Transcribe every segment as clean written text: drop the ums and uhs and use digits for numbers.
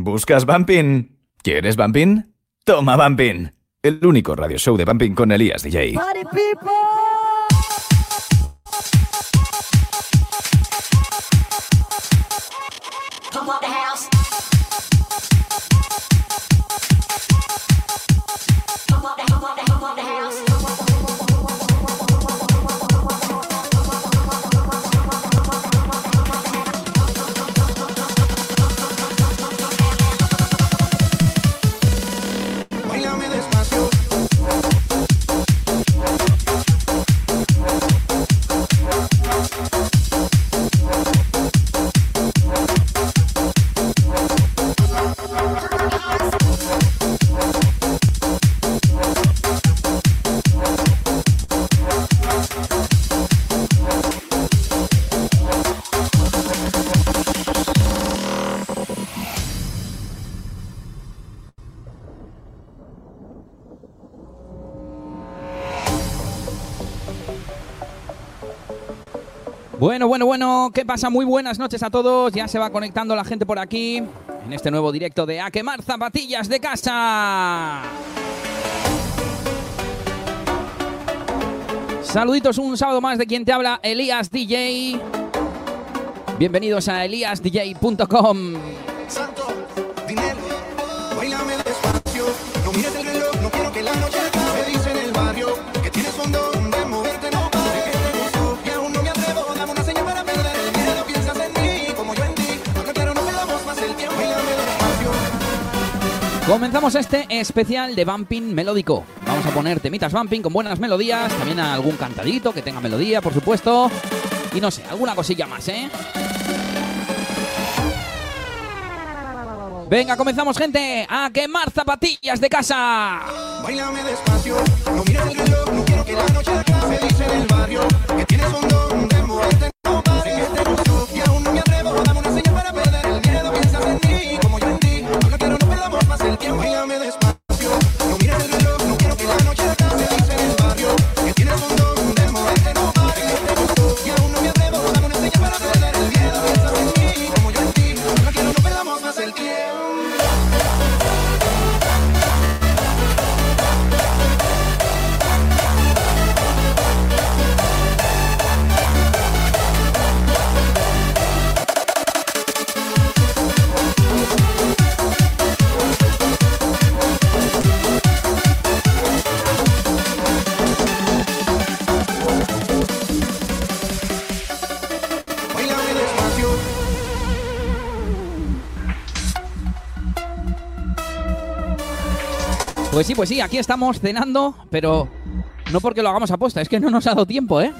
¿Buscas Bumping? ¿Quieres Bumping? Toma Bumping, el único radio show de Bumping con Elías DJ. Party people. Bueno, ¿qué pasa? Muy buenas noches a todos. Ya se va conectando la gente por aquí en este nuevo directo de A Quemar Zapatillas de Casa. Saluditos un sábado más de quien te habla, Elías DJ. Bienvenidos a eliasdj.com. Santo, dinero, bailame despacio. No mires el reloj, no quiero que la noche acabe. Dice en el barrio que tienes fondo de moverte, no pare. Que te gustó y aún no me atrevo. Dame una señal para perder el miedo. Piensas en mí como yo en ti. No quiero, no perdamos más el tiempo. Bailame despacio. Comenzamos este especial de Bumping melódico. Vamos a poner temitas Bumping con buenas melodías. También algún cantadito que tenga melodía, por supuesto. Y no sé, alguna cosilla más, ¿eh? Venga, comenzamos, gente, a quemar zapatillas de casa. Báilame despacio, no mires el reloj, no quiero que la noche acabe. Dice en el barrio que tienes fondo de moverte, no pare. Que te gustó y aún no me atrevo. Dame una señal para perder el miedo. Piensas en mí como yo en ti. No quiero, no perdamos más el tiempo. Báilame despacio, no mires el reloj, no quiero que la noche acabe. Dice en el barrio que tienes fondo de moverte, no pare. Que te gustó y aún no me atrevo. Dame una señal para perder el miedo. Piensas en mí como yo en ti. No quiero, no perdamos más el tiempo. Pues sí, aquí estamos cenando, pero no porque lo hagamos a posta, es que no nos ha dado tiempo, ¿eh?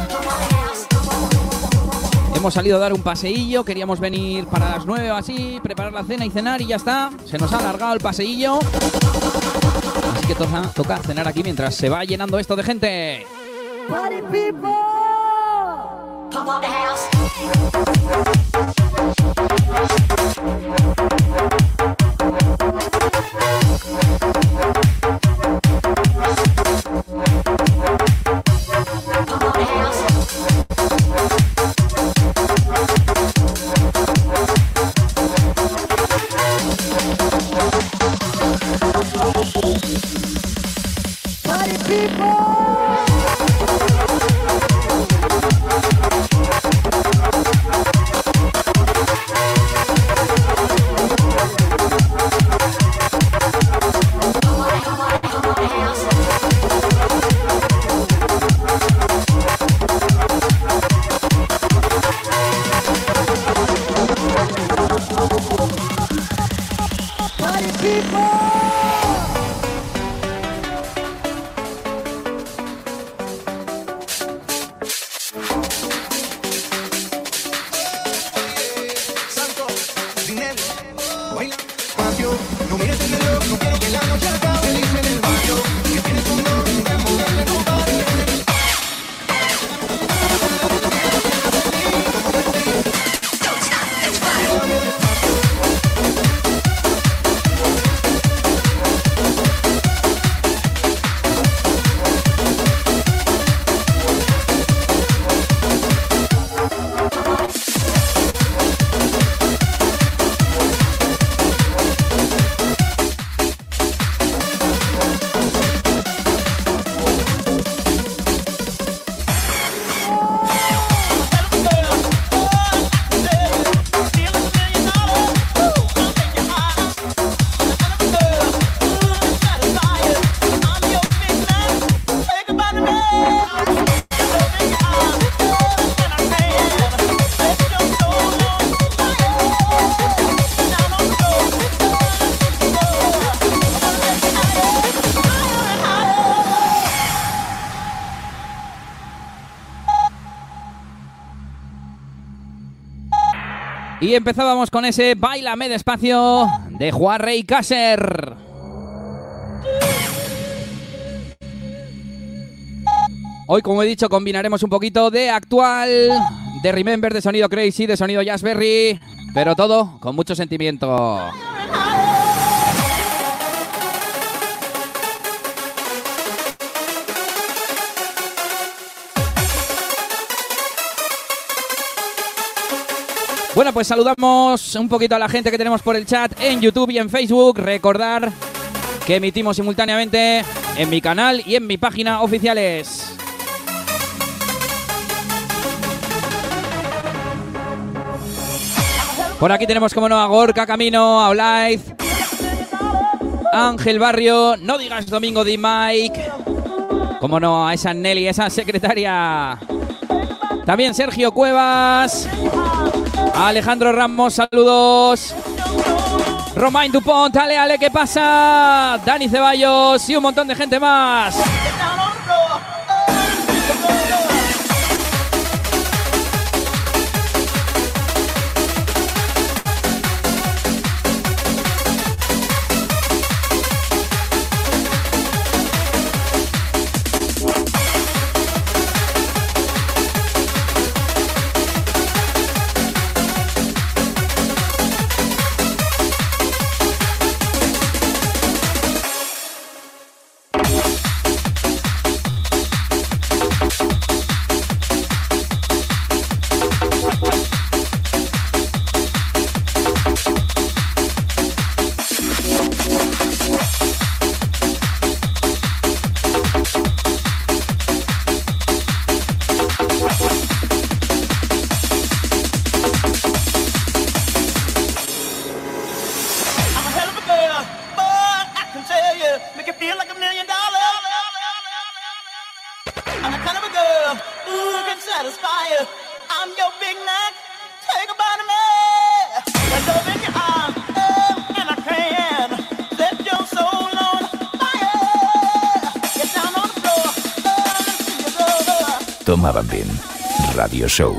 Hemos salido a dar un paseillo, queríamos venir para las 9 o así, preparar la cena y cenar y ya está. Se nos ha alargado el paseillo. Así que toca cenar aquí mientras se va llenando esto de gente. Party people. Pump up the house. Party people. Party people. Santo, dinero, baila despacio. No mires el reloj, no quiero que la noche acabe. Dice en el barrio que tienes un don de moverte, no pare. Y empezábamos con ese Báilame Despacio de Juan Rey Cácer. Hoy, como he dicho, combinaremos un poquito de actual, de Remember, de sonido Crazy, de sonido Jazzberry, pero todo con mucho sentimiento. Bueno, pues saludamos un poquito a la gente que tenemos por el chat en YouTube y en Facebook. Recordar que emitimos simultáneamente en mi canal y en mi página oficiales. Por aquí tenemos, como no, a Gorka Camino, a Olaiz, Ángel Barrio, no digas Domingo Di Mike, como no, a esa Nelly, esa secretaria. También Sergio Cuevas, a Alejandro Ramos, saludos. Romain Dupont, Ale, ¿qué pasa? Dani Ceballos y un montón de gente más. Toma Bambín Radio Show.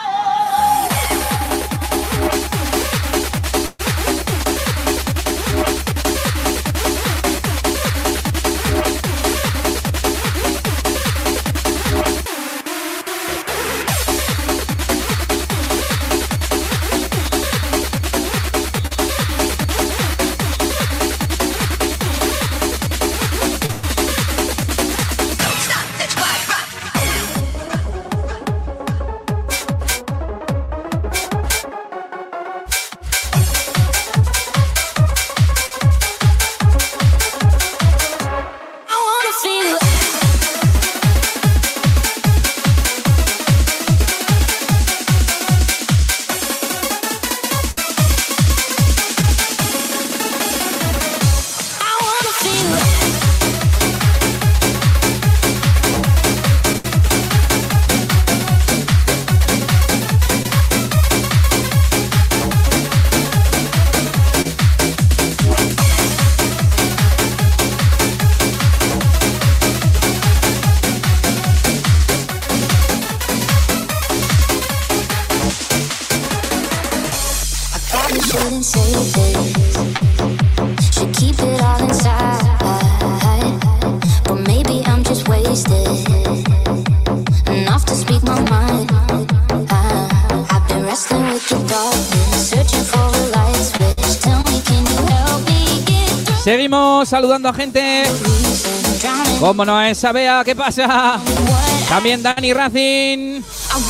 Seguimos saludando a gente. Como no es Bea, ¿qué pasa? También Dani Racing.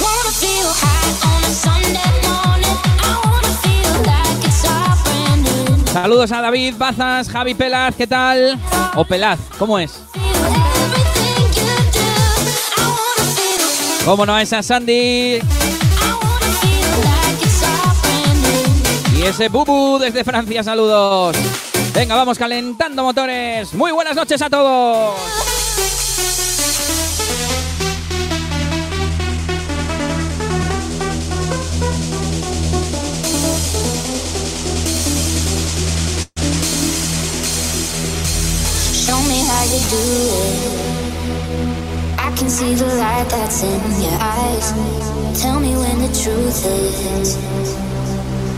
Saludos a David Bazas, Javi Pelaz, ¿qué tal? O Pelaz, ¿cómo es? Como no es a Sandy. Y ese Bubu desde Francia, saludos. Venga, vamos calentando motores. Muy buenas noches a todos. Show me how you do it. I can see the light that's in your eyes. Tell me when the truth is.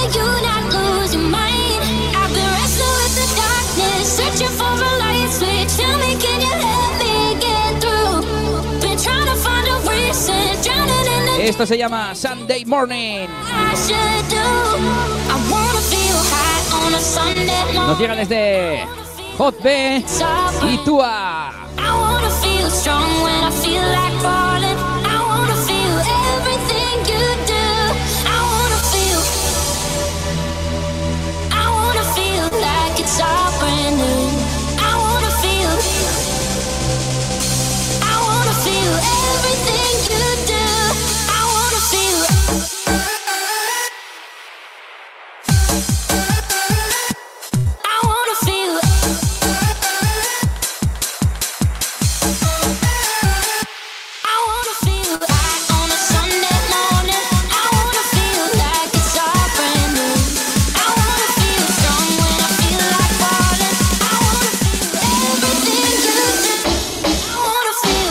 you not lose your mind? I've been wrestling with the darkness, searching for a light switch. Tell me, can you help me get through? Been trying to find a reason, drowning in the Esto se llama Sunday Morning. I should do. I wanna feel high on a Sunday morning. Nos llega desde Hot B y Tua. I wanna feel strong when I feel like falling. I wanna feel everything you do. I wanna feel like it's all brand new. I wanna feel everything you do. I wanna feel. I wanna feel. I wanna feel high on a Sunday morning. I wanna feel like it's all brand new. I wanna feel strong when I feel like falling. I wanna feel everything you do. I wanna feel.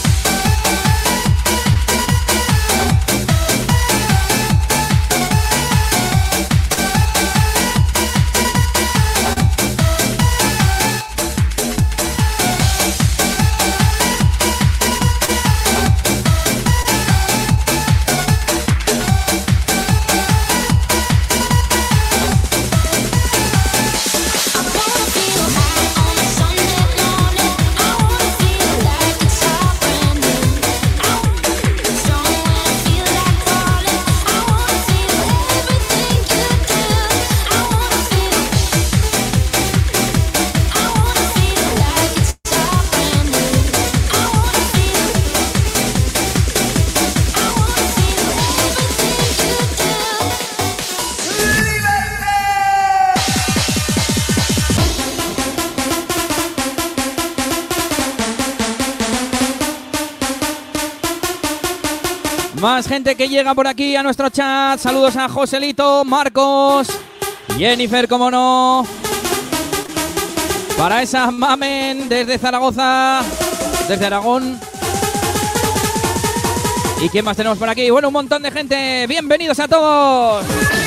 I wanna feel high on a Sunday morning. I wanna feel like it's all brand new. I wanna feel strong when I feel like falling. I wanna feel everything you do. I wanna feel like it's all brand new. I wanna feel everything you do. Más gente que llega por aquí a nuestro chat. Saludos a Joselito, Marcos, Jennifer, como no. Para esa mamen desde Zaragoza, desde Aragón. ¿Y quién más tenemos por aquí? Bueno, un montón de gente. Bienvenidos a todos.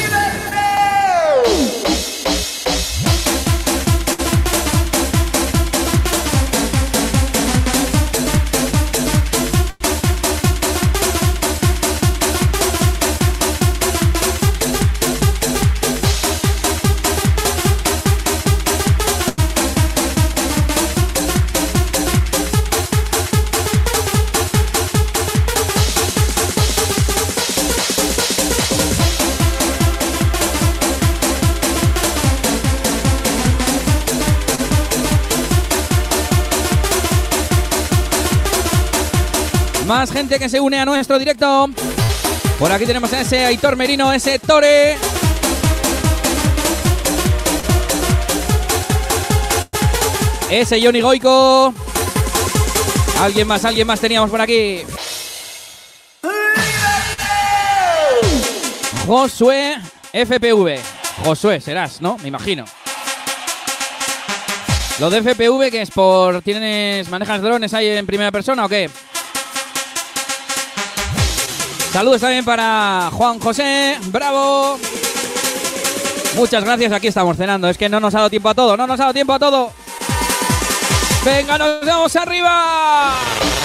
Más gente que se une a nuestro directo. Por aquí tenemos a ese Aitor Merino, ese Tore. Ese Johnny Goico. Alguien más teníamos por aquí. Josué FPV. Josué serás, ¿no? Me imagino. Lo de FPV, que es por... ¿Manejas drones ahí en primera persona o qué? Saludos también para Juan José, bravo. Muchas gracias, aquí estamos cenando. Es que no nos ha dado tiempo a todo, Venga, nos vamos arriba.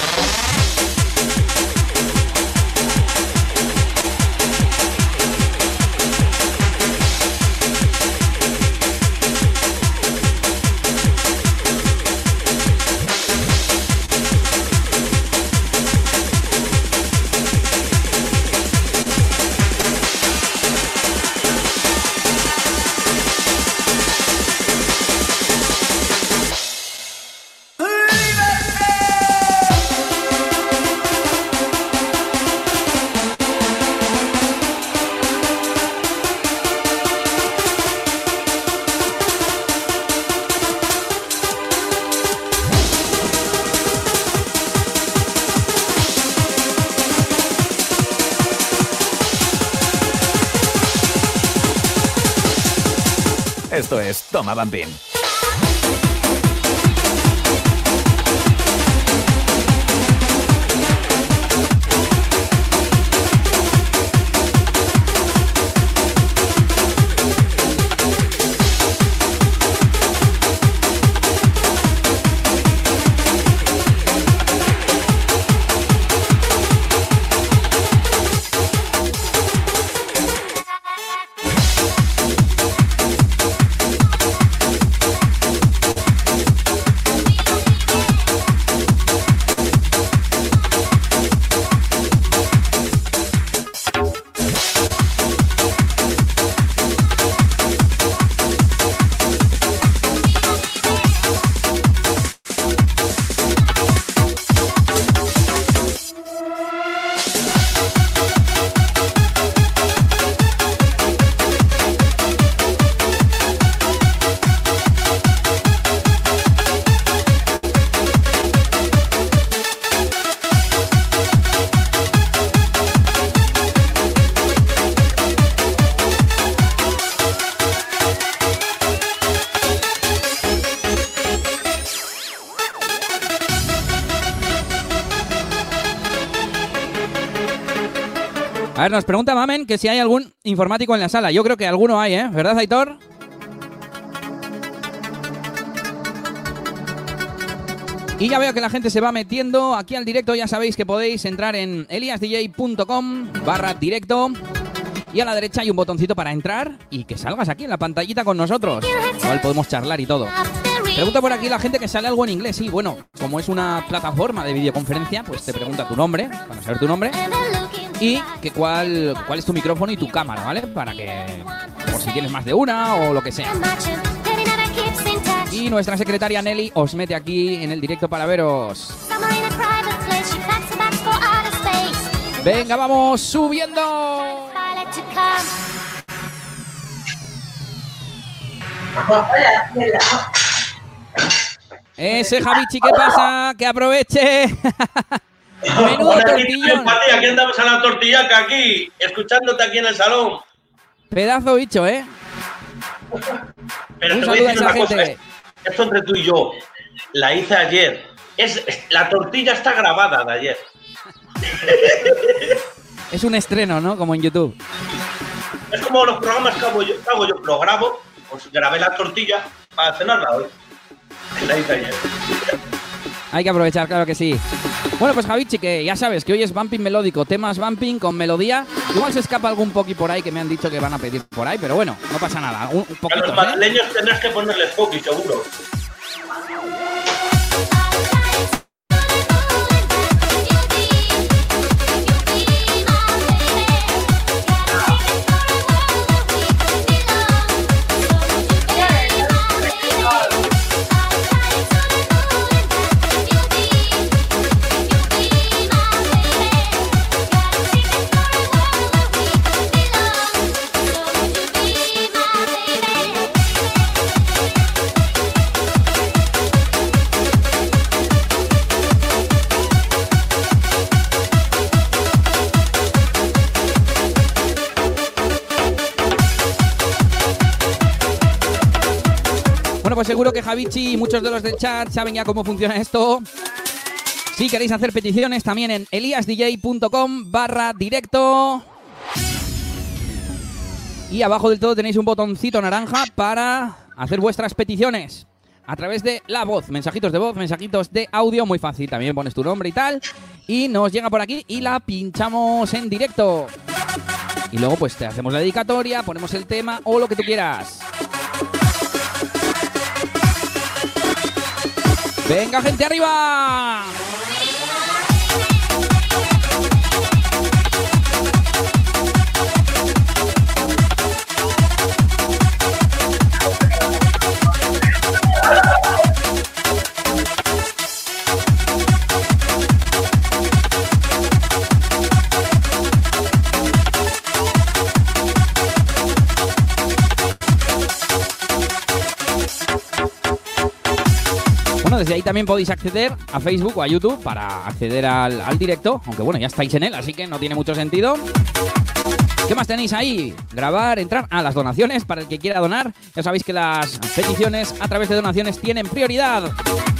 Esto es Toma Bambín. A ver, nos pregunta Mamen que si hay algún informático en la sala. Yo creo que alguno hay, ¿eh? ¿Verdad, Aitor? Y ya veo que la gente se va metiendo aquí al directo. Ya sabéis que podéis entrar en eliasdj.com/directo. Y a la derecha hay un botoncito para entrar y que salgas aquí en la pantallita con nosotros. Igual podemos charlar y todo. Pregunta por aquí la gente que sale algo en inglés. Sí, bueno, como es una plataforma de videoconferencia, pues te pregunta tu nombre, para saber tu nombre. Y que cuál es tu micrófono y tu cámara, ¿vale? Para que, por si tienes más de una o lo que sea. Y nuestra secretaria Nelly os mete aquí en el directo para veros. Venga, vamos subiendo. Ese Javichi, ¿qué pasa? Que aproveche. Menudo tortillón. Aquí andamos a la tortillaca, aquí, escuchándote aquí en el salón. Pedazo bicho, ¿eh? Pero un te voy a saludo a decir esa una cosa, gente. esto entre tú y yo, la hice ayer. La tortilla está grabada de ayer. Es un estreno, ¿no? Como en YouTube. Es como los programas que hago yo, lo grabo, pues grabé la tortilla para cenarla hoy. La hice ayer. Hay que aprovechar, claro que sí. Bueno, pues Javichi, que ya sabes que hoy es bumping melódico, temas bumping con melodía. Igual se escapa algún poqui por ahí que me han dicho que van a pedir por ahí, pero bueno, no pasa nada. Un A poquito, los madrileños tendrás que ponerles poqui, seguro. Pues seguro que Javichi y muchos de los del chat saben ya cómo funciona esto. Si queréis hacer peticiones, también en eliasdj.com/directo. Y abajo del todo tenéis un botoncito naranja para hacer vuestras peticiones a través de la voz. Mensajitos de voz, mensajitos de audio, muy fácil. También pones tu nombre y tal. Y nos llega por aquí y la pinchamos en directo. Y luego pues te hacemos la dedicatoria, ponemos el tema o lo que tú quieras. ¡Venga, gente, arriba! Bueno, desde ahí también podéis acceder a Facebook o a YouTube para acceder al directo, aunque bueno, ya estáis en él, así que no tiene mucho sentido. ¿Qué más tenéis ahí? Grabar, entrar a las donaciones para el que quiera donar. Ya sabéis que las peticiones a través de donaciones tienen prioridad.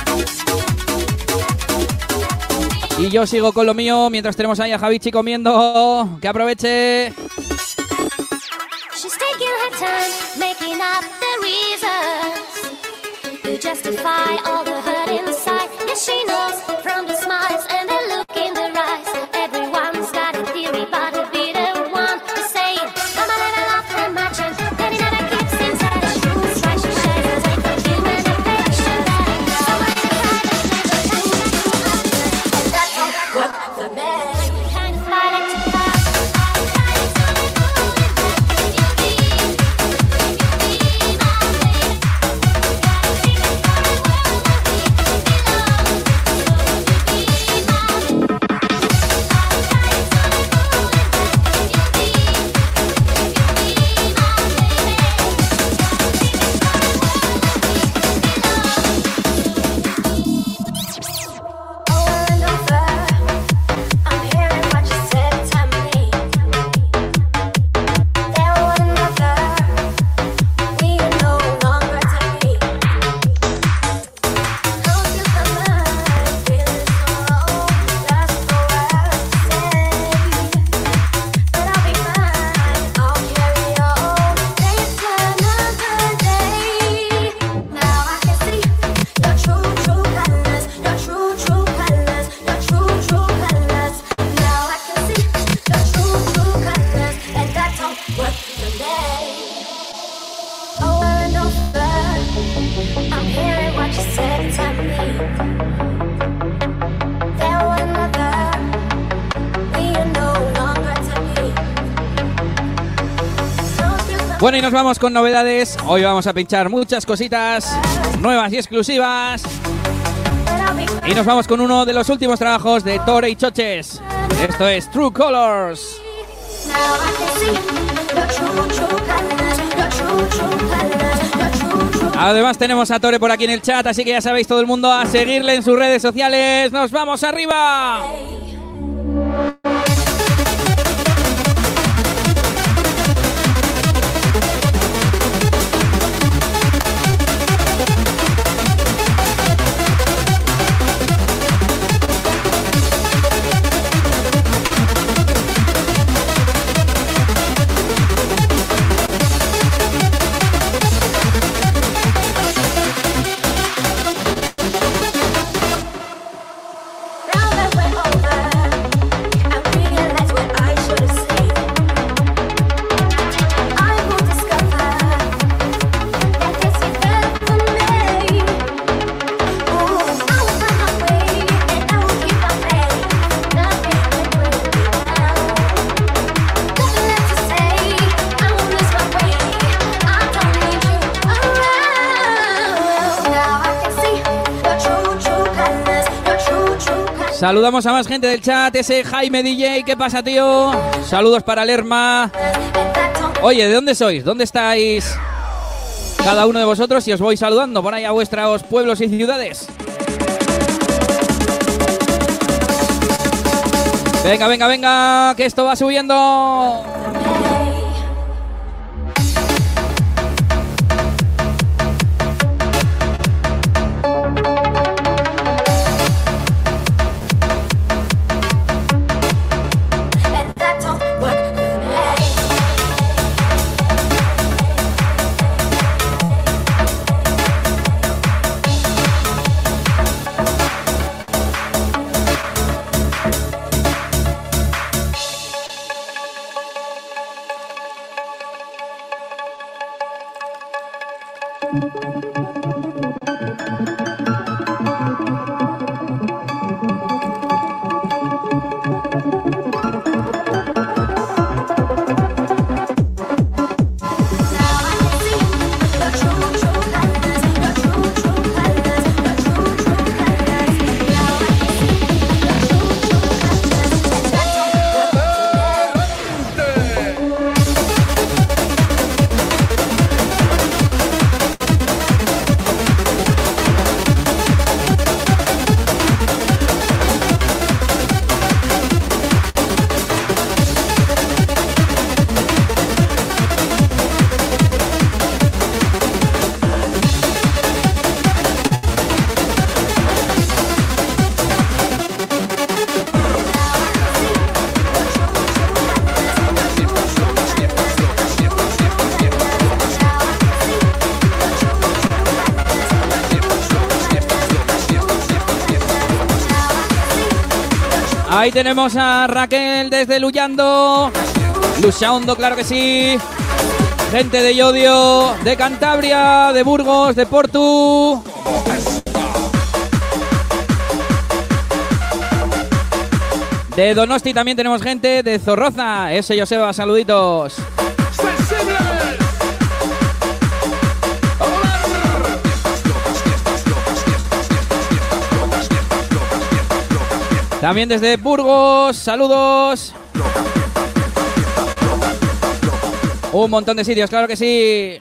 Y yo sigo con lo mío mientras tenemos ahí a Javichi comiendo. ¡Que aproveche! She's taking her time, making up the reasons to justify all the hurt inside. Yes, she knows from the smiles and the look in their eyes. Everyone's got a theory, but to be the one to say it. Come on, let off the match and then it never keeps inside the shoes. Try to share the way for human affection. That's the man. Kind of fly like to fly. Bueno, y nos vamos con novedades. Hoy vamos a pinchar muchas cositas nuevas y exclusivas. Y nos vamos con uno de los últimos trabajos de Tore y Choches. Esto es True Colors. Además tenemos a Tore por aquí en el chat, así que ya sabéis todo el mundo a seguirle en sus redes sociales. ¡Nos vamos arriba! Saludamos a más gente del chat, ese Jaime DJ, ¿qué pasa, tío? Saludos para Lerma. Oye, ¿de dónde sois? ¿Dónde estáis cada uno de vosotros? Y os voy saludando por ahí a vuestros pueblos y ciudades. Venga, venga, venga, que esto va subiendo. Ahí tenemos a Raquel desde Luyando. Luchando, claro que sí. Gente de Llodio, de Cantabria, de Burgos, de Portu. De Donosti también tenemos gente. De Zorroza, ese Joseba, saluditos. También desde Burgos, saludos. Un montón de sitios, claro que sí.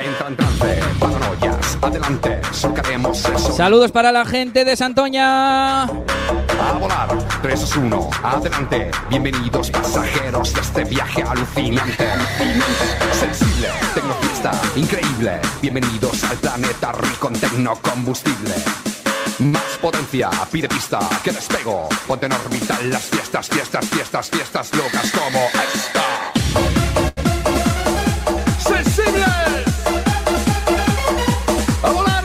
Saludos para la gente de Santoña. A volar, 3, 2, 1, adelante. Bienvenidos pasajeros de este viaje alucinante. Sensible, tecnofiesta, increíble. Bienvenidos al planeta rico en tecnocombustible. Más potencia, pide pista, que despego. Ponte en órbita las fiestas, fiestas, fiestas, fiestas locas como esta. ¡Sensible! ¡A volar!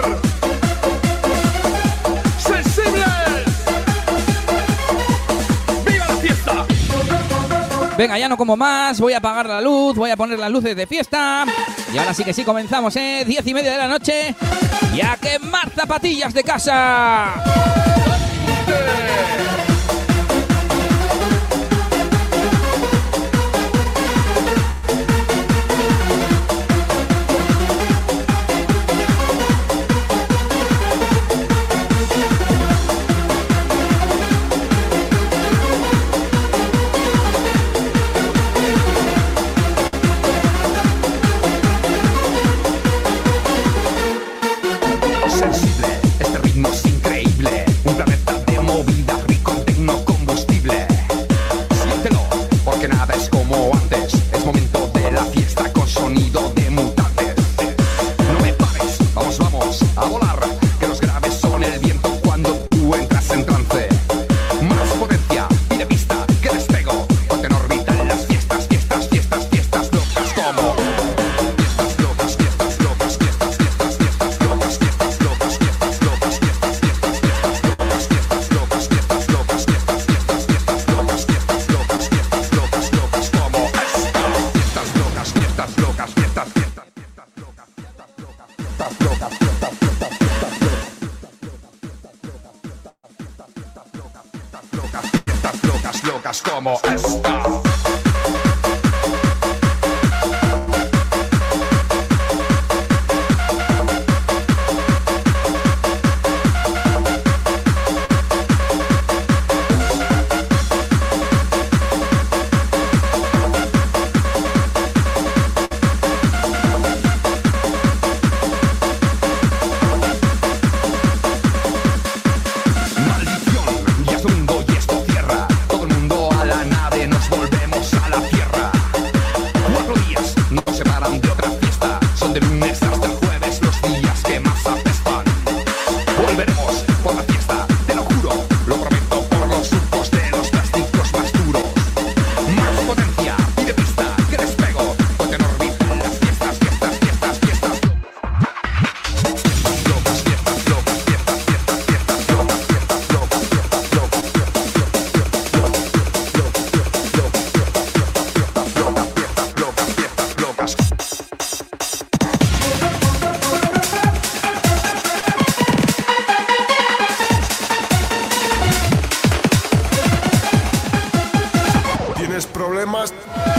¡Sensible! ¡Viva la fiesta! Venga, ya no como más, voy a apagar la luz, voy a poner las luces de fiesta. Y ahora sí que sí comenzamos, 10:30 de la noche. Y a quemar zapatillas de casa. vamos a volar. Que los graves son el viento cuando tú entras en trance. Más potencia y de pista que despego. Ponte en órbita en las fiestas, fiestas, fiestas, fiestas locas como fiestas locas, fiestas locas, fiestas, fiestas, fiestas locas, fiestas locas, fiestas locas, fiestas, fiestas, fiestas locas, fiestas locas, fiestas locas, fiestas, fiestas, fiestas locas, fiestas locas, fiestas locas, locas como esta. Fiestas locas, fiestas locas, fiestas, fiestas, fiestas locas, fiestas locas, fiestas locas, fiestas, fiestas, fiestas locas, locas como esta. Maldición, ya es domingo y esto cierra. Todo el mundo a la nave, nos volvemos a la tierra. 4 días no nos separan de otra fiesta. Son de lunes hasta el jueves los días que más apestan. Volveremos por la fiesta, te lo juro. Lo prometo por los surcos de los plásticos más duros. Más potencia y de pista que despego. Ponte en órbita en las fiestas, fiestas, fiestas, fiestas. Fiestas locas, fiestas locas, fiestas, fiestas, fiestas locas, fiestas locas, fiestas locas, fiestas locas, fiestas locas. ¿Tienes problemas?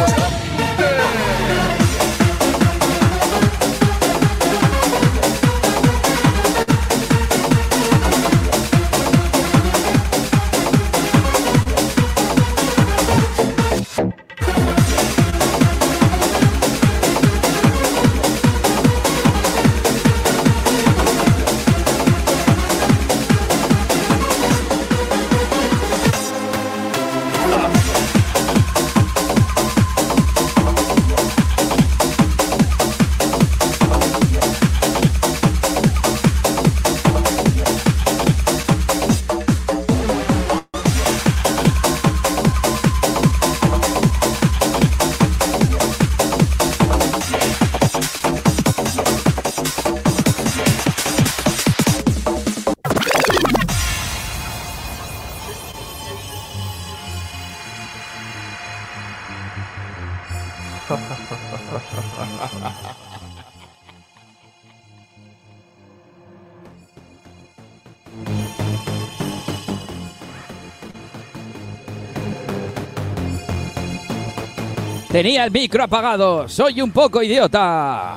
Tenía el micro apagado. Soy un poco idiota.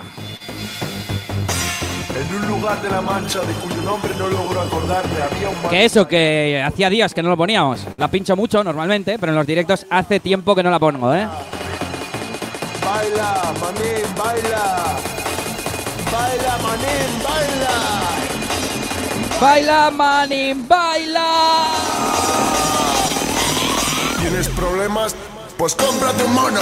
En un lugar de la Mancha de cuyo nombre no logro acordarme había un... Que eso, que hacía días que no lo poníamos. La pincho mucho normalmente, pero en los directos hace tiempo que no la pongo, ¿eh? Baila, manín, baila. Baila, manín, baila. ¡Baila, manín, baila! ¿Tienes problemas? Pues cómprate un mono.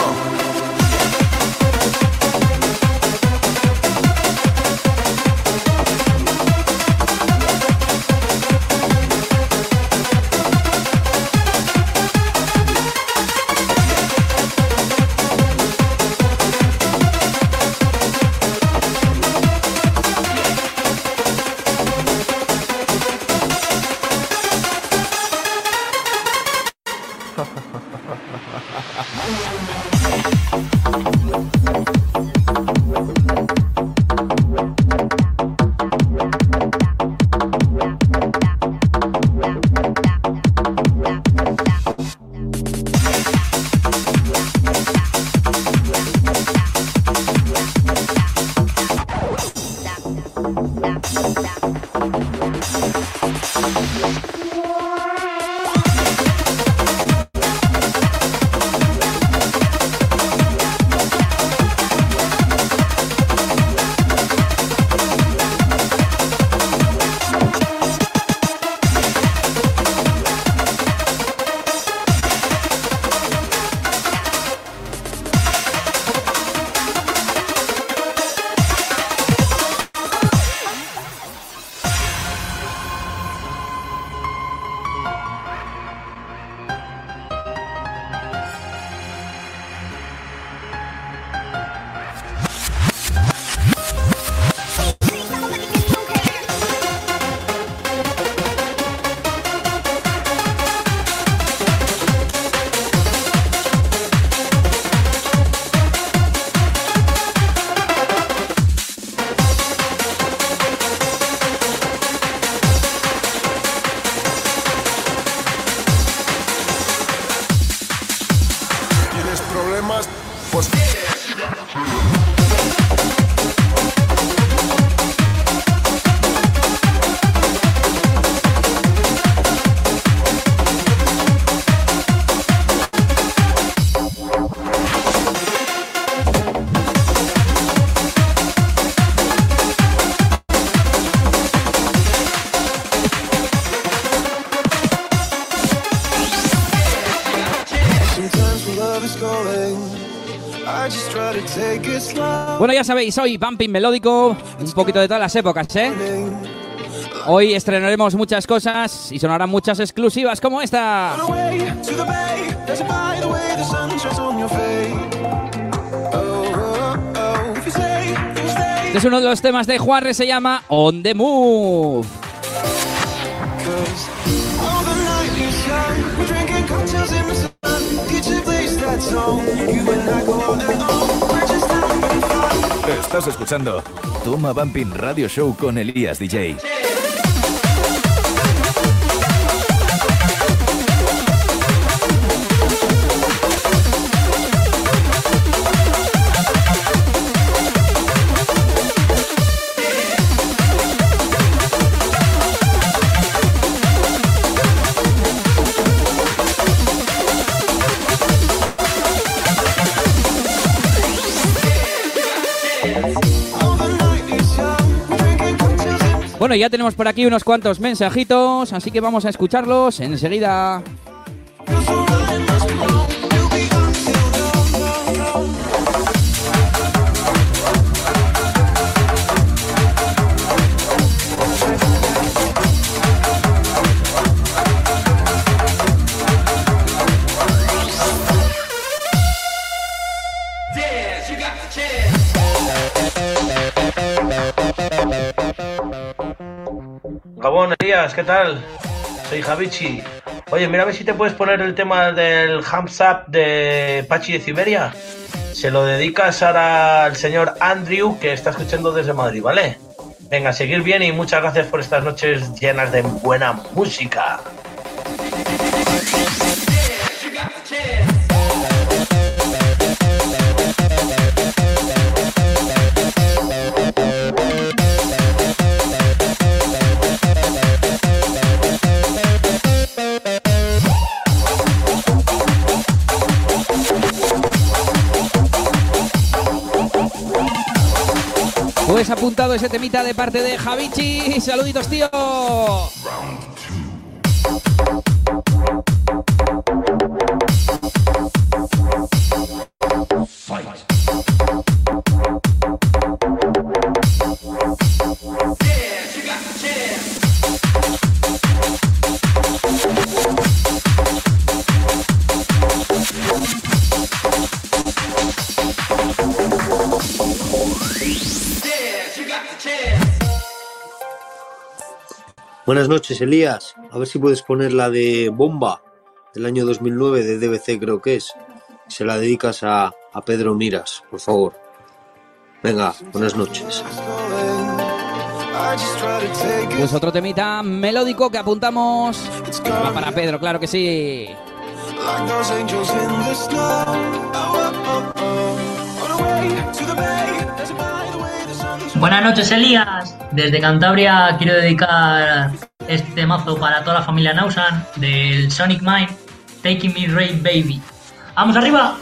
Bueno, ya sabéis, hoy Bumping Melódico, un poquito de todas las épocas, ¿eh? Hoy estrenaremos muchas cosas y sonarán muchas exclusivas como esta. Este es uno de los temas de Juarre, se llama On The Move. Estás escuchando Toma Bumping Radio Show con Elías DJ. Bueno, ya tenemos por aquí unos cuantos mensajitos, así que vamos a escucharlos enseguida. Gabón, Elías, ¿qué tal? Soy Javichi. Oye, mira a ver si te puedes poner el tema del Hands Up de Pachi de Siberia. Se lo dedicas ahora al señor Andrew, que está escuchando desde Madrid, ¿vale? Venga, seguir bien y muchas gracias por estas noches llenas de buena música. Pues apuntado ese temita de parte de Javichi. Saluditos, tío. Buenas noches, Elías. A ver si puedes poner la de Bomba del año 2009 de DBC, creo que es. Se la dedicas a Pedro Miras, por favor. Venga, buenas noches. Pues otro temita melódico que apuntamos. Va para Pedro, claro que sí. Buenas noches, Elías. Desde Cantabria quiero dedicar este mazo para toda la familia Nausan del Sonic Mind, Taking Me Right Baby. ¡Vamos arriba!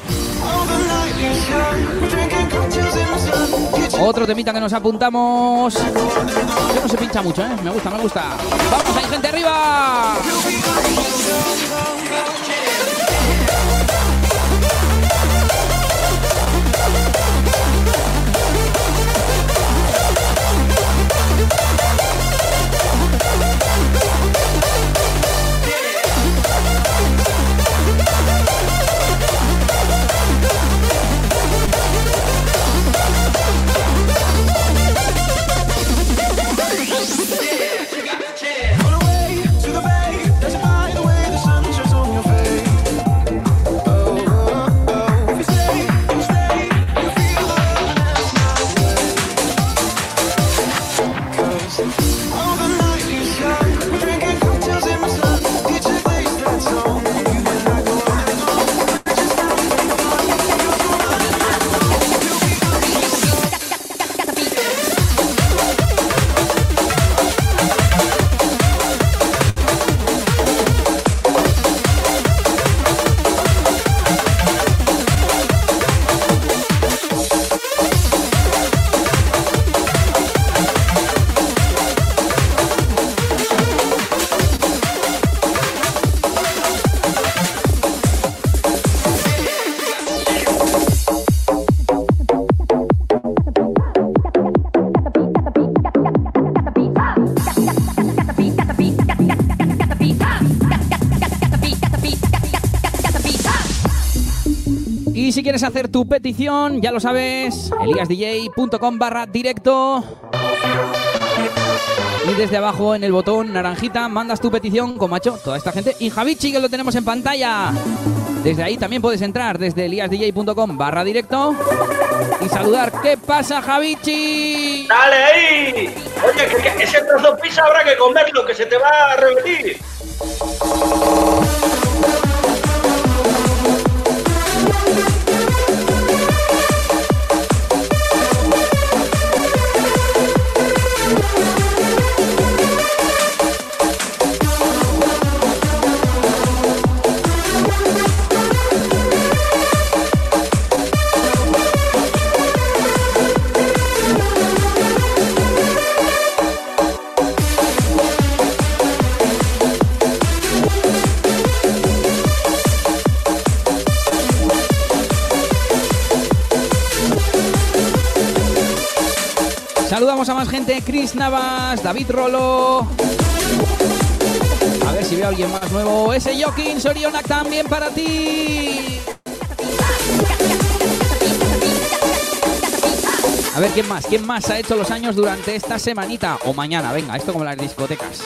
Otro temita que nos apuntamos. Que no se pincha mucho, ¿eh? Me gusta, me gusta. ¡Vamos ahí, gente, arriba! Y si quieres hacer tu petición, ya lo sabes, eliasdj.com/directo. Y desde abajo en el botón naranjita mandas tu petición, como ha hecho toda esta gente. Y Javichi, que lo tenemos en pantalla. Desde ahí también puedes entrar desde eliasdj.com/directo y saludar. ¿Qué pasa, Javichi? ¡Dale ahí! Oye, que ese trozo de pizza habrá que comerlo, que se te va a revenir. Saludamos a más gente, Chris Navas, David Rolo. A ver si veo a alguien más nuevo. Ese Joaquín Sorionak también para ti. A ver, ¿quién más ha hecho los años durante esta semanita? O mañana, venga, esto como las discotecas.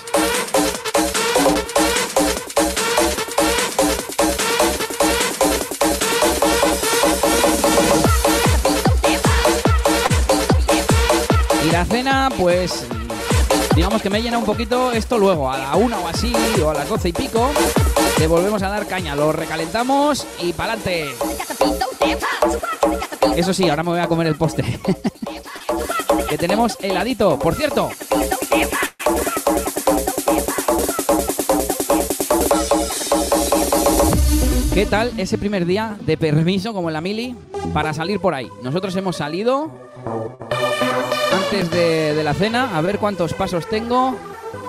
Y la cena, pues, digamos que me llena un poquito esto luego, a la 1 o así, o a las 12 y pico, le volvemos a dar caña, lo recalentamos y pa'lante. Eso sí, ahora me voy a comer el postre. Que tenemos heladito, por cierto. ¿Qué tal ese primer día de permiso, como en la mili, para salir por ahí? Nosotros hemos salido antes de la cena, a ver cuántos pasos tengo.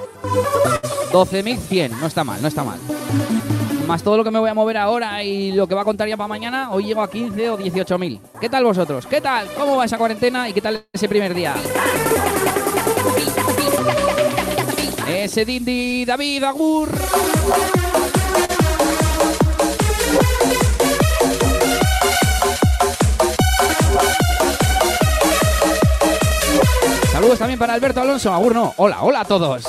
12.100, no está mal, no está mal. Más todo lo que me voy a mover ahora y lo que va a contar ya para mañana, hoy llego a 15 o 18.000. ¿Qué tal vosotros? ¿Qué tal? ¿Cómo va esa cuarentena y qué tal ese primer día? Ese Dindi, David, Agur. Saludos también para Alberto Alonso. Agur no. Hola, hola a todos.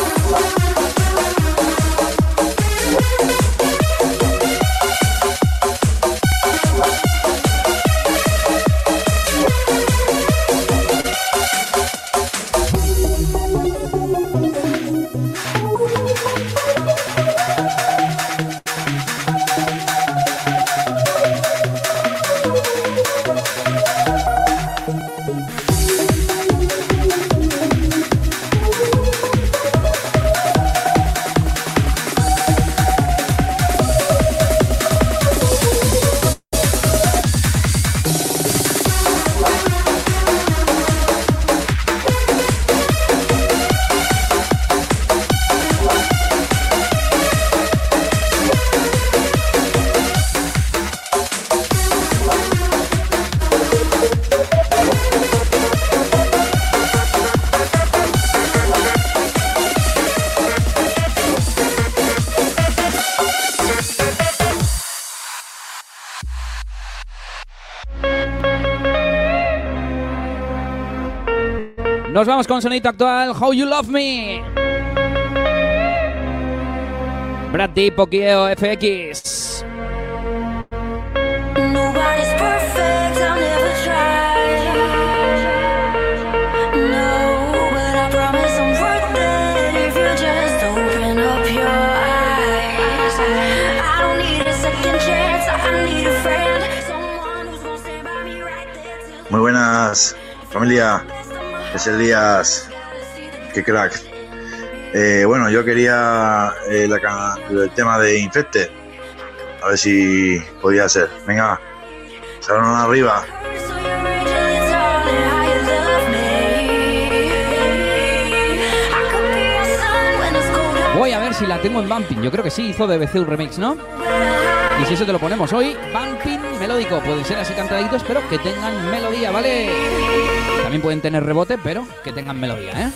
Nos vamos con sonido actual, How You Love Me. Brad D, Pokio, FX. Nobody's perfect, I'll never try. No, but I promise I'm worth it if you just open up your eyes. I don't need a second chance, I need a friend. Someone who's gonna stand by me right there till. Muy buenas, familia. Es Elías. Qué crack. Bueno, yo quería el tema de Infected. A ver si podía ser. Venga, salón arriba. Voy a ver si la tengo en Bumping. Yo creo que sí, hizo DBC un remix, ¿no? Y si eso te lo ponemos hoy, Bumping melódico. Pueden ser así cantaditos, pero que tengan melodía, ¿vale? También pueden tener rebote, pero que tengan melodía, ¿eh?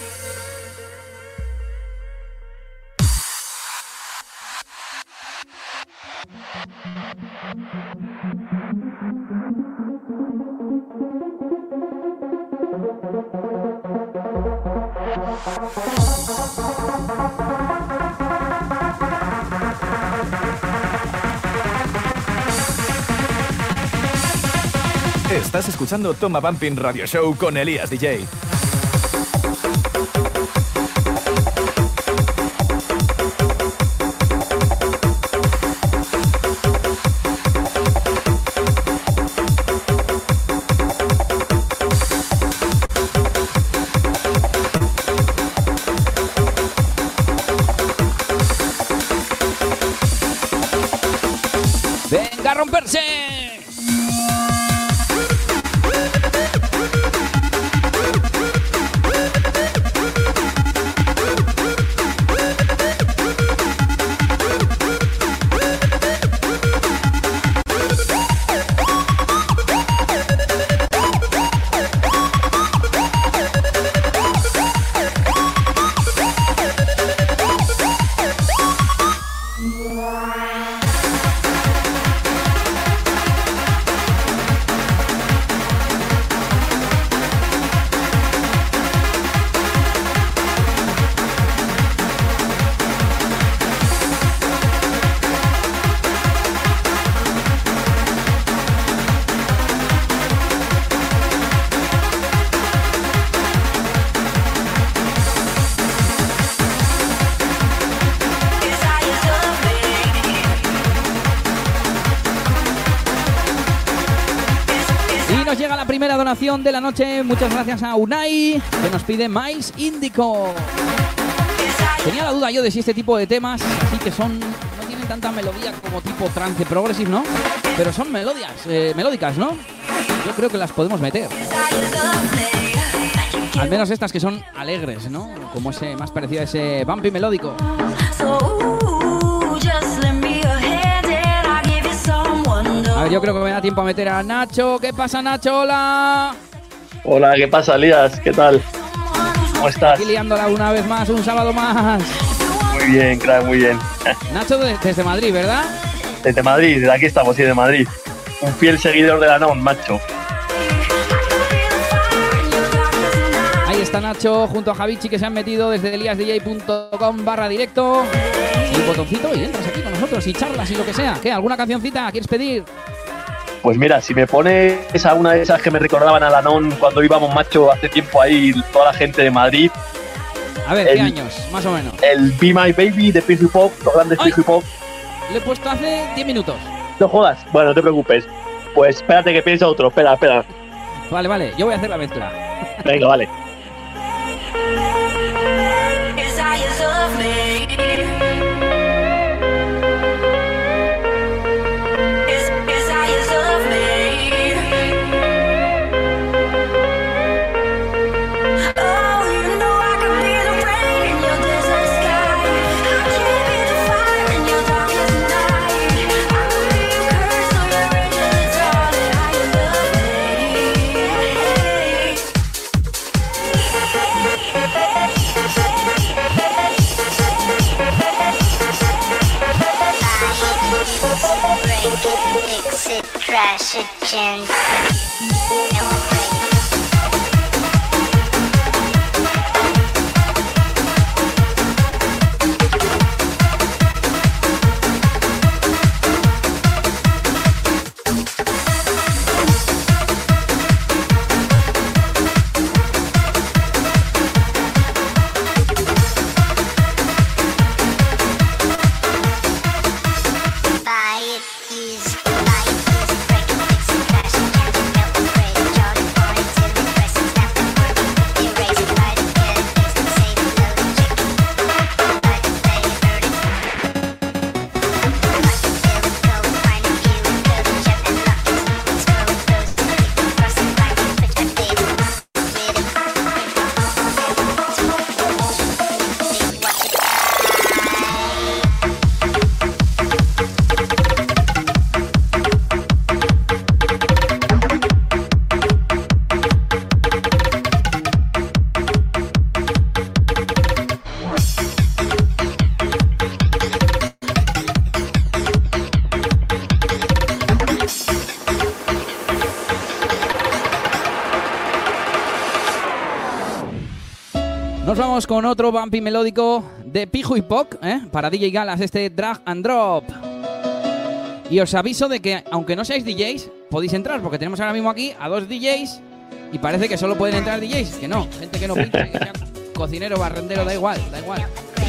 Estás escuchando Toma Bumping Radio Show con Elías DJ. ¡Venga a romperse! Primera donación de la noche, muchas gracias a Unai, que nos pide Miles Indico. Tenía la duda yo de si este tipo de temas, así que no tienen tanta melodía como tipo trance progressive, ¿no? Pero son melódicas, ¿no? Yo creo que las podemos meter. Al menos estas que son alegres, ¿no? Como ese más parecido a ese bumpy melódico. A ver, yo creo que me da tiempo a meter a Nacho. ¿Qué pasa, Nacho? Hola. Hola, ¿qué pasa, Elías? ¿Qué tal? ¿Cómo estás? Aquí liándola una vez más, un sábado más. Muy bien, crack, muy bien. Nacho desde Madrid, ¿verdad? Desde Madrid, desde aquí estamos, sí, de Madrid. Un fiel seguidor de la NON, macho. Ahí está Nacho junto a Javichi, que se han metido desde eliasdj.com/directo. El botoncito y entras aquí con nosotros y charlas y lo que sea. ¿Qué? ¿Alguna cancioncita quieres pedir? Pues mira, si me pones a una de esas que me recordaban a la NON cuando íbamos, macho, hace tiempo ahí, toda la gente de Madrid. A ver, ¿qué años? Más o menos. El Be My Baby de Pig Pop, los grandes Pig Pop. Lo he puesto hace 10 minutos. No jodas. Bueno, no te preocupes. Pues espérate que piensa otro. Espera. Vale. Yo voy a hacer la mezcla. Venga, vale. Crash it, Jen. Buy it, use, break it, fix it, crash it, cancel, melt, upgrade. vamos con otro bumpy melódico de Pijo y Poc, para DJ Galas, este Drag and Drop. Y os aviso de que, aunque no seáis DJs, podéis entrar, porque tenemos ahora mismo aquí a 2 DJs y parece que solo pueden entrar DJs. Que no, gente que no pinche, que sea cocinero, barrendero, da igual, da igual.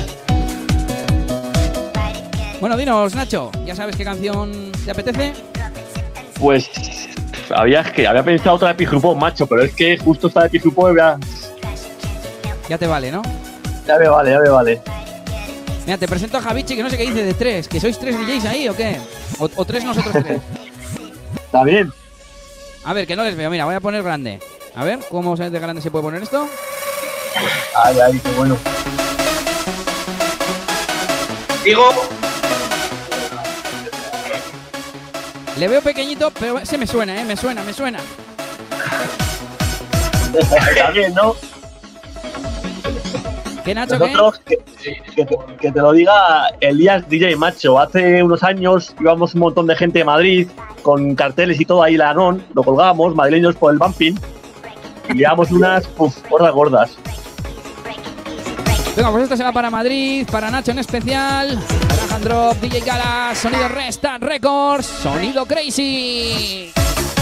Bueno, dinos, Nacho, ¿ya sabes qué canción te apetece? Pues había pensado otra de Pijupo, macho, pero es que justo esta de Pijupo ya te vale, ¿no? Ya me vale. Mira, te presento a Javichi, que no sé qué dice de 3. ¿Que sois 3 DJs ahí o qué? ¿O 3 nosotros 3? Está bien. A ver, que no les veo. Mira, voy a poner grande. A ver, ¿cómo de grande se puede poner esto? Ay, qué bueno. Digo... Le veo pequeñito, pero se me suena, me suena. Está bien, ¿no? ¿Qué, Nacho, nosotros, que te lo diga Elías DJ, macho. Hace unos años íbamos un montón de gente de Madrid con carteles y todo ahí, la ANON, lo colgábamos, madrileños por el bumping, y llevamos unas gordas. Venga, pues esto se va para Madrid, para Nacho en especial. Drag and Drop, DJ Galas, sonido Restart Records, sonido Crazy.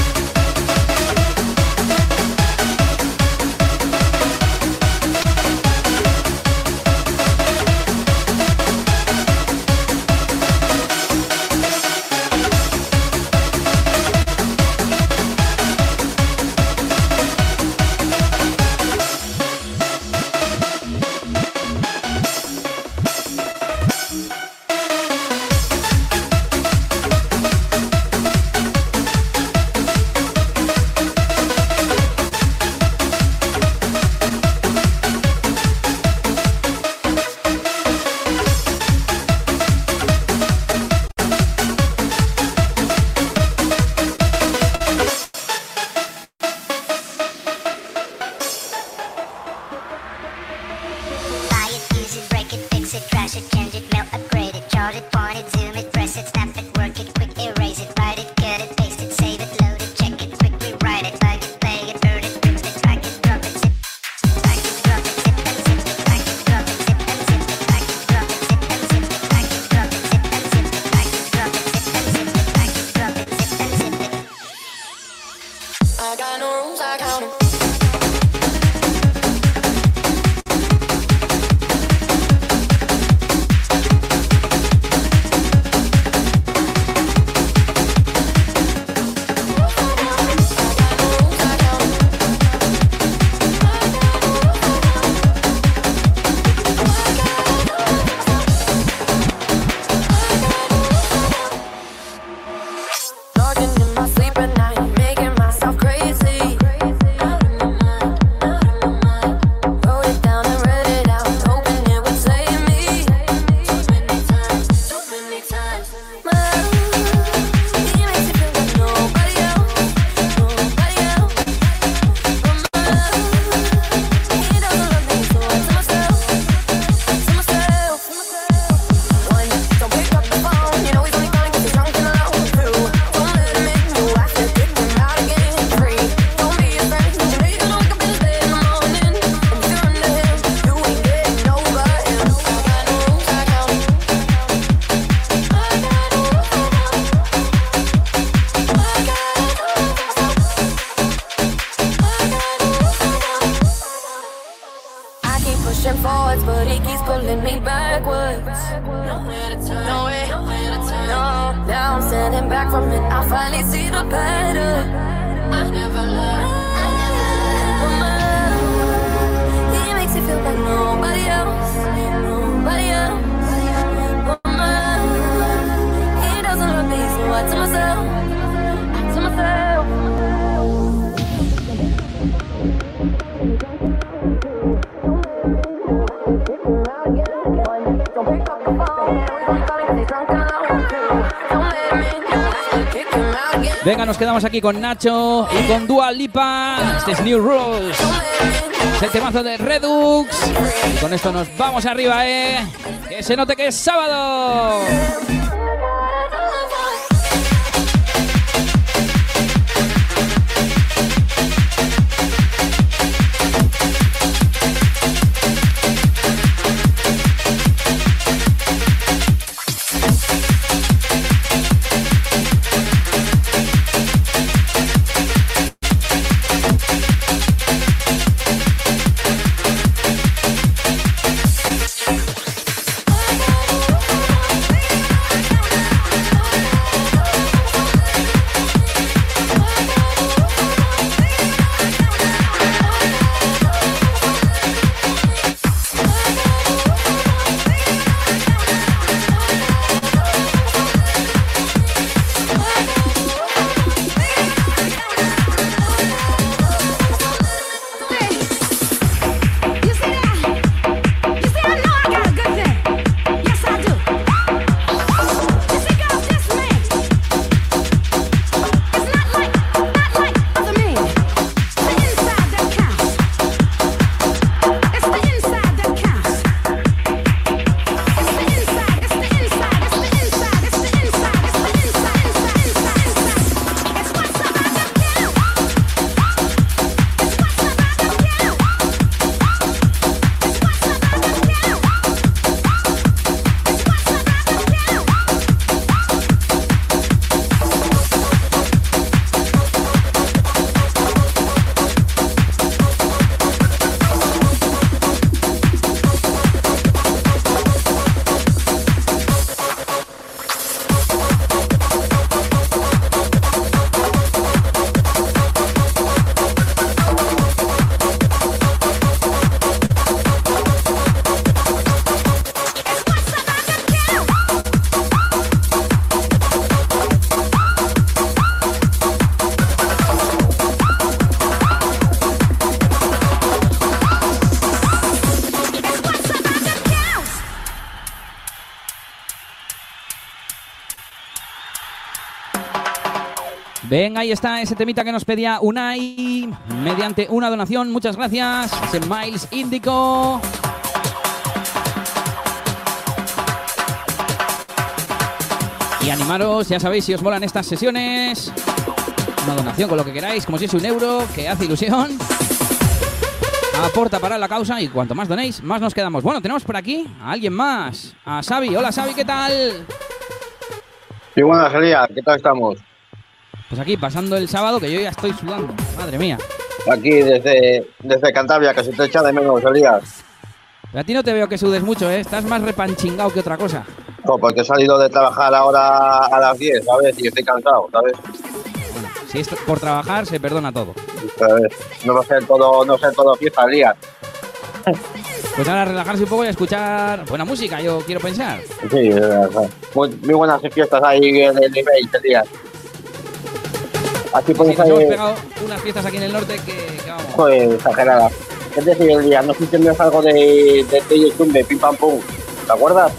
Venga, nos quedamos aquí con Nacho y con Dua Lipa. Este es New Rules. Es el temazo de Redux. Y con esto nos vamos arriba, que se note que es sábado. Venga, ahí está ese temita que nos pedía Unai mediante una donación. Muchas gracias. Ese Miles Índico. Y animaros, ya sabéis, si os molan estas sesiones, una donación con lo que queráis, como si es €1, que hace ilusión. Aporta para la causa y cuanto más donéis, más nos quedamos. Bueno, tenemos por aquí a alguien más, a Xavi. Hola Xavi, ¿qué tal? Sí, buenas, Elías, ¿qué tal estamos? Pues aquí, pasando el sábado, que yo ya estoy sudando, madre mía. Aquí desde Cantabria, que se te echa de menos, Elías. Pero a ti no te veo que sudes mucho, ¿eh? Estás más repanchingado que otra cosa. No, porque he salido de trabajar ahora a las 10, ¿sabes? Y estoy cansado, ¿sabes? Bueno, si es por trabajar, se perdona todo. ¿Sabes? No sé todo fiesta, Elías. Pues ahora relajarse un poco y escuchar buena música, yo quiero pensar. Sí, muy buenas fiestas ahí en el nivel, Elías. Aquí podéis nos hemos pegado unas fiestas aquí en el norte que vamos. Joder, exagerada. Es decir, Elías, no sé si tendrías algo de YouTube, de Pim Pam Pum. ¿Te acuerdas?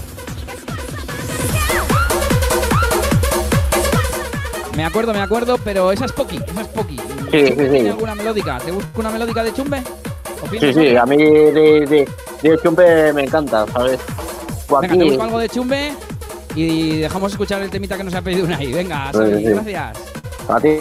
Me acuerdo, pero esa es Poki. Sí. ¿Tiene alguna melódica? ¿Te busco una melódica de Chumbe? Sí, a mí de Chumbe me encanta, ¿sabes? Venga, te busco algo de Chumbe y dejamos escuchar el temita que nos ha pedido Unai. Venga, Xavi, gracias. A ti.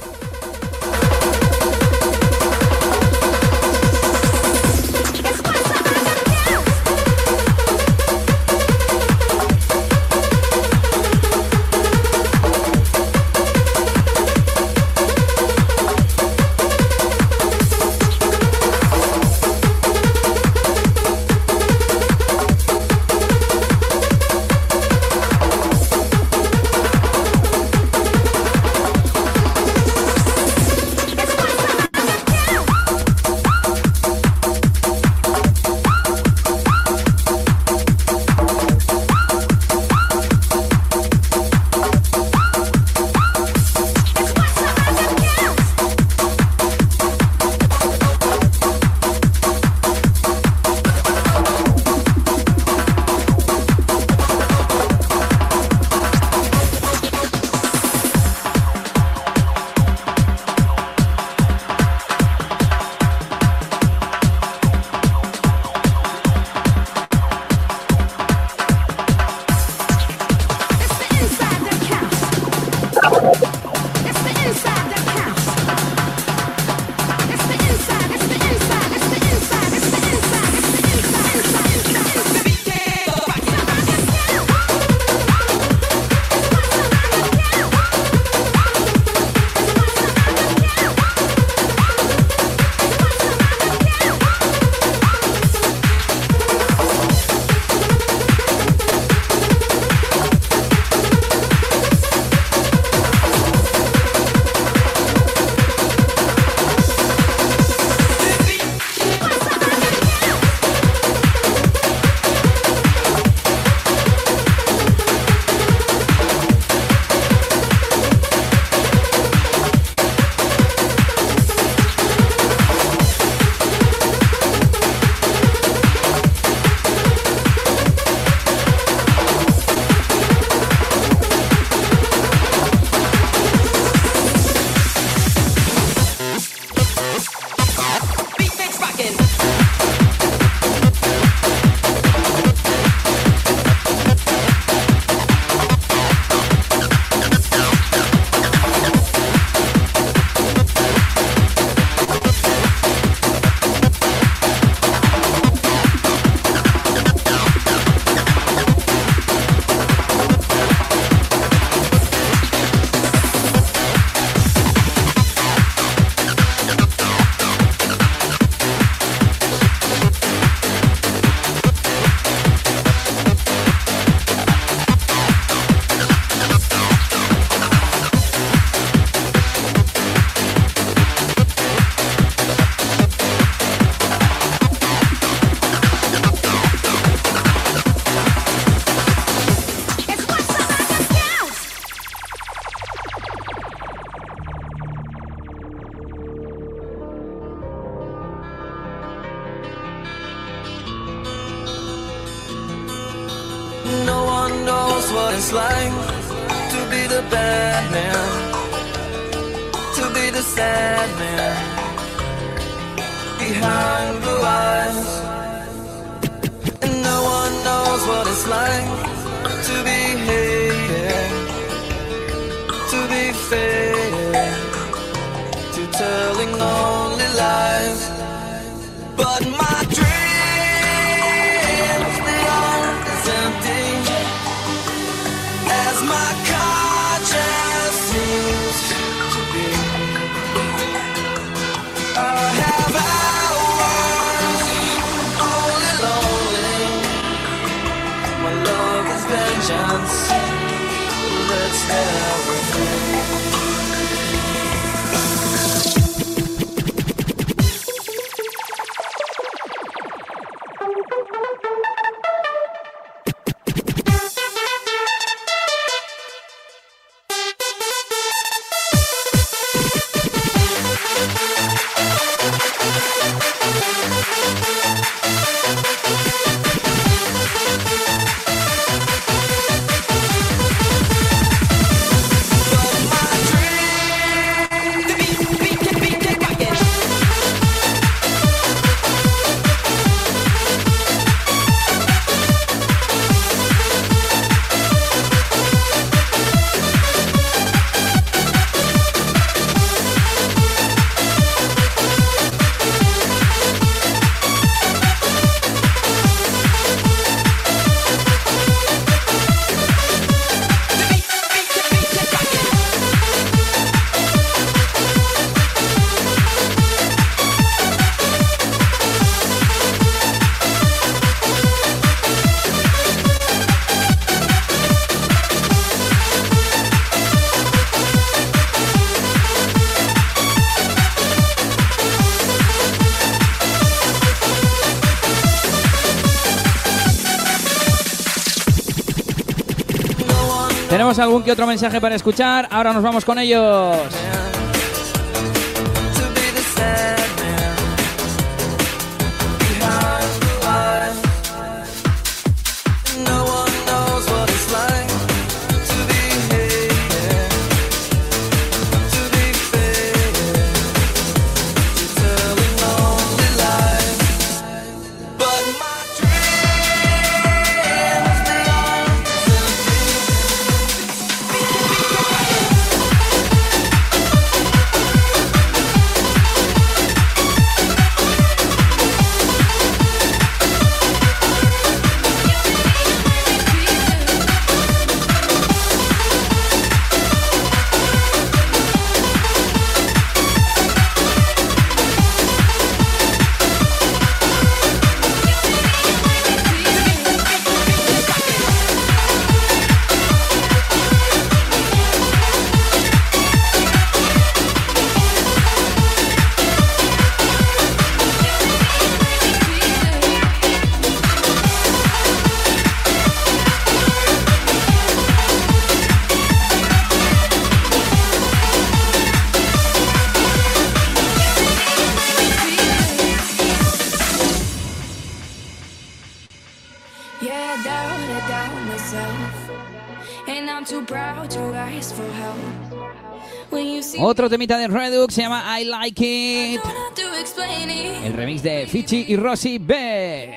No one knows what it's like to be the bad man. the sad man behind blue eyes. And no one knows what it's like to be hated, to be faded, to telling only lies. But my dreams, they are as empty as my conscience seems to be. I have hours only lonely. My love is vengeance. That's everything. Tenemos algún que otro mensaje para escuchar. Ahora nos vamos con ellos. Otro temita de Redux se llama I Like It. El remix de Fichi y Rosy B.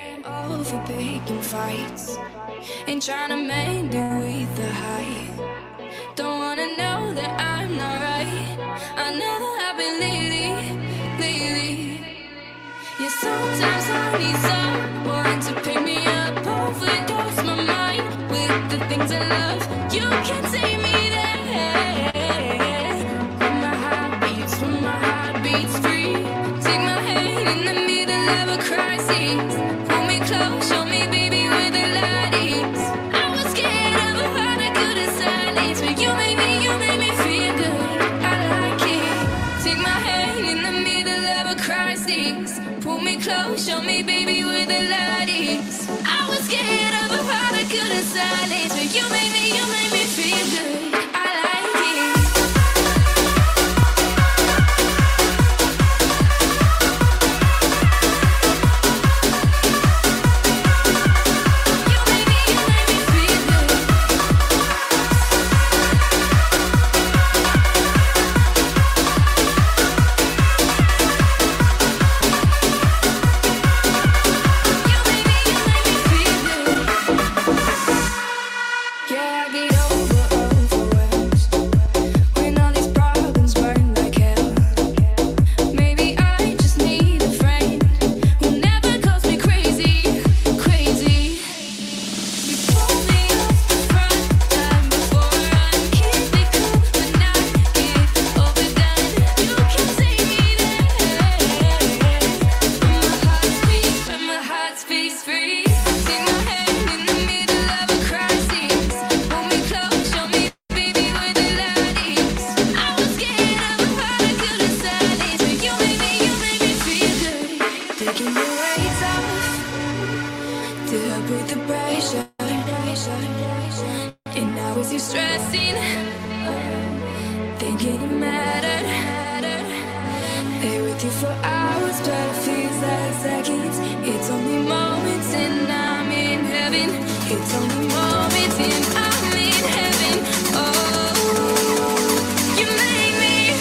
Sometimes I need someone to pick me up, overdose my mind with the things I love. You can take me there. When my heart beats free. Take my hand in the middle of a crisis. Pull me close, show me baby where the light is. I was scared of a heart I couldn't silence, but you made me feel good. I like it. Take my hand in the middle of a crisis. Pull me close, show me baby where the light is. I was scared of a heart I couldn't silence, but you made me feel good. I like it. up with the pressure. And now it's you stressing, thinking it mattered. Lay with you for hours, but it feels like seconds. It's only moments and I'm in heaven. It's only moments and I'm in heaven. Oh, you made me.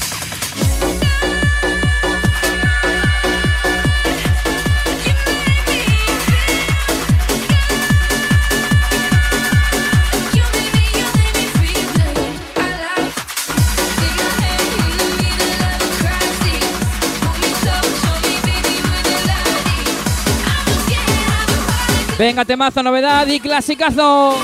Venga, temazo, novedad y clasicazo.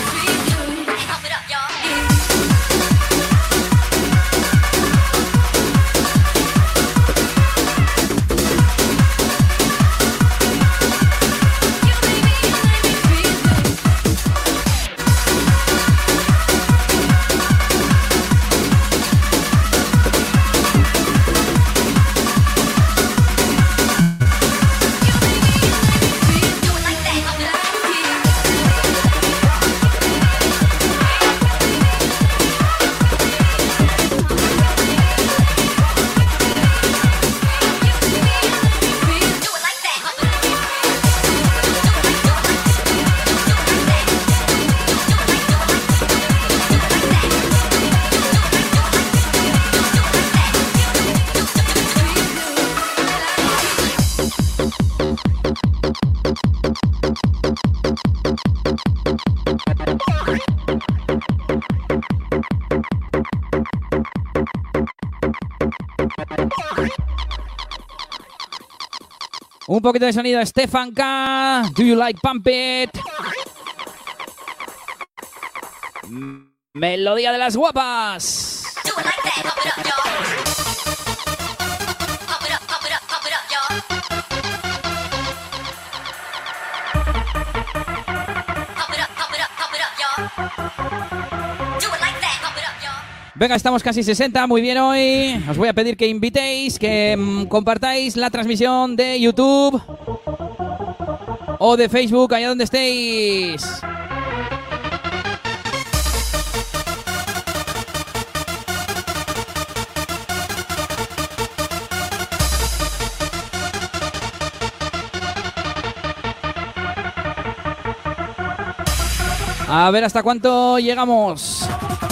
Un poquito de sonido, Stefan K. Do you like Pump It? Melodía de las guapas. Venga, estamos casi 60, muy bien hoy. Os voy a pedir que invitéis, que compartáis la transmisión de YouTube o de Facebook, allá donde estéis. A ver hasta cuánto llegamos.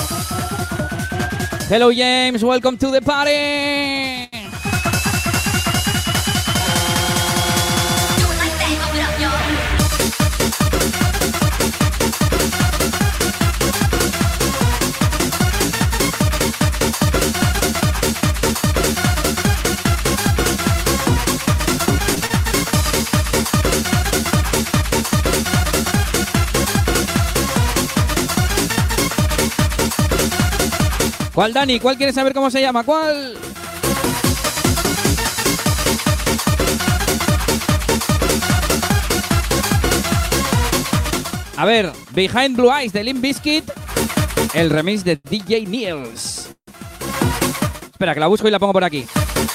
Hello James, welcome to the party. ¿Cuál, Dani? ¿Cuál quieres saber cómo se llama? ¿Cuál? A ver, Behind Blue Eyes de Limp Bizkit, el remix de DJ Niels. Espera, que la busco y la pongo por aquí.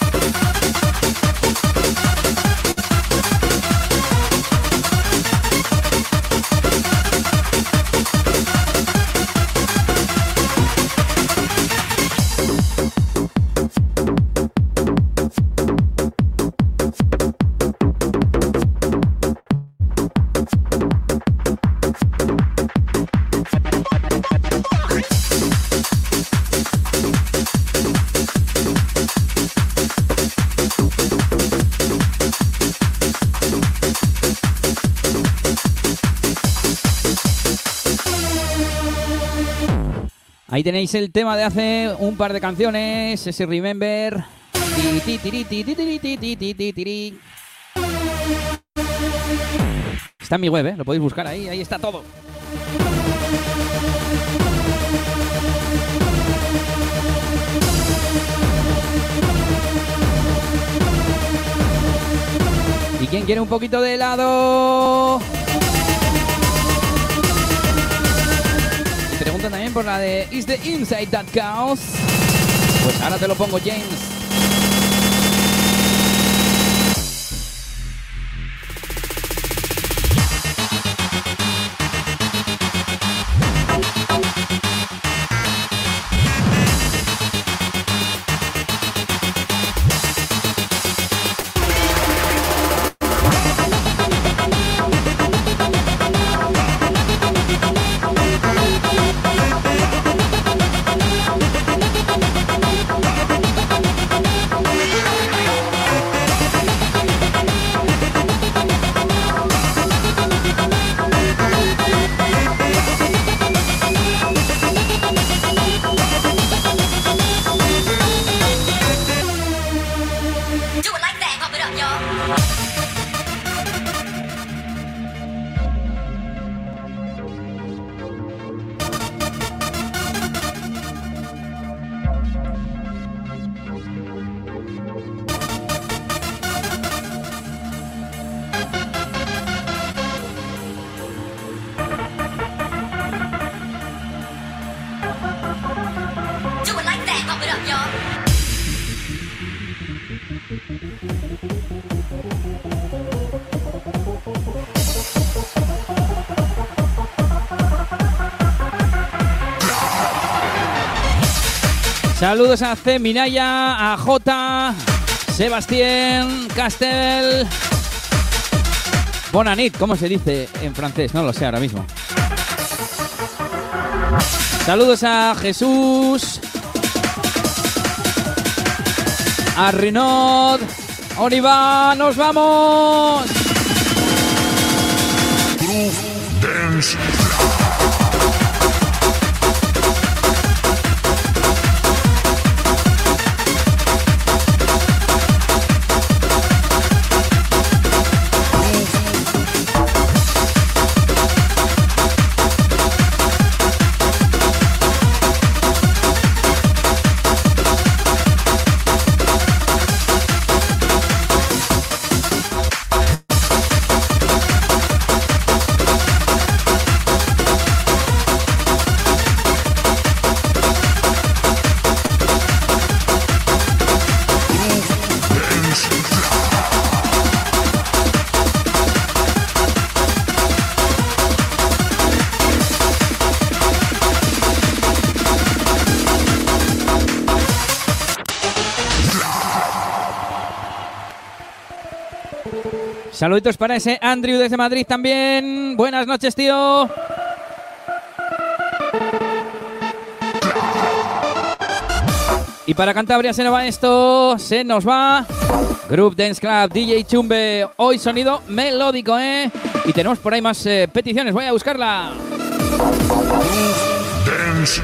Ahí tenéis el tema de hace un par de canciones, ese Remember. Está en mi web, lo podéis buscar ahí, ahí está todo. ¿Y quién quiere un poquito de helado? Preguntan también por la de Is the Inside That Counts? Pues ahora te lo pongo, James. Saludos a C. Minaya, a J. Sebastián Castel. Bonanit, ¿cómo se dice en francés? No lo sé ahora mismo. Saludos a Jesús. A Rinod. Oliva, nos vamos. Dance. Saluditos para ese Andrew desde Madrid también. Buenas noches, tío. Y para Cantabria se nos va esto. Se nos va Group Dance Club, DJ Chumbe. Hoy sonido melódico, ¿eh? Y tenemos por ahí más peticiones. Voy a buscarla. Dance.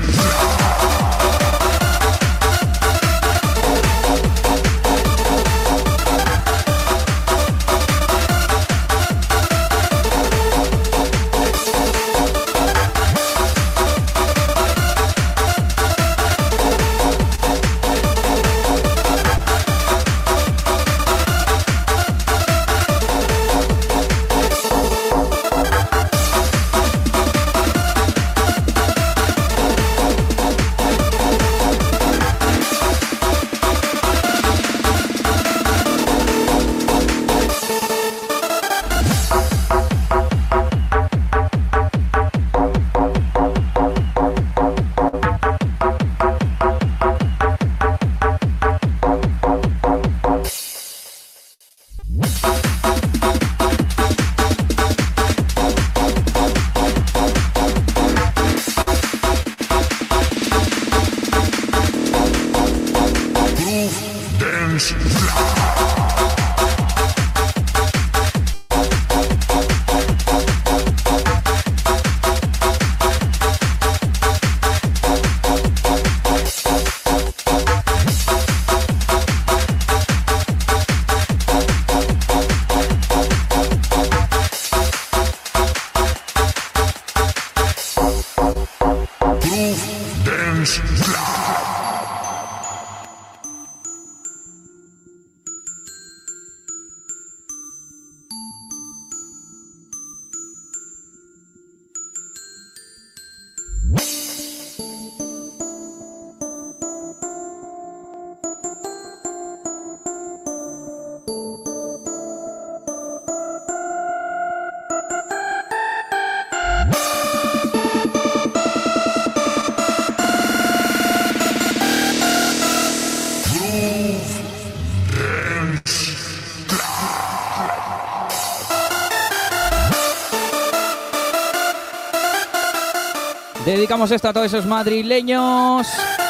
Dedicamos esto a todos esos madrileños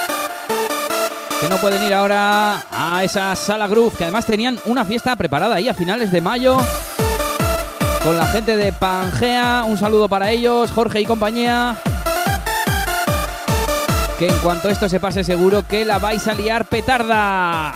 que no pueden ir ahora a esa sala Groove, que además tenían una fiesta preparada ahí a finales de mayo con la gente de Pangea. Un saludo para ellos, Jorge y compañía, que en cuanto esto se pase seguro que la vais a liar petarda.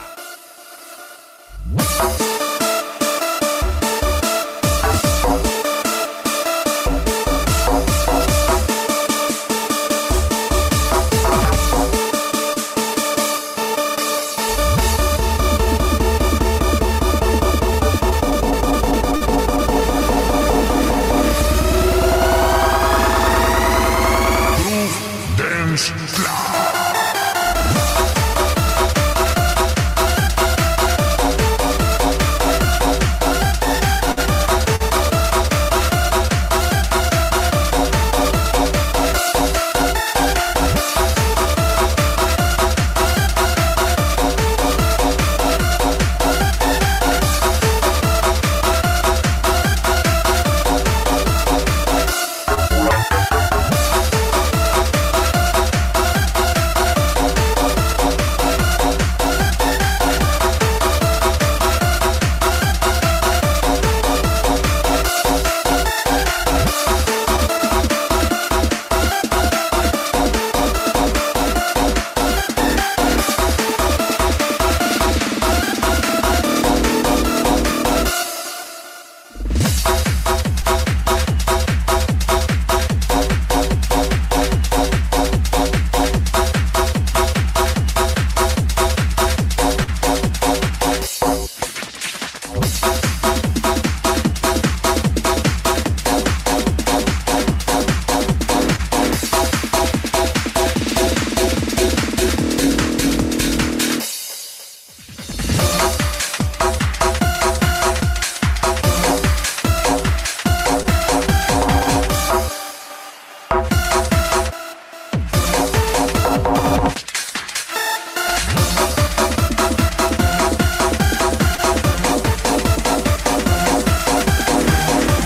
Dance.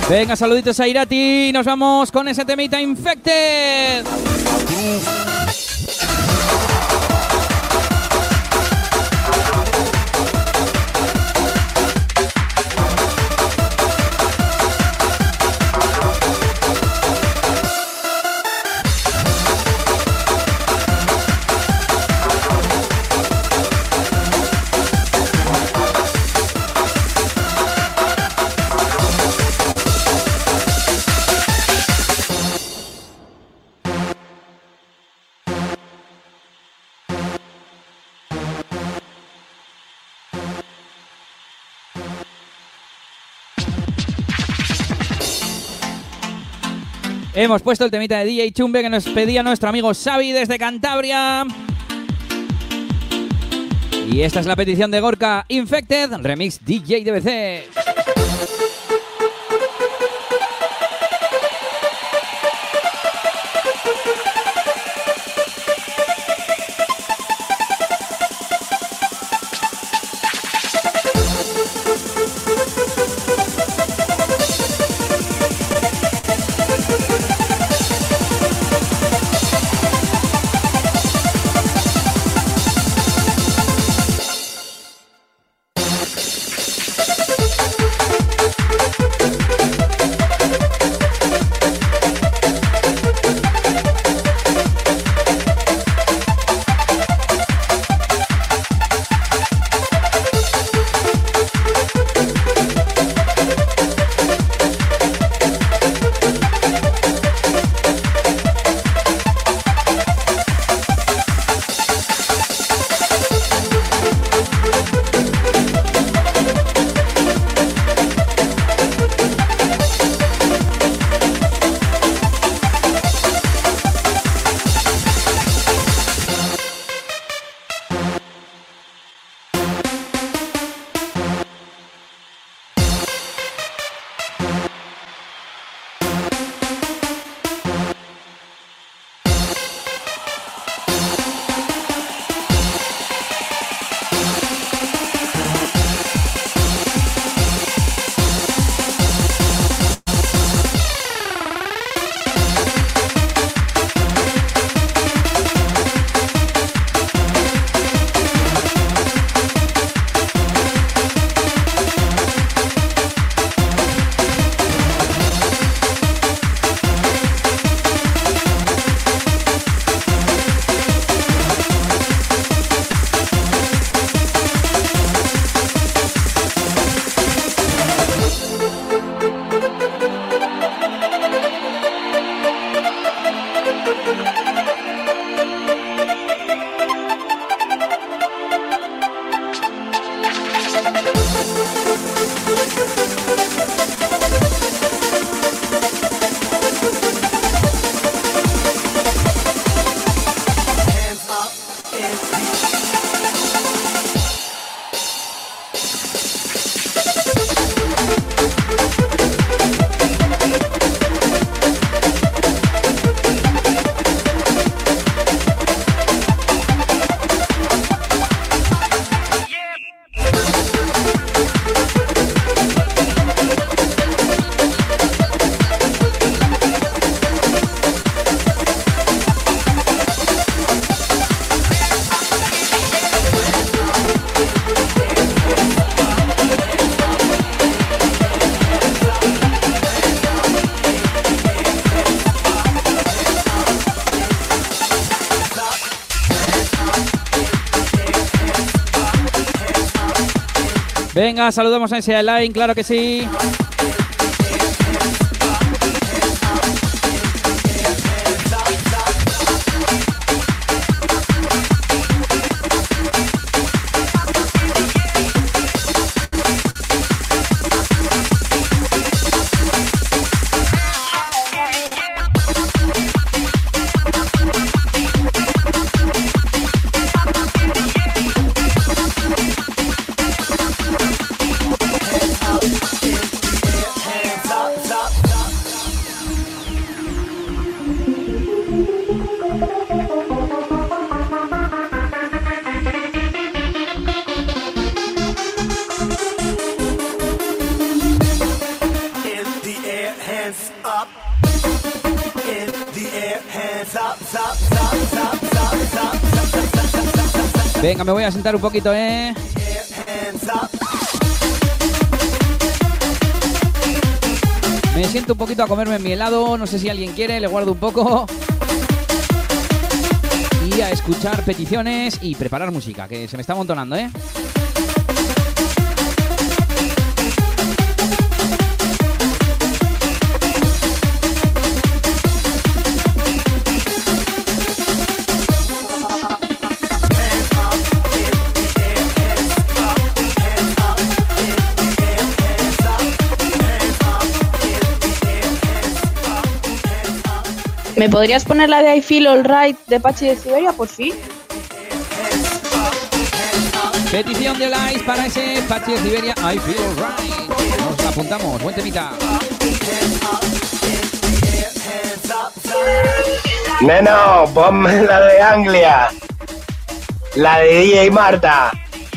Venga, saluditos a Irati. Nos vamos con ese temita Infected. Hemos puesto el temita de DJ Chumbe que nos pedía nuestro amigo Xavi desde Cantabria. Y esta es la petición de Gorka, Infected, remix DJ DBC. Venga, saludamos a ese line, claro que sí. Venga, me voy a sentar un poquito, Me siento un poquito a comerme mi helado, no sé si alguien quiere, le guardo un poco. Y a escuchar peticiones y preparar música, que se me está amontonando, ¿Me podrías poner la de I Feel Alright de Pachi de Siberia, por fin? Petición de likes para ese Pachi de Siberia, I Feel Alright. Nos la apuntamos, buen temita. Neno, ponme la de Anglia. La de DJ Marta.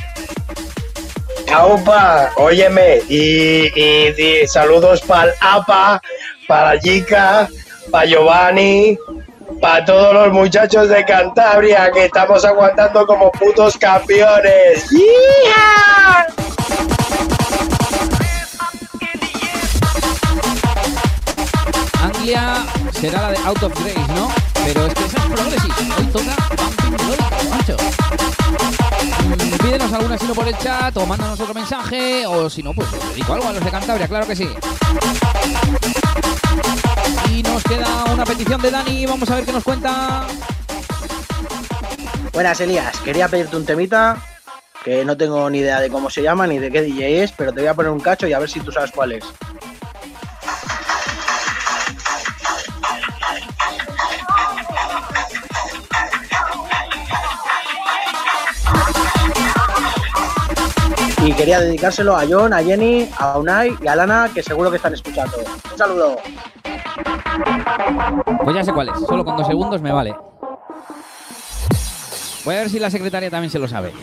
Aupa, óyeme. Y saludos para el APA, para Jica, para Giovanni, para todos los muchachos de Cantabria que estamos aguantando como putos campeones. ¡Yeah! Anglia será la de Out of Grace, ¿no? Pero es que esa es Progressive. Hoy toca Bumping Melodic, macho. Pídenos alguna si no por el chat, o mándanos otro mensaje, o si no, pues os dedico algo a los de Cantabria, claro que sí. Y nos queda una petición de Dani, vamos a ver qué nos cuenta. Buenas, Elías, quería pedirte un temita que no tengo ni idea de cómo se llama ni de qué DJ es, pero te voy a poner un cacho y a ver si tú sabes cuál es. Y quería dedicárselo a John, a Jenny, a Unai y a Lana, que seguro que están escuchando. Un saludo. Pues ya sé cuál es, solo con 2 segundos me vale. Voy a ver si la secretaria también se lo sabe.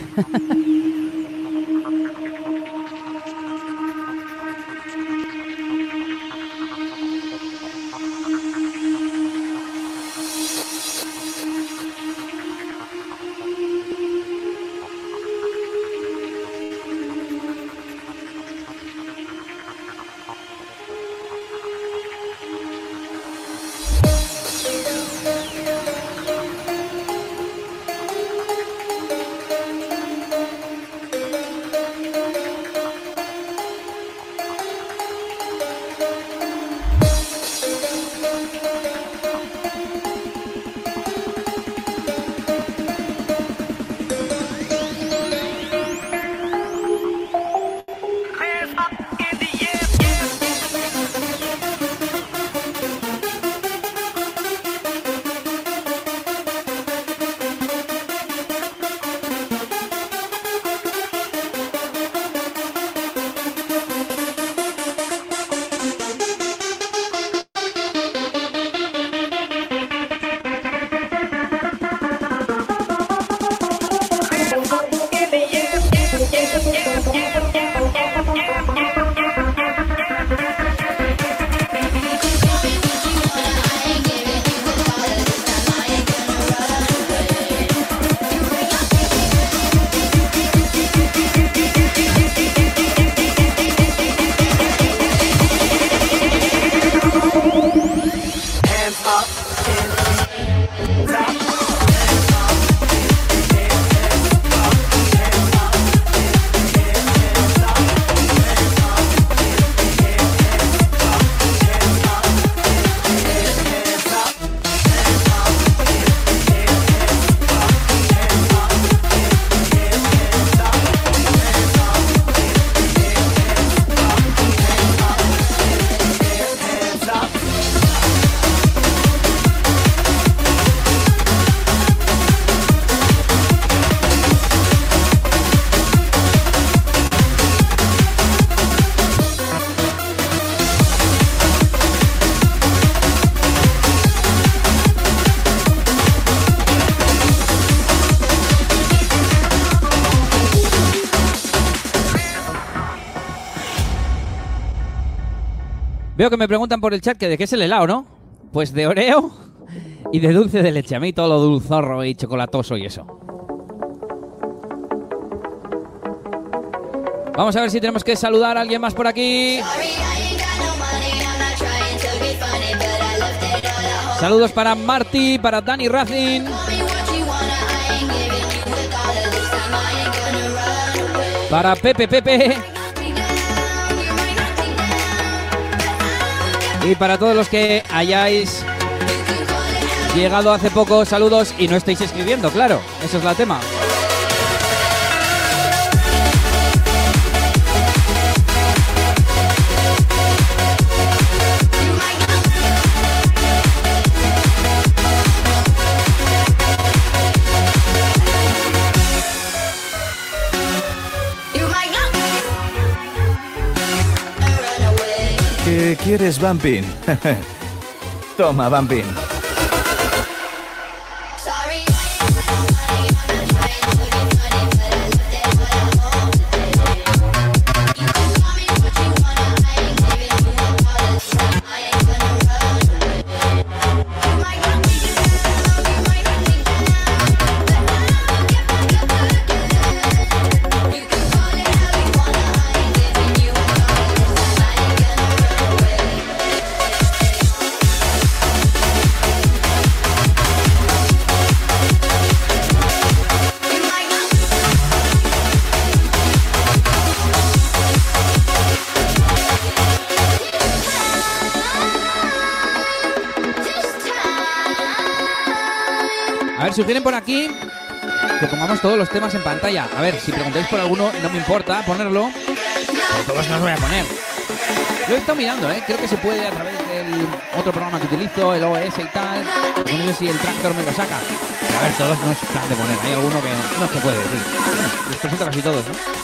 Veo que me preguntan por el chat que de qué es el helado, ¿no? Pues de Oreo Y de dulce de leche. A mí todo lo dulzorro y chocolatoso y eso. Vamos a ver si tenemos que saludar a alguien más por aquí. Saludos para Marty, para Dani Racing. Para Pepe. Y para todos los que hayáis llegado hace poco, saludos y no estáis escribiendo, claro. Eso es la tema. ¿Qué quieres, Bumpin? Toma, Bumpin. Sugieren por aquí que pongamos todos los temas en pantalla. A ver, si preguntáis por alguno, no me importa ponerlo, pero todos no los voy a poner. Lo he estado mirando, creo que se puede a través del otro programa que utilizo, el OS y tal. No sé si el Tractor me lo saca. Pero a ver, todos no es plan de poner. Hay alguno que no se puede decir. Bueno, les presento casi todos, ¿no?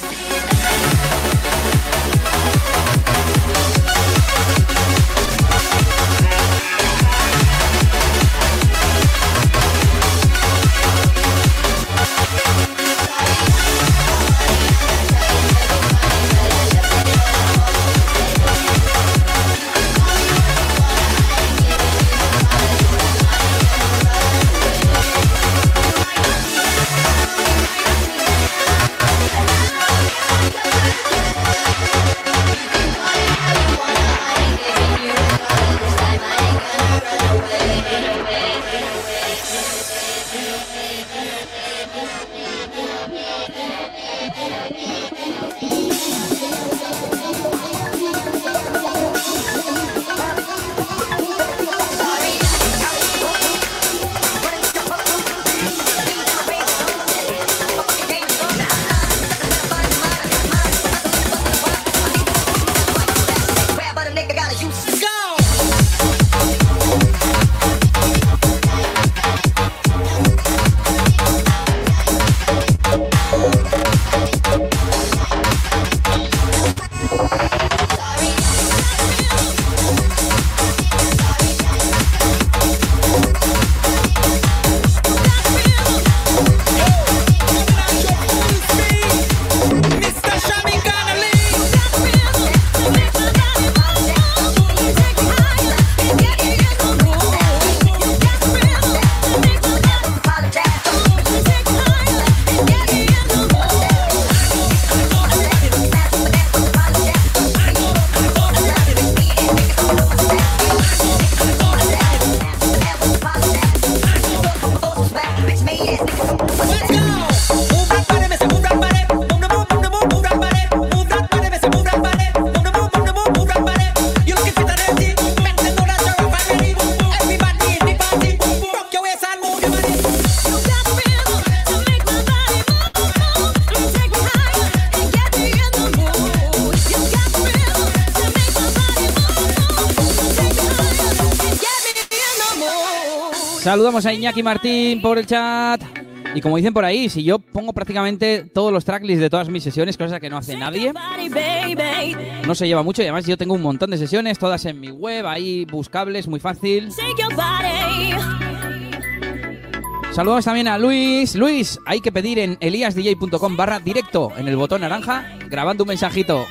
Saludamos a Iñaki Martín por el chat. Y como dicen por ahí, si yo pongo prácticamente todos los tracklists de todas mis sesiones, cosa que no hace nadie, no se lleva mucho. Y además yo tengo un montón de sesiones, todas en mi web, ahí buscables, muy fácil. Saludamos también a Luis. Luis, hay que pedir en eliasdj.com/directo, en el botón naranja, grabando un mensajito.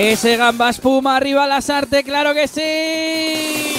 Ese gamba espuma, arriba las artes, claro que sí.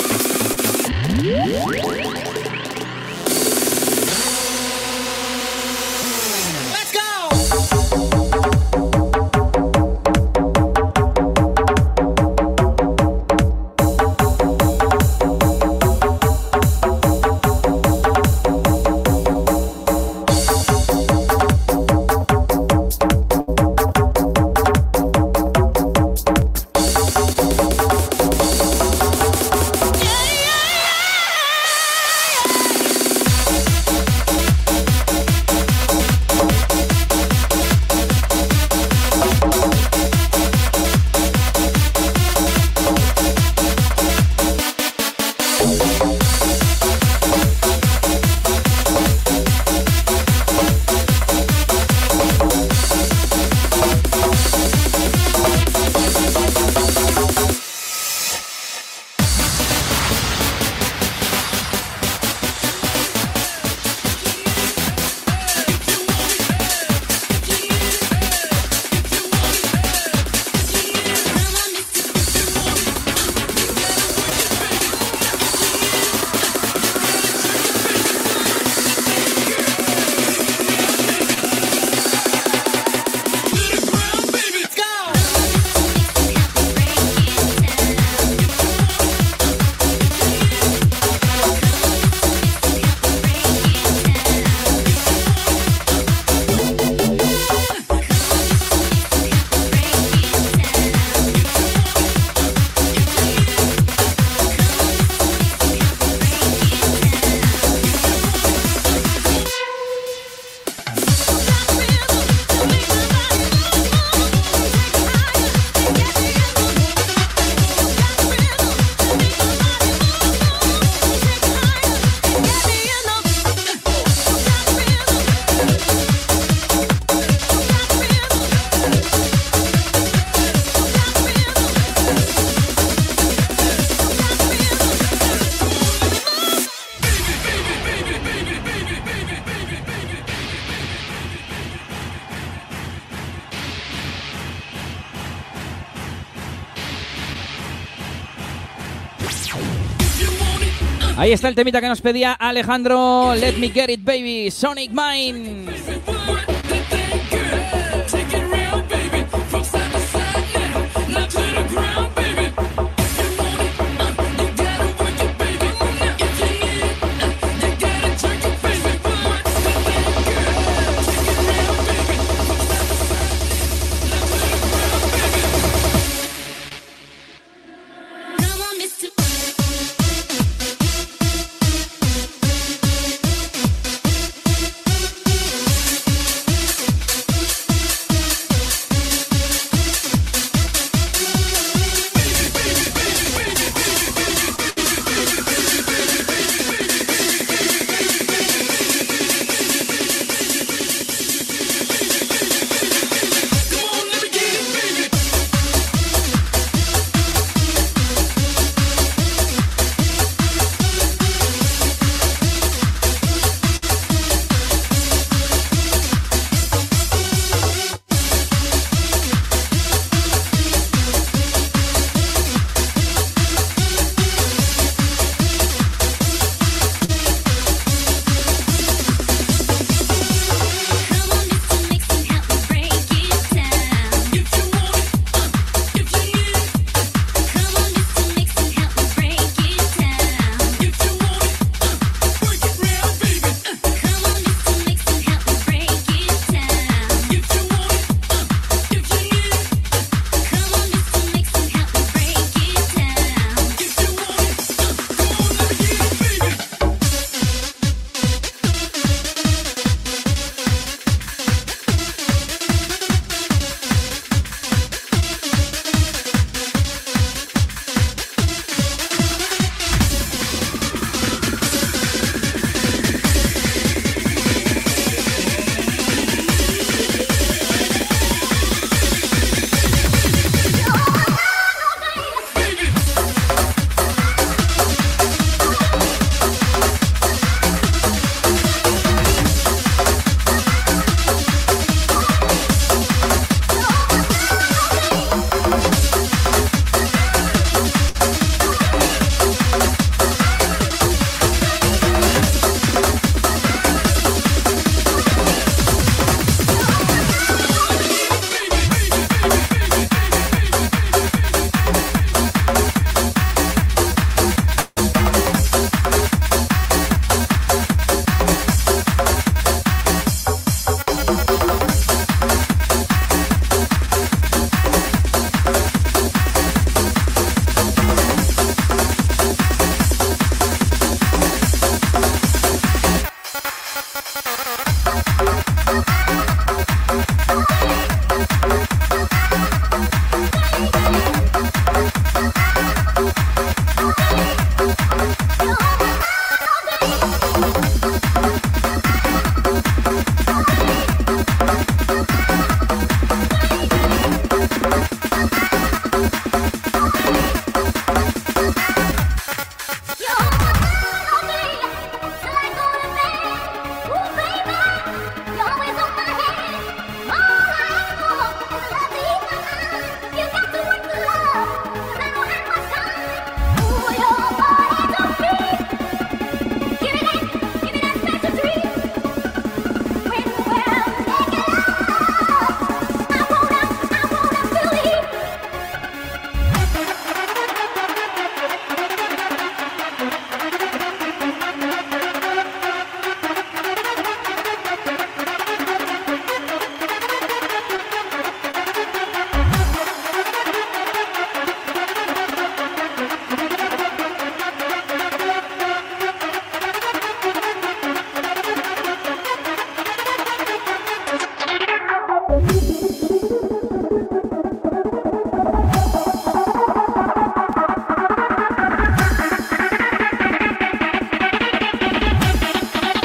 Ahí está el temita que nos pedía Alejandro. Let me get it, baby. Sonic Mine.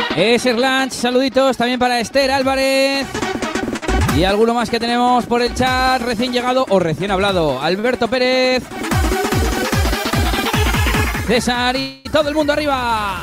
Serlanch, saluditos también para Esther Álvarez. Y alguno más que tenemos por el chat, recién llegado o recién hablado. Alberto Pérez, César y todo el mundo arriba.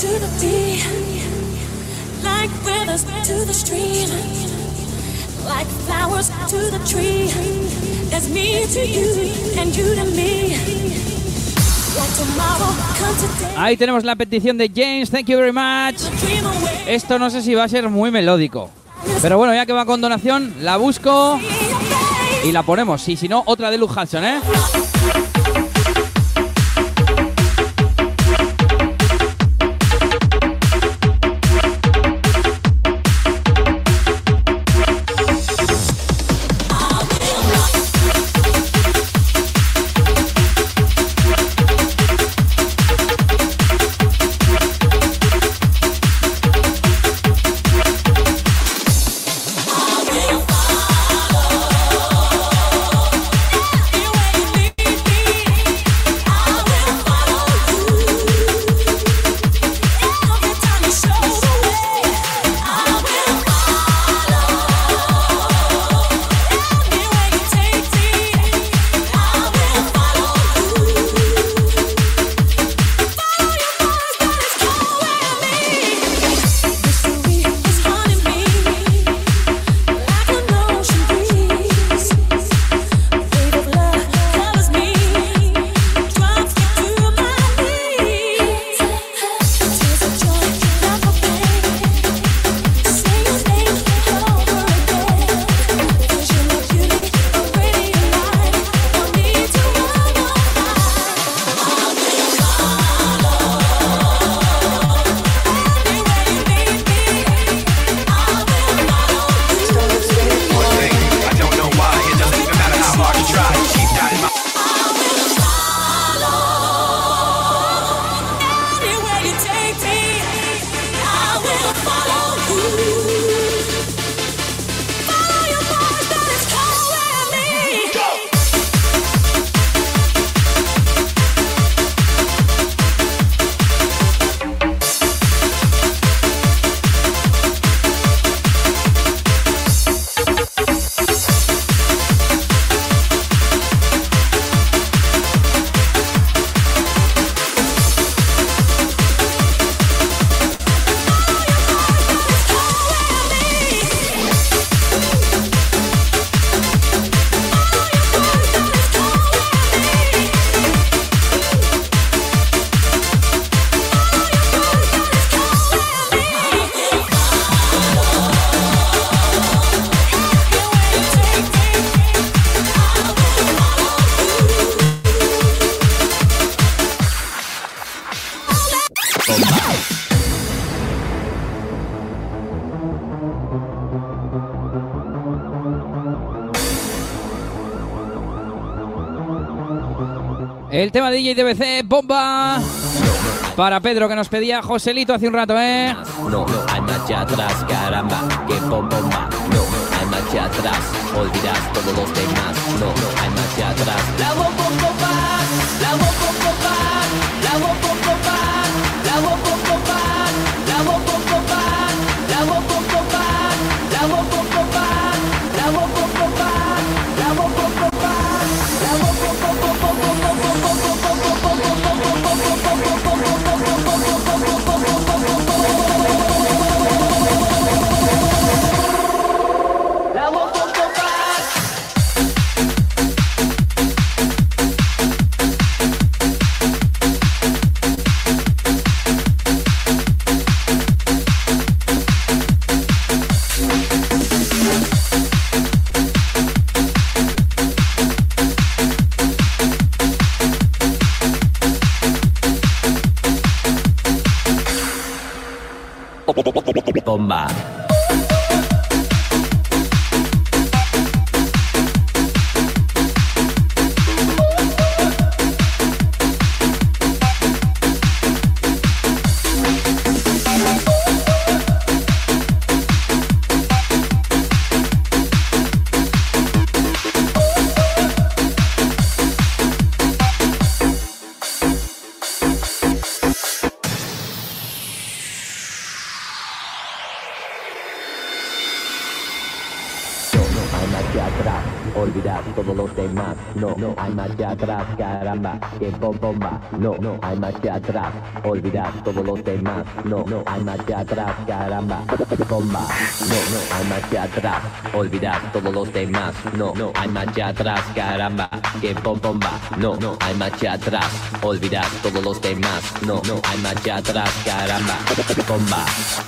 to the sea, like rivers to the stream, like flowers to the tree. There's me to you and you to me. Like tomorrow come today. Ahí tenemos la petición de James, thank you very much. Esto no sé si va a ser muy melódico, pero bueno, ya que va con donación, la busco y la ponemos. Y si no, otra de Luke Hudson, ¿eh? El tema de DJ DBC, bomba. Para Pedro, que nos pedía Joselito hace un rato, ¿eh? No, hay marcha atrás, caramba, que bomba. No, hay marcha atrás, olvidas todos los demás. No, hay marcha atrás. La bomba, la bomba, la bomba, la bomba, la bomba, la bomba, la bomba, la bomba, la bomba, la bomba. Bomba. todos los demás. No, no hay marcha atrás, caramba, que bomba. No, no hay marcha atrás, olvidar todos los demás. No, no hay marcha atrás, caramba, que bomba. No, no hay marcha atrás, olvidar todos los demás. No, no hay marcha atrás, caramba, que bomba. No, no hay marcha atrás, olvidar todos los demás. No, no hay marcha atrás, caramba, que bomba.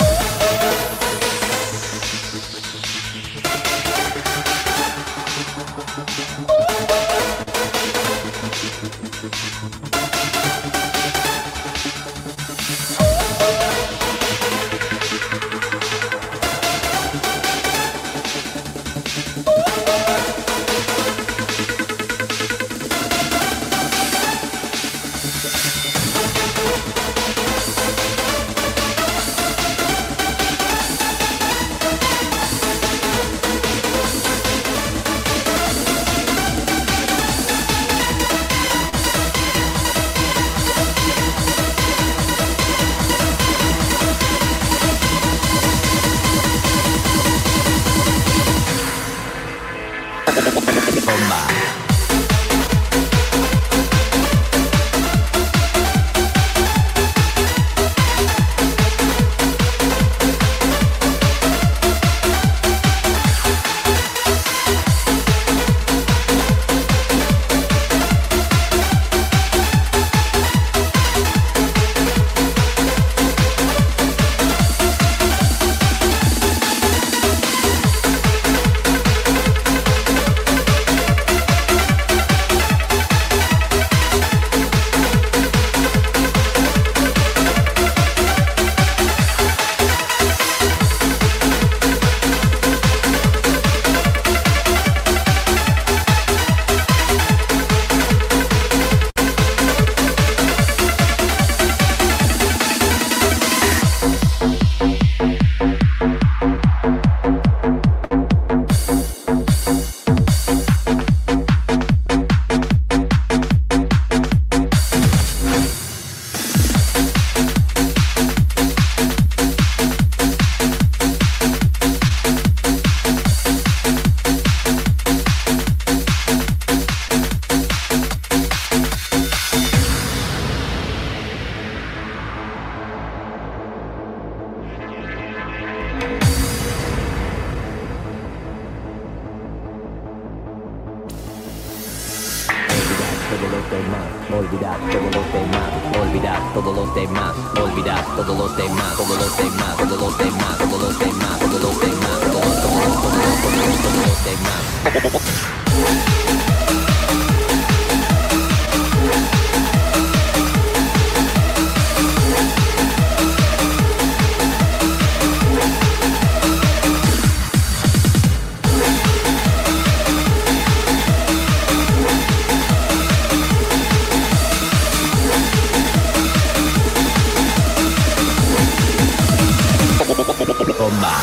olvidar todos los demás, olvidar todos los demás, olvidar todos los demás, todos los demás, todos los demás, todos los demás, todos los demás, todos los demás. Bomba.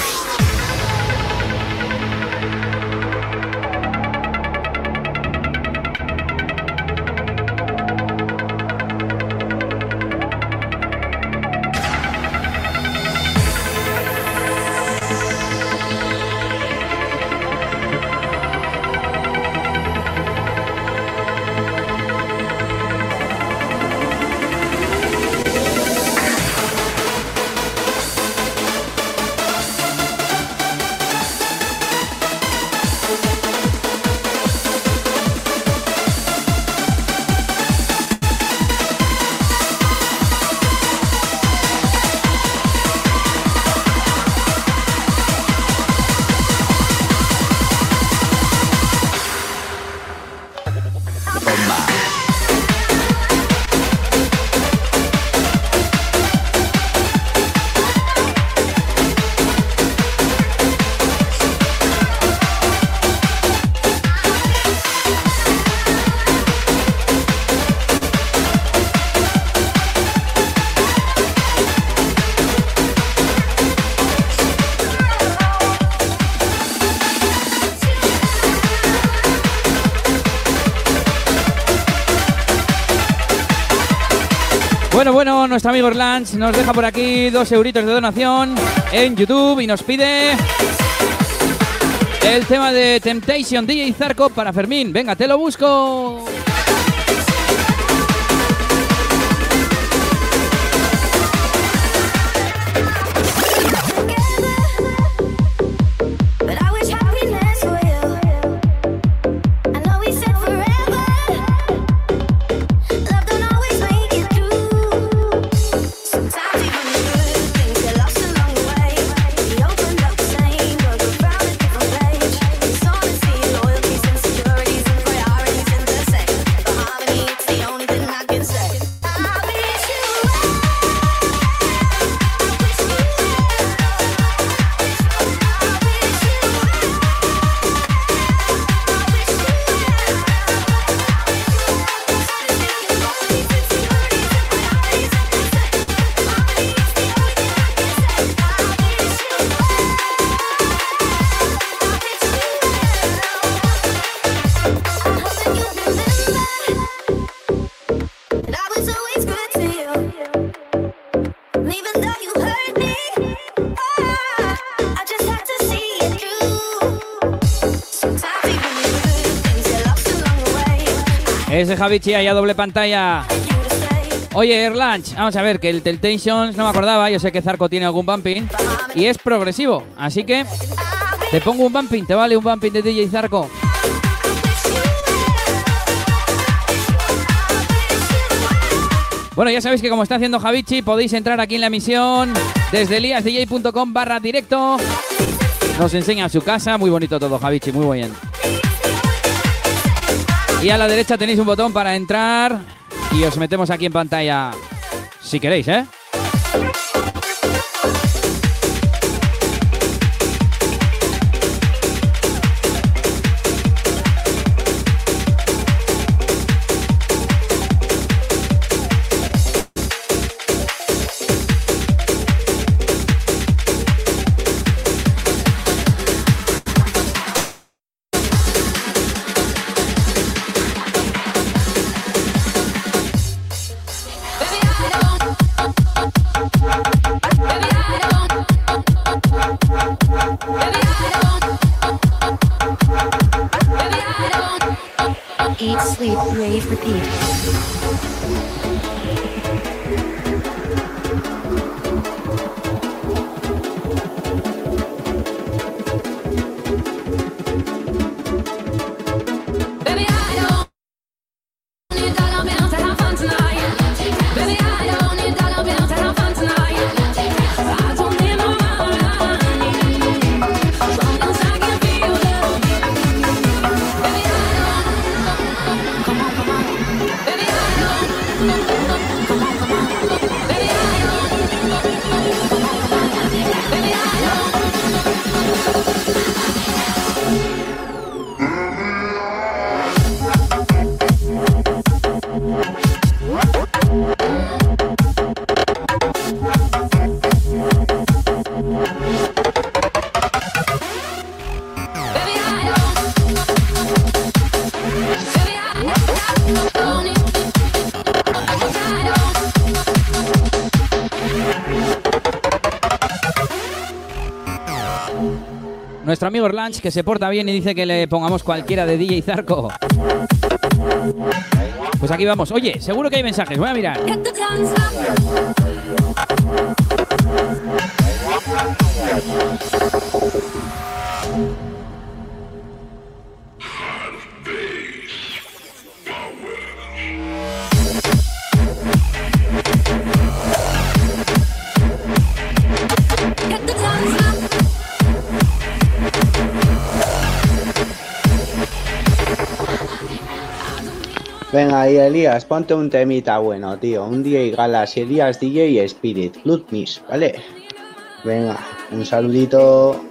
Bueno, nuestro amigo Erlans nos deja por aquí 2 euritos de donación en YouTube y nos pide El tema de Temptation, DJ Zarco para Fermín. Venga, te lo busco. Ese Javichi ahí a doble pantalla. Oye, Erlanch, vamos a ver, que el Temptations no me acordaba. Yo sé que Zarco tiene algún bumping y es progresivo, así que te pongo un bumping, ¿te vale un bumping de DJ Zarco? Bueno, ya sabéis que como está haciendo Javichi, podéis entrar aquí en la emisión desde eliasdj.com/directo. Nos enseña su casa, muy bonito todo, Javichi, muy bien. Y a la derecha tenéis un botón para entrar y os metemos aquí en pantalla si queréis, ¿eh? Eat, sleep, rave, repeat. Nuestro amigo Erlanch, que se porta bien y dice que le pongamos cualquiera de DJ Zarco. Pues aquí vamos. Oye, seguro que hay mensajes. Voy a mirar. Venga, ahí Elías, ponte un temita bueno, tío. Un DJ Galas, Elías DJ y Spirit. Lutmis, ¿vale? Venga, un saludito.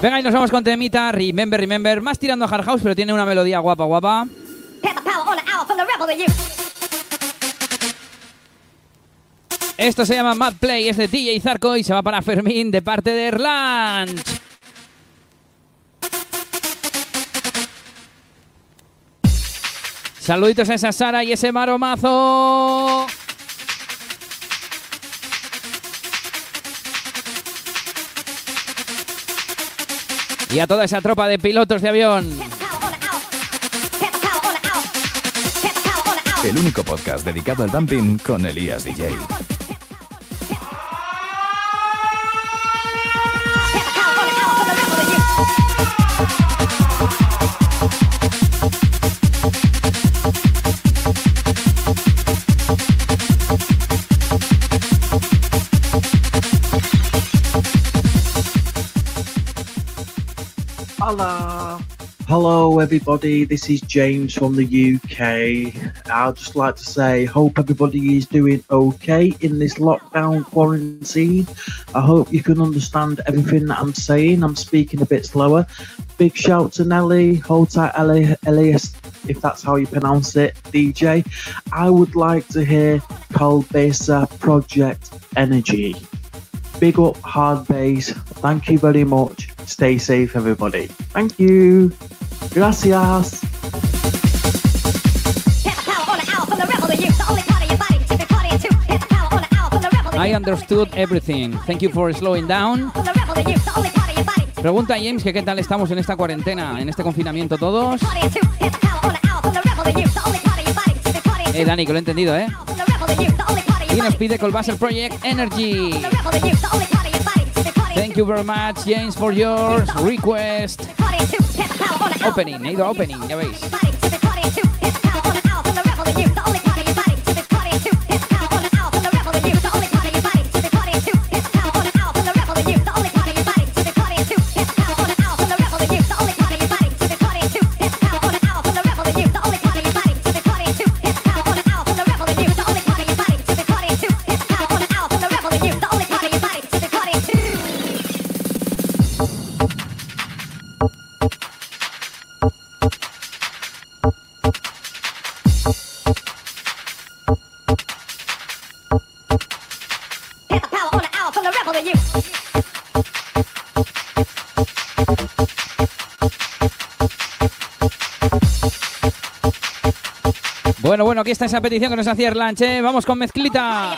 Venga, y nos vamos con temita Remember. Más tirando a Hard House, pero tiene una melodía guapa. Esto se llama Mad Play, es de DJ Zarco y se va para Fermín de parte de Erlange. Saluditos a esa Sara y ese maromazo. Y a toda esa tropa de pilotos de avión. El único podcast dedicado al bumping con Elías DJ. Hello everybody, this is James from the UK. I'd just like to say, hope everybody is doing okay in this lockdown quarantine. I hope you can understand everything that I'm saying. I'm speaking a bit slower. Big shout to Nelly, hold tight Elias, if that's how you pronounce it, DJ. I would like to hear Colbesa Project Energy. Big up hard bass. Thank you very much. Stay safe, everybody. Thank you. Gracias. I understood everything. Thank you for slowing down. Pregunta a James que qué tal estamos en esta cuarentena, en este confinamiento todos. Dani, que lo he entendido, ¿eh? Y nos pide Colbasa Project Energy. Thank you very much, James, for your request. Opening, he ido a opening, ya veis. Bueno, aquí está esa petición que nos hacía Erlange. Vamos con mezclita.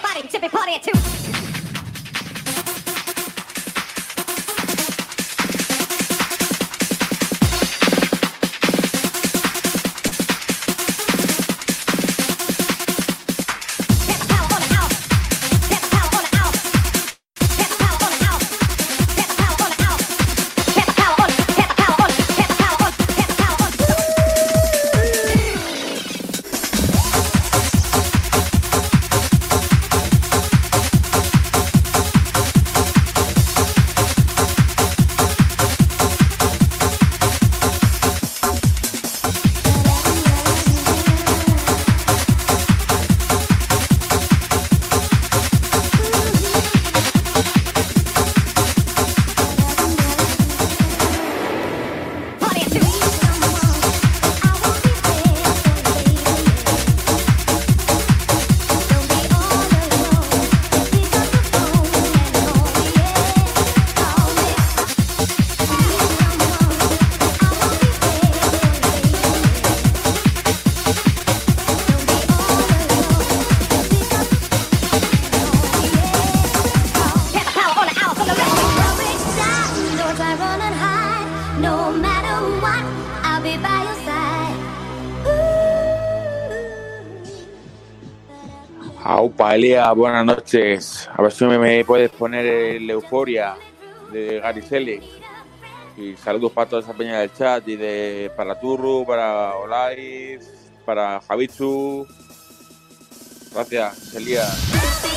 Aupa, Elías, buenas noches. A ver si me puedes poner el Euforia de Gary Selleck. Y saludos para toda esa peña del chat y para Turru, para Olais, para Javitsu. Gracias, Elías.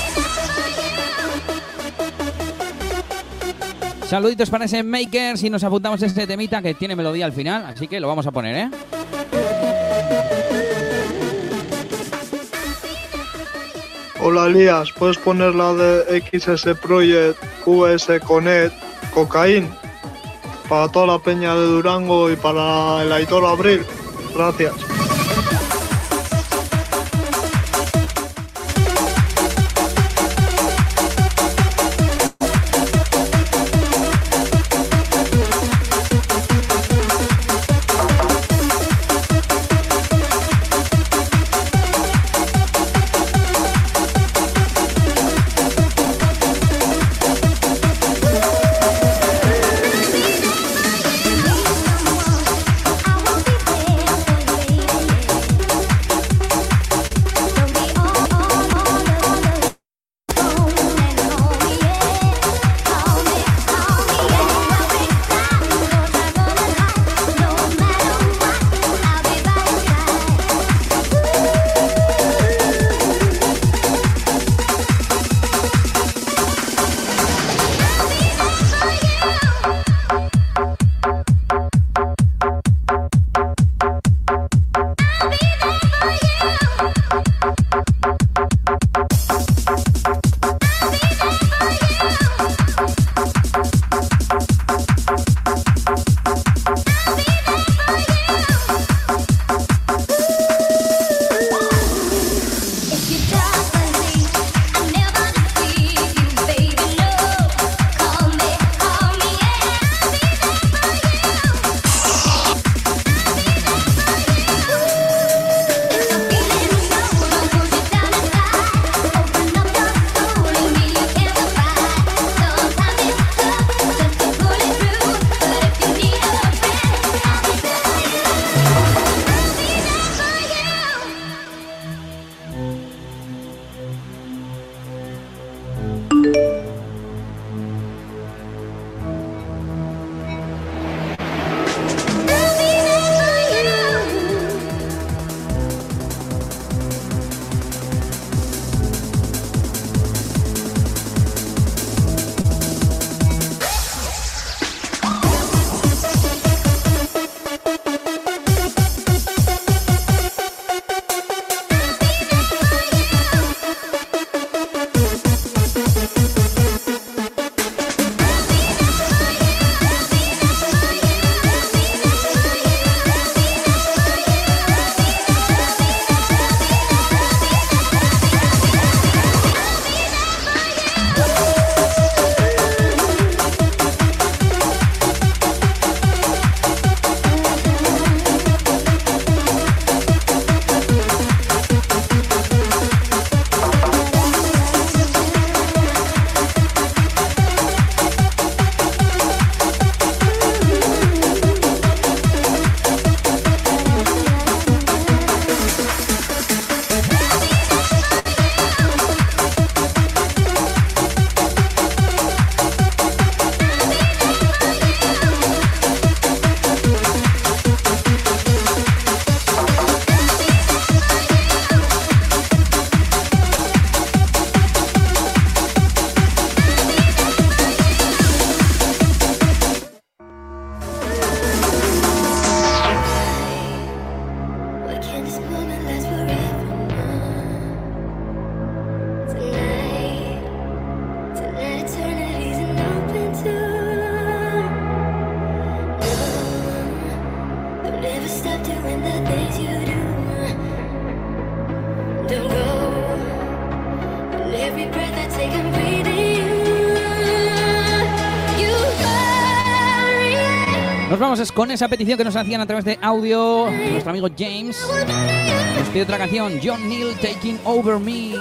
Saluditos para ese Makers y nos apuntamos este temita que tiene melodía al final, así que lo vamos a poner, ¿eh? Hola Elías, ¿puedes poner la de XS Project QS Connect Cocaine? para toda la peña de Durango y para el Aitor Abril. Gracias. Nos vamos con esa petición que nos hacían a través de audio nuestro amigo James. Nos pide otra canción, John Neal, Taking Over Me.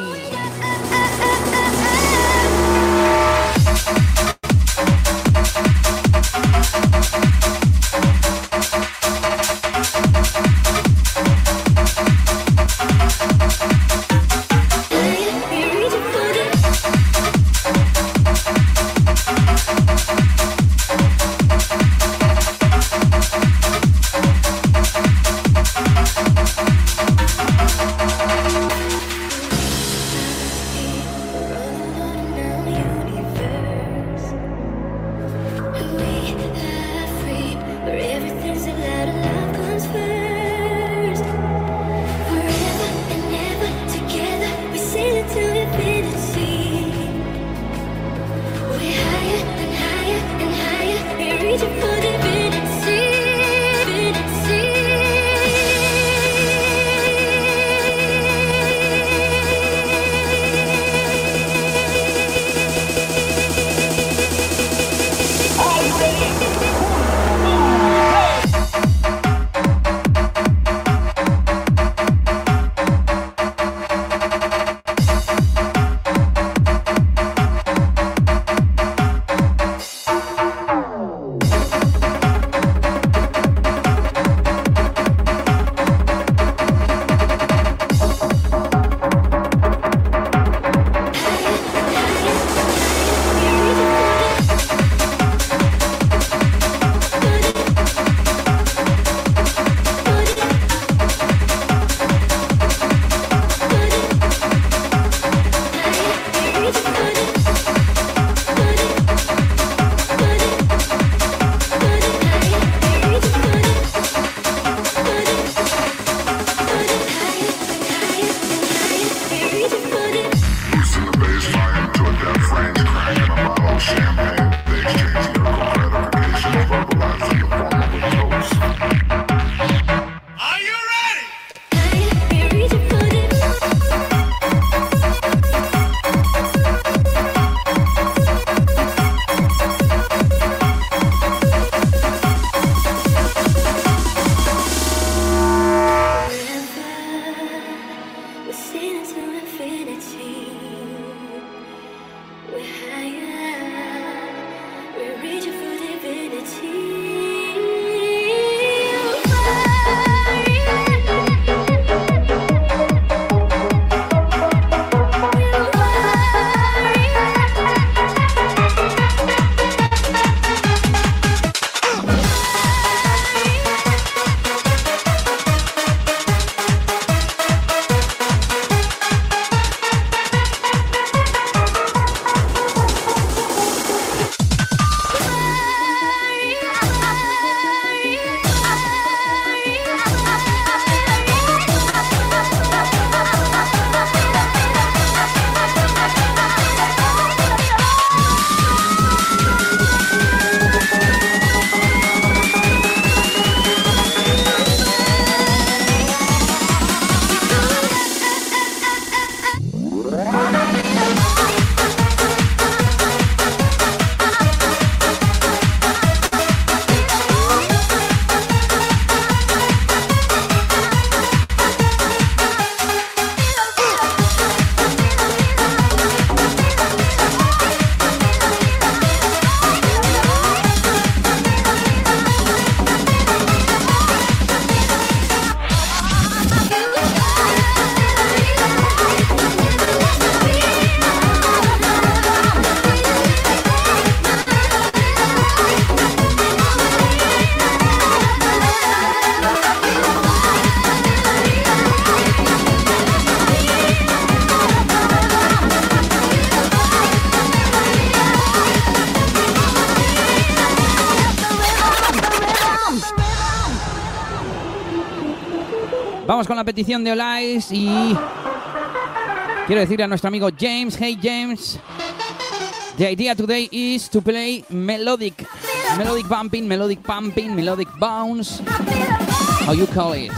Vamos con la petición de Olais y quiero decirle a nuestro amigo James, hey James, the idea today is to play melodic bumping, melodic pumping, melodic bounce, how you call it,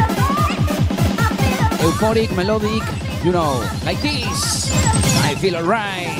euphoric, melodic, you know, like this. I feel alright.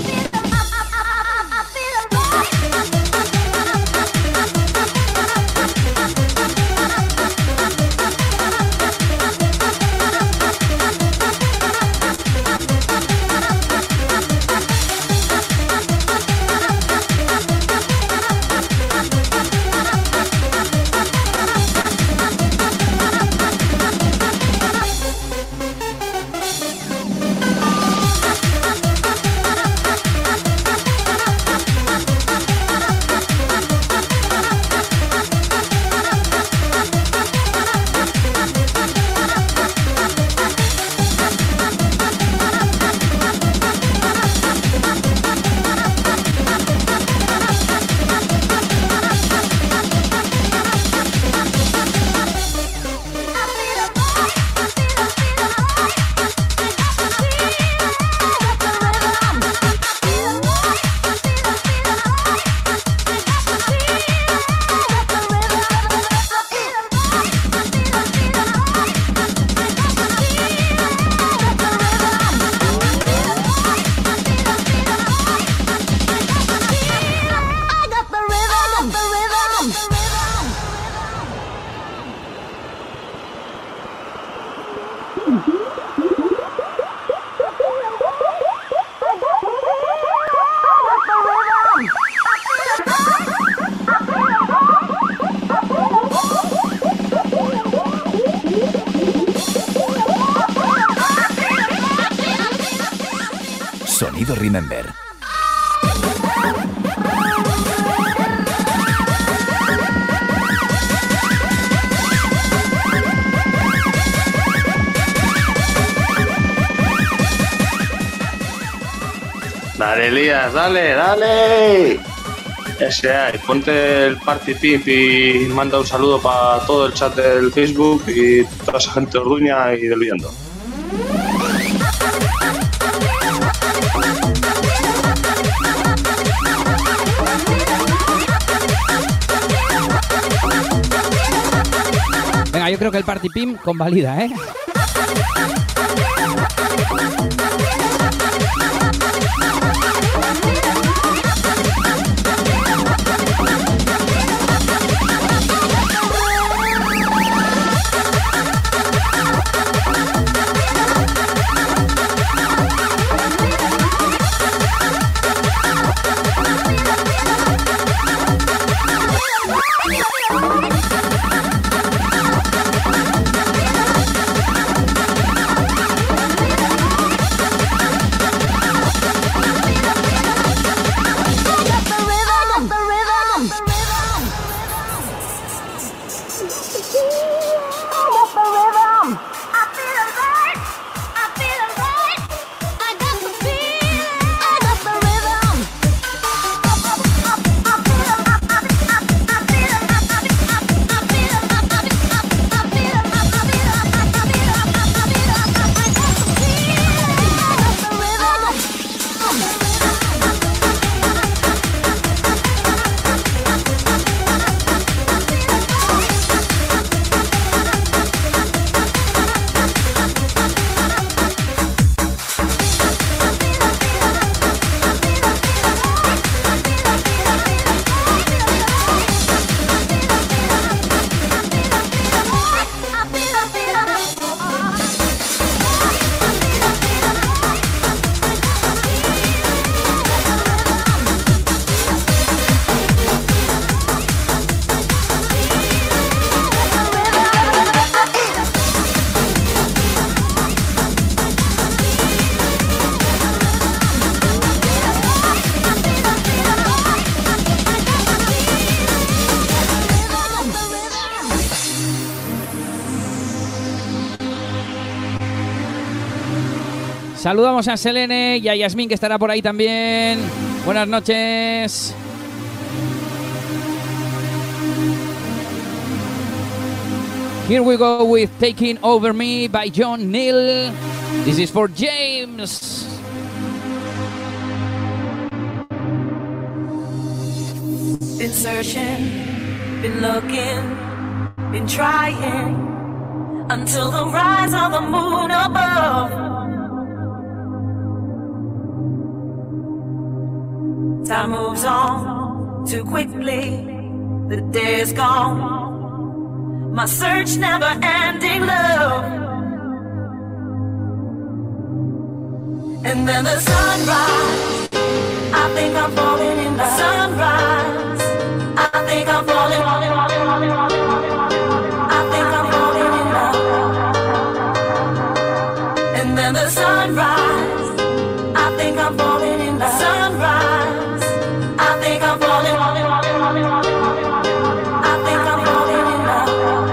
Sonido Remember. Dale, Elías, dale. Ese hay, ponte el party pip y manda un saludo para todo el chat del Facebook y toda esa gente de Orduña y del Villando. Venga, yo creo que el party pim convalida, ¿eh? Saludamos a Selene y a Yasmín, que estará por ahí también. Buenas noches. Here we go with Taking Over Me by John Neal. This is for James. Been searching, been looking, been trying until the rise of the moon above. Time moves on too quickly, the day is gone. My search never ending, love. And then the sunrise, I think I'm falling in love. Sunrise, I think I'm falling, I think I'm falling in love. And then the sunrise, I think I'm falling in love. Sunrise, I think I'm falling, I think I'm falling in love.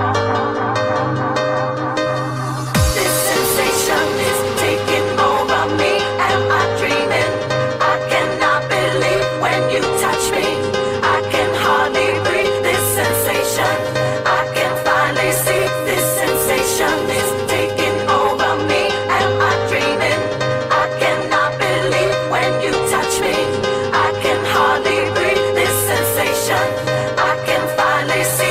This sensation is taking over me. Am I dreaming? I cannot believe when you touch me. I can hardly breathe. This sensation, I can finally see. This sensation is taking over me. Am I dreaming? I cannot believe when you touch me. I can hardly breathe. This sensation, I can finally see.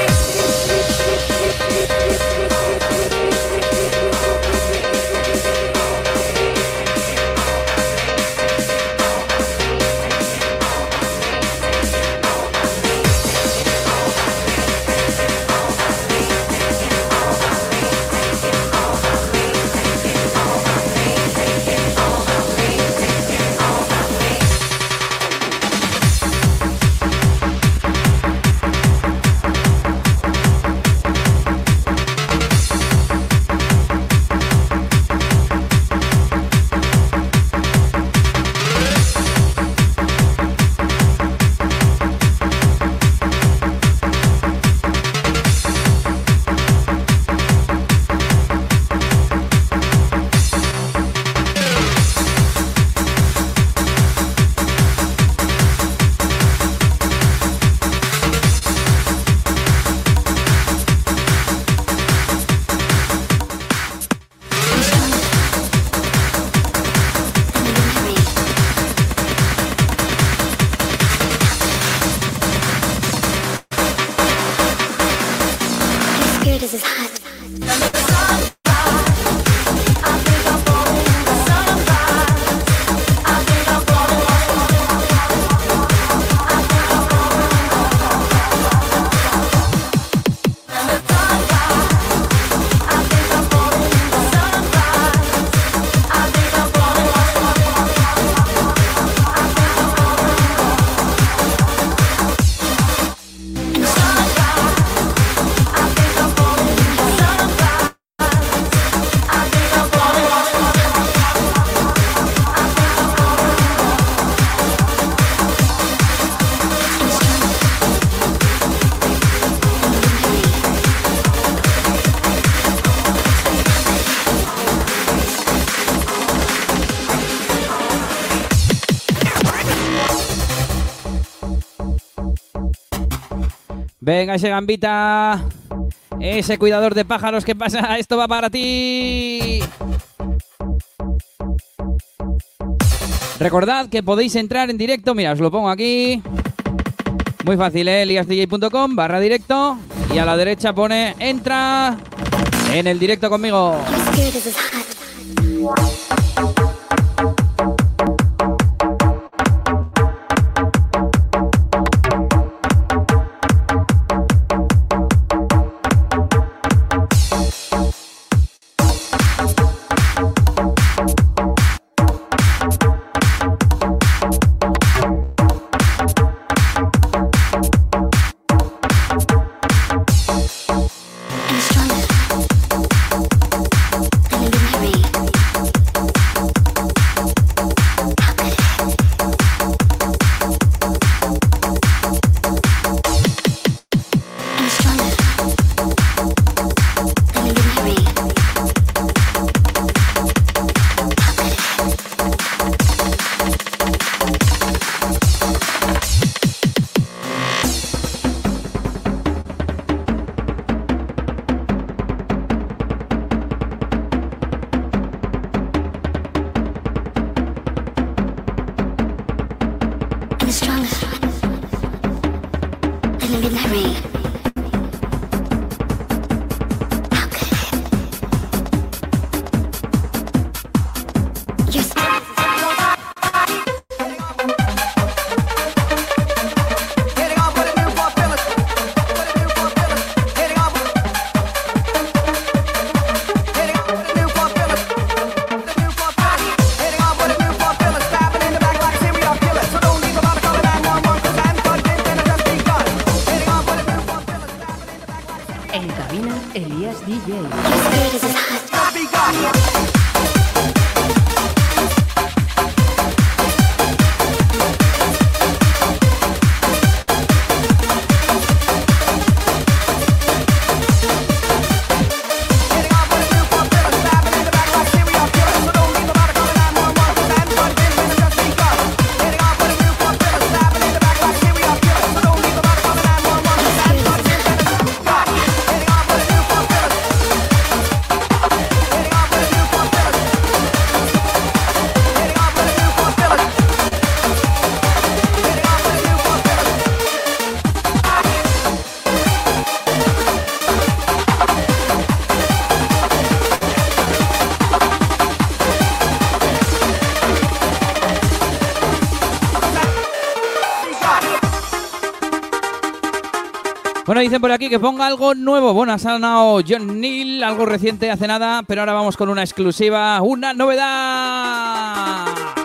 Venga, ese gambita. Ese cuidador de pájaros, ¿qué pasa? Esto va para ti. Recordad que podéis entrar en directo. Mira, os lo pongo aquí. Muy fácil, eliasdj.com/directo. Y a la derecha pone entra en el directo conmigo. And it's stronger. En cabina, Elías DJ. Bueno, dicen por aquí que ponga algo nuevo. Bueno, ha sonado John Neal, algo reciente hace nada, pero ahora vamos con una exclusiva, una novedad.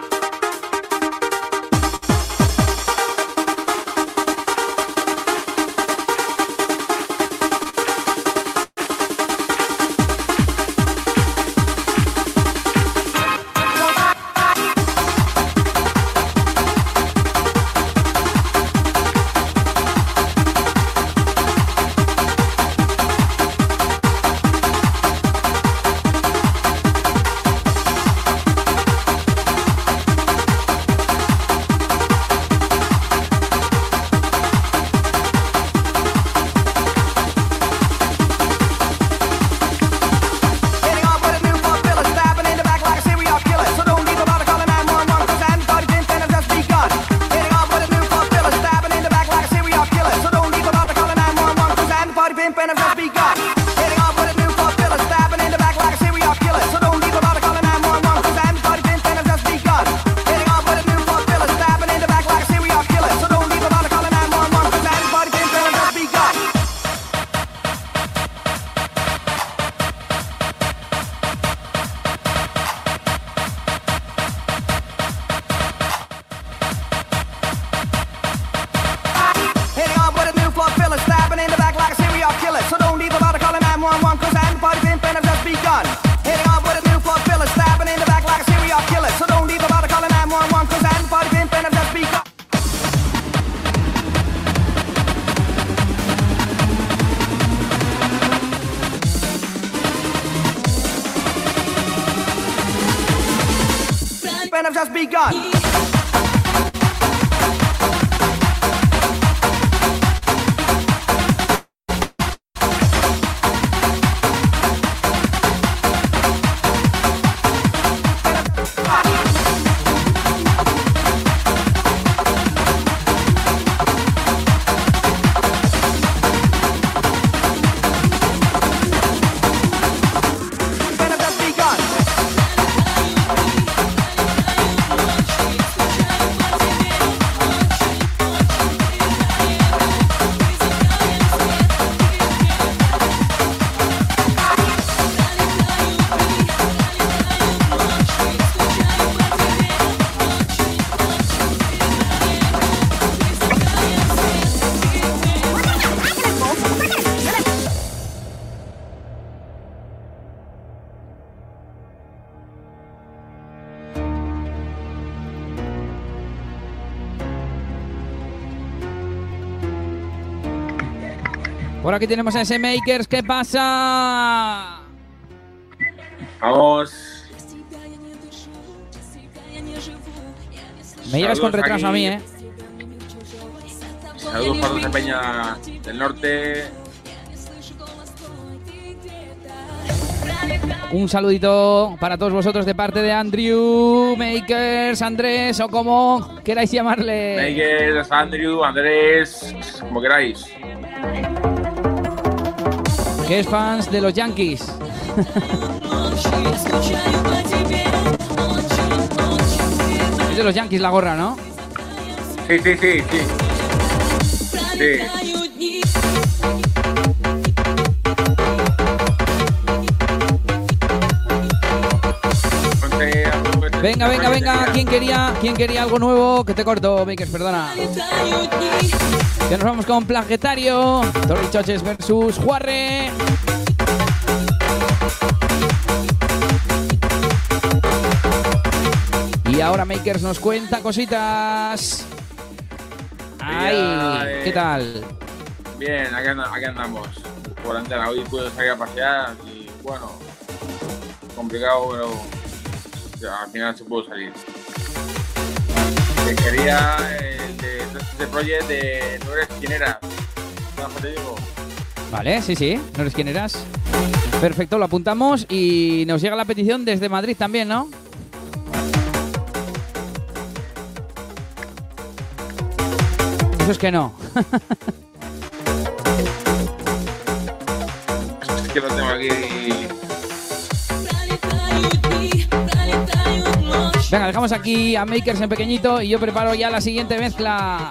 Por aquí tenemos a ese Makers. ¿Qué pasa? Vamos. Me llevas con retraso aquí. a mí, Saludos para los de Peña del Norte. Un saludito para todos vosotros de parte de Andrew, Makers, Andrés o como queráis llamarle. Makers, Andrew, Andrés, como queráis. Que es fans de los Yankees. Es de los Yankees la gorra, ¿no? Sí. Sí. Venga. ¿Quién quería algo nuevo? Que te corto, Bakers, perdona. Ya nos vamos con Planetario. Torri Choches versus Juarre. Y ahora Makers nos cuenta cositas. Ay, ¿qué tal? Bien, aquí andamos. Por antena, hoy puedo salir a pasear y bueno, complicado, pero al final se pudo salir. Quería el de este proyecto de No eres quien eras. Te digo. Vale, sí, no eres quien eras. Perfecto, lo apuntamos y nos llega la petición desde Madrid también, ¿no? Eso es que no. Es que lo tengo aquí. Venga, dejamos aquí a Makers en pequeñito y yo preparo ya la siguiente mezcla.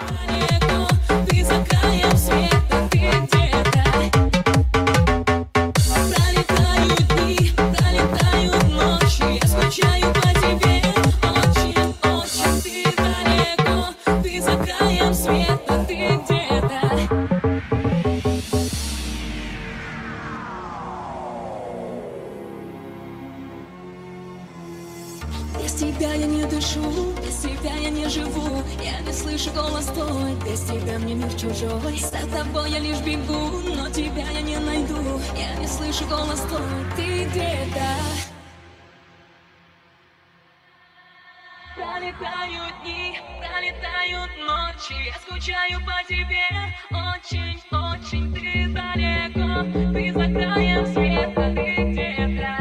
Без тебя я не дышу, без тебя я не живу. Я не слышу голос твой, без тебя мне мир чужой. За тобой я лишь бегу, но тебя я не найду. Я не слышу голос твой, ты где-то. Пролетают дни, пролетают ночи. Я скучаю по тебе, очень, очень. Ты далеко, ты за краем света, ты где-то.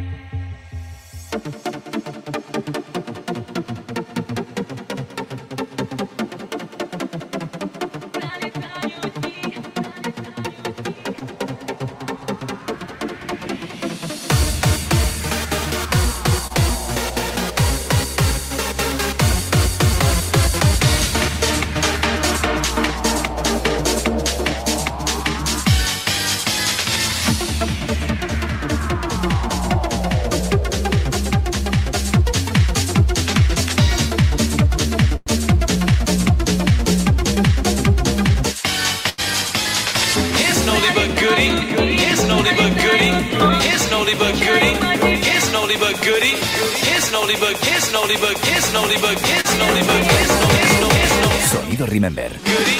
Sonido Remember.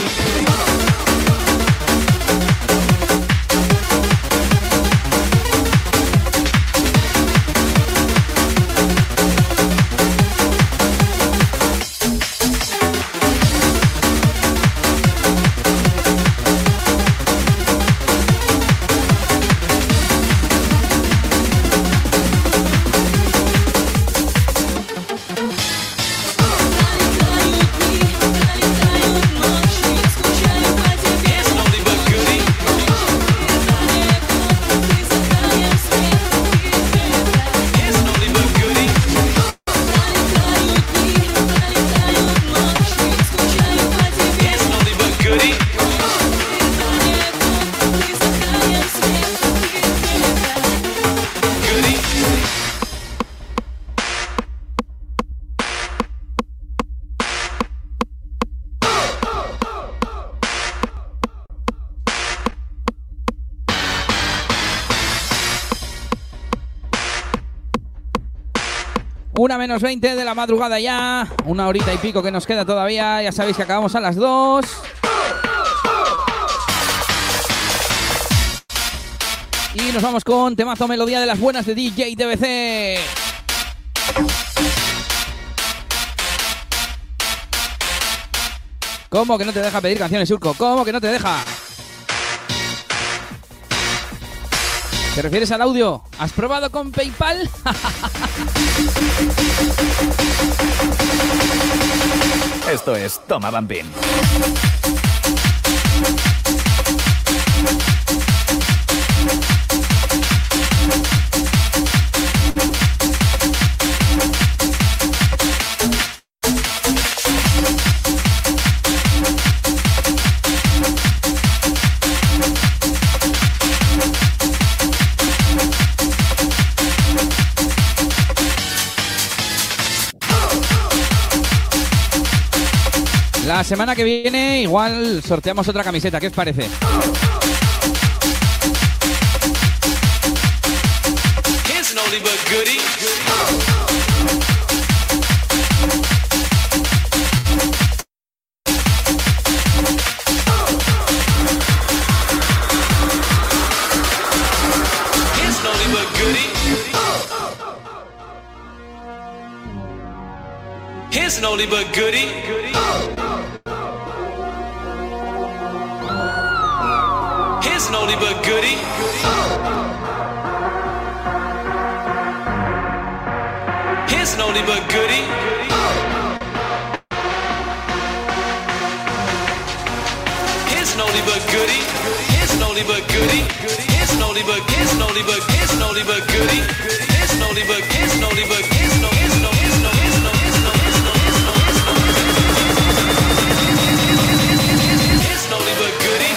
Una menos 20 de la madrugada ya. Una horita y pico que nos queda todavía. Ya sabéis que acabamos a las 2. Y nos vamos con temazo melodía de las buenas de DJ DBC. ¿Cómo que no te deja pedir canciones, Urco? ¿Cómo que no te deja? ¿Te refieres al audio? ¿Has probado con PayPal? Esto es Toma Bambín. La semana que viene igual sorteamos otra camiseta, ¿qué os parece? Here's an oldie but goodie. Here's an oldie but goodie. Here's an oldie but goodie. Here's an oldie but goodie. Here's an oldie but goodie. Here's an oldie but goodie. Here's an oldie but goodie. Here's an oldie but here's an oldie but here's an oldie but goodie. Here's an oldie but here's an oldie but here's no here's no here's no here's no here's no here's no here's no here's no here's an oldie but goodie.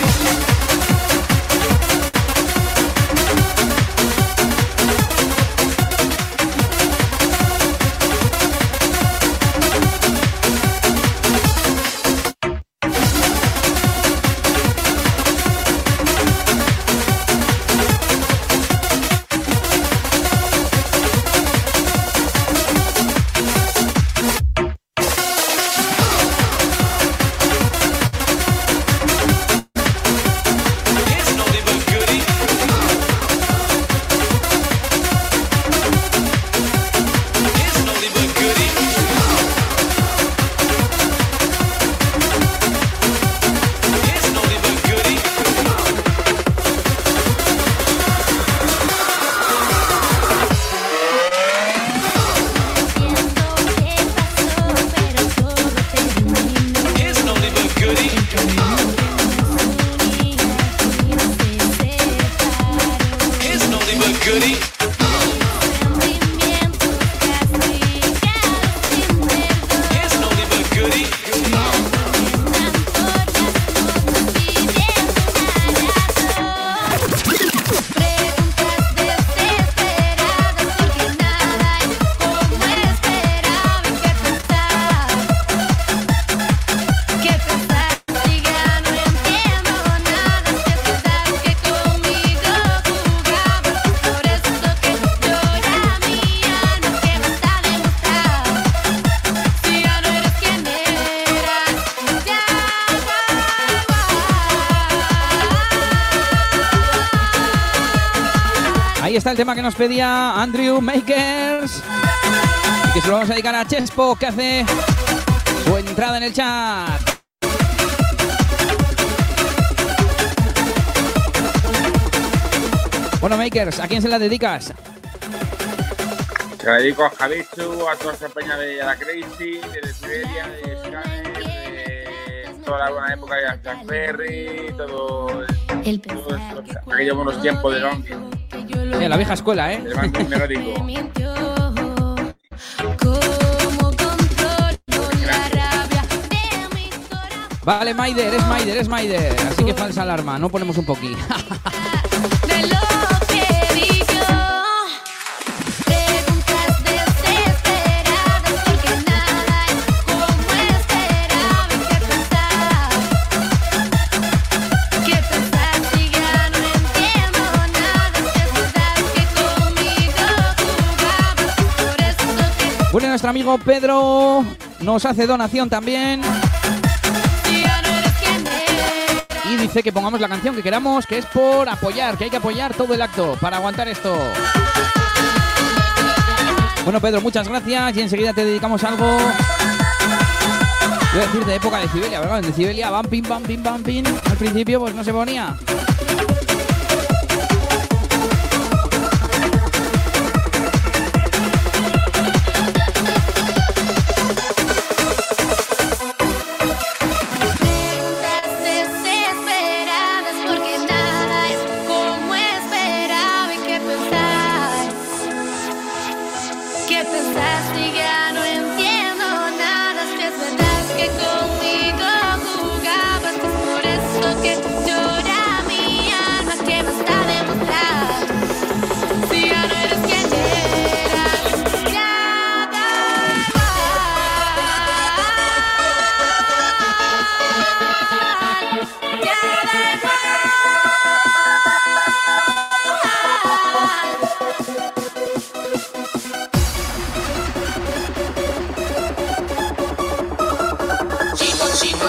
Ahí está el tema que nos pedía Andrew Makers. Y que se lo vamos a dedicar a Chespo, que hace su entrada en el chat. Bueno, Makers, ¿a quién se la dedicas? Se la dedico a Javichu, a toda esa peña de la Crazy, de Siberia, de Scanner, de toda la buena época de Jack Berry, todos aquellos buenos tiempos de Donkey. La vieja escuela, ¿eh? El banco melódico. Vale, Maider, es Maider. Así que falsa alarma, no ponemos un poquito. Bueno, nuestro amigo Pedro nos hace donación también. Y dice que pongamos la canción que queramos, que es por apoyar, que hay que apoyar todo el acto para aguantar esto. Bueno, Pedro, muchas gracias y enseguida te dedicamos algo. Voy a decir de época de Cibelia, ¿verdad? De Cibelia, bumping. Al principio pues no se ponía. Que conmigo jugabas, que es por eso que llora mi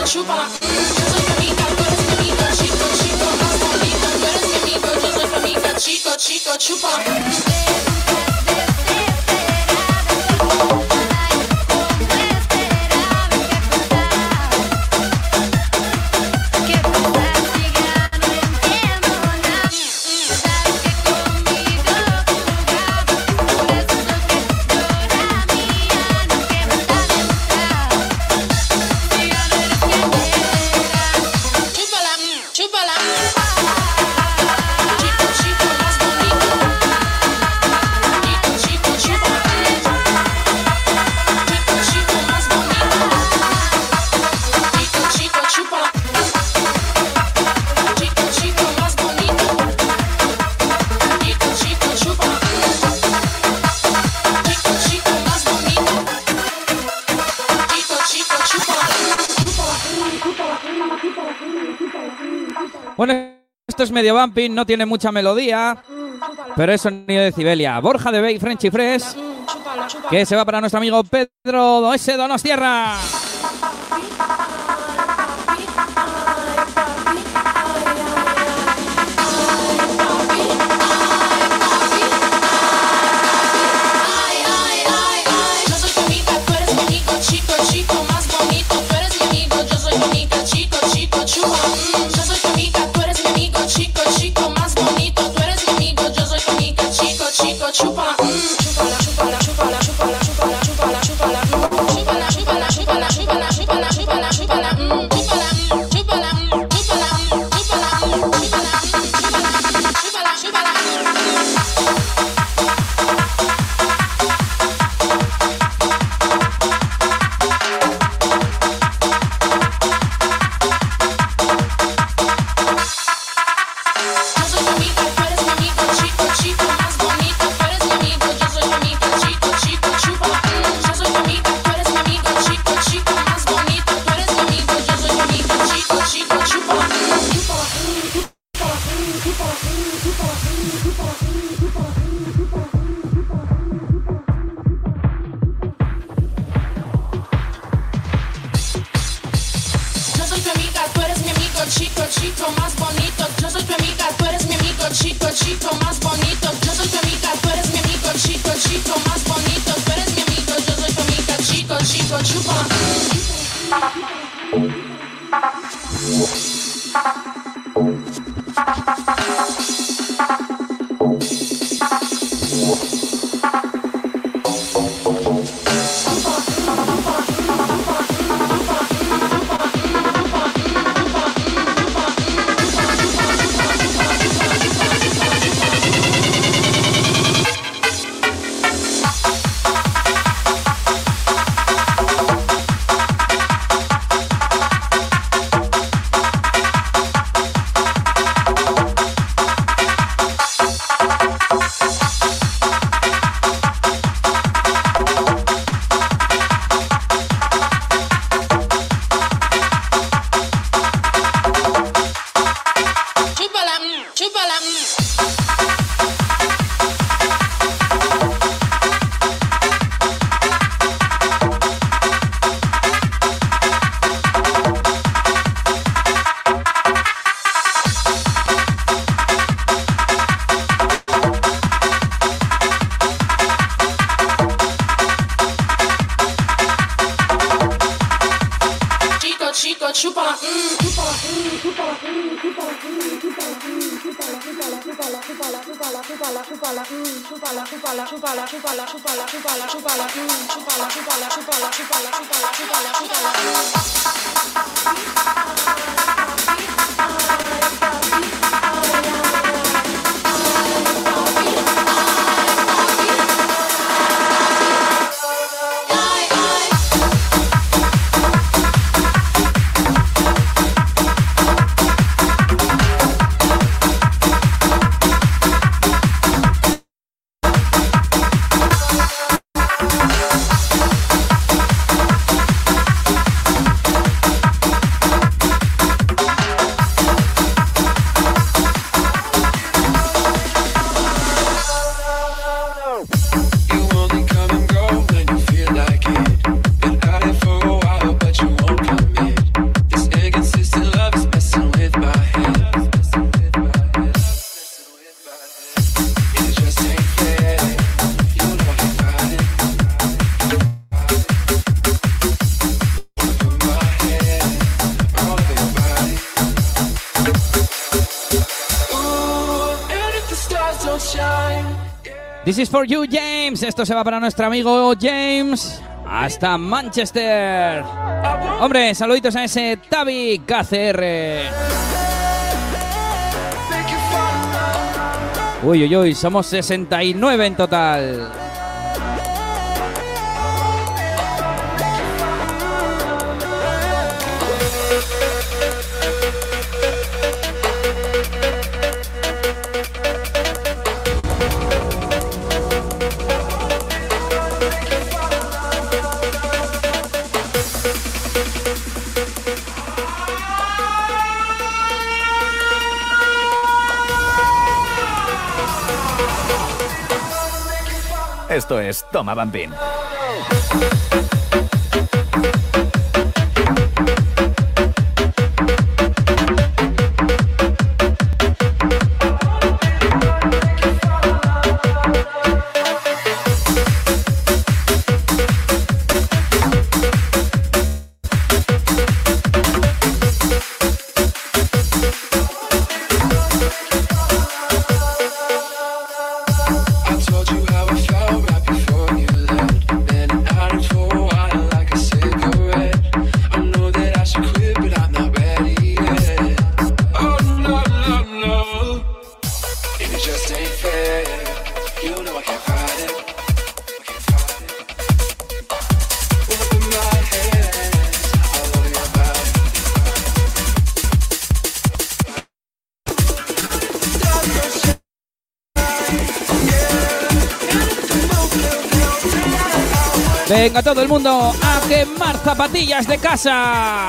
chúpala. Yo soy tu amiga, tú eres mi amigo, chico, chico, más bonito. Tú eres mi amigo, yo soy tu amiga, chico, chico, chúpala. Bueno, esto es medio bumping, no tiene mucha melodía, pero es sonido de Cibelia. Borja de Bay, Frenchy Fresh, que se va para nuestro amigo Pedro S. Donostierra. Chico, chúpala, chúpala, chúpala, chúpala, chúpala, chúpala, chúpala, chúpala, chúpala, chúpala, chúpala, chúpala, chúpala, chúpala, chúpala, chúpala, chúpala, chúpala, chúpala, This is for you, James. Esto se va para nuestro amigo James hasta Manchester. Hombre, saluditos a ese Tavi KCR. Uy, uy, uy, somos 69 en total. Esto es Toma Bambín. Venga todo el mundo a quemar zapatillas de casa.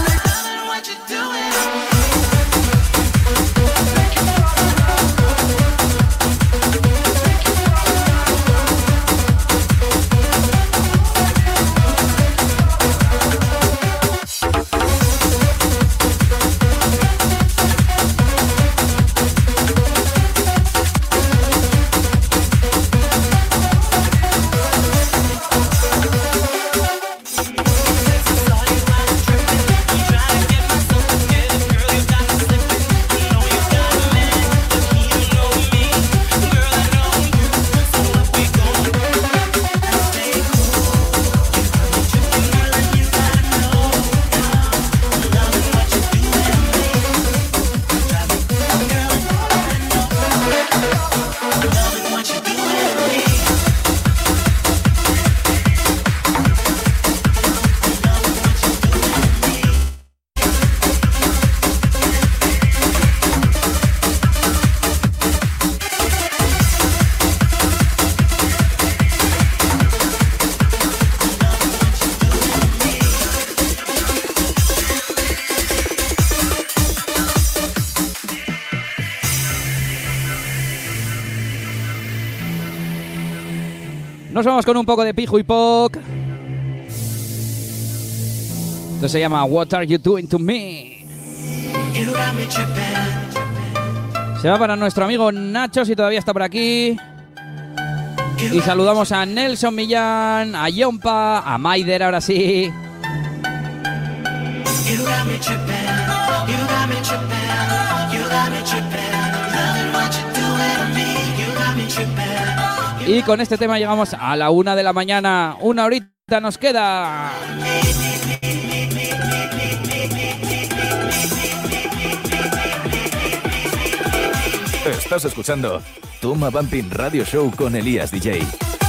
Nos vamos con un poco de Pijo y Poc. Esto se llama What Are You Doing to Me. Se va para nuestro amigo Nacho, si todavía está por aquí. Y saludamos a Nelson Millán, a Yompa, a Maider, ahora sí. Y con este tema llegamos a la 1 de la mañana. Una horita nos queda. Estás escuchando Toma Bambín Radio Show con Elías DJ.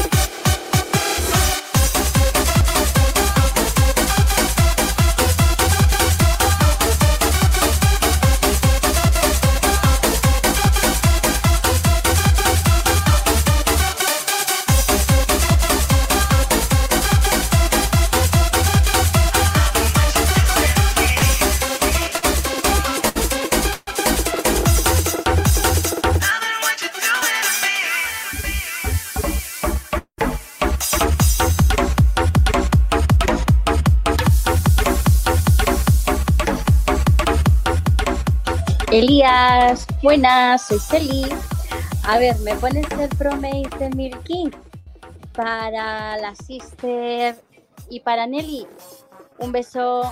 Elías, buenas, soy Celi. A ver, ¿me pones el Promise de Milky para la Sister y para Nelly? Un beso.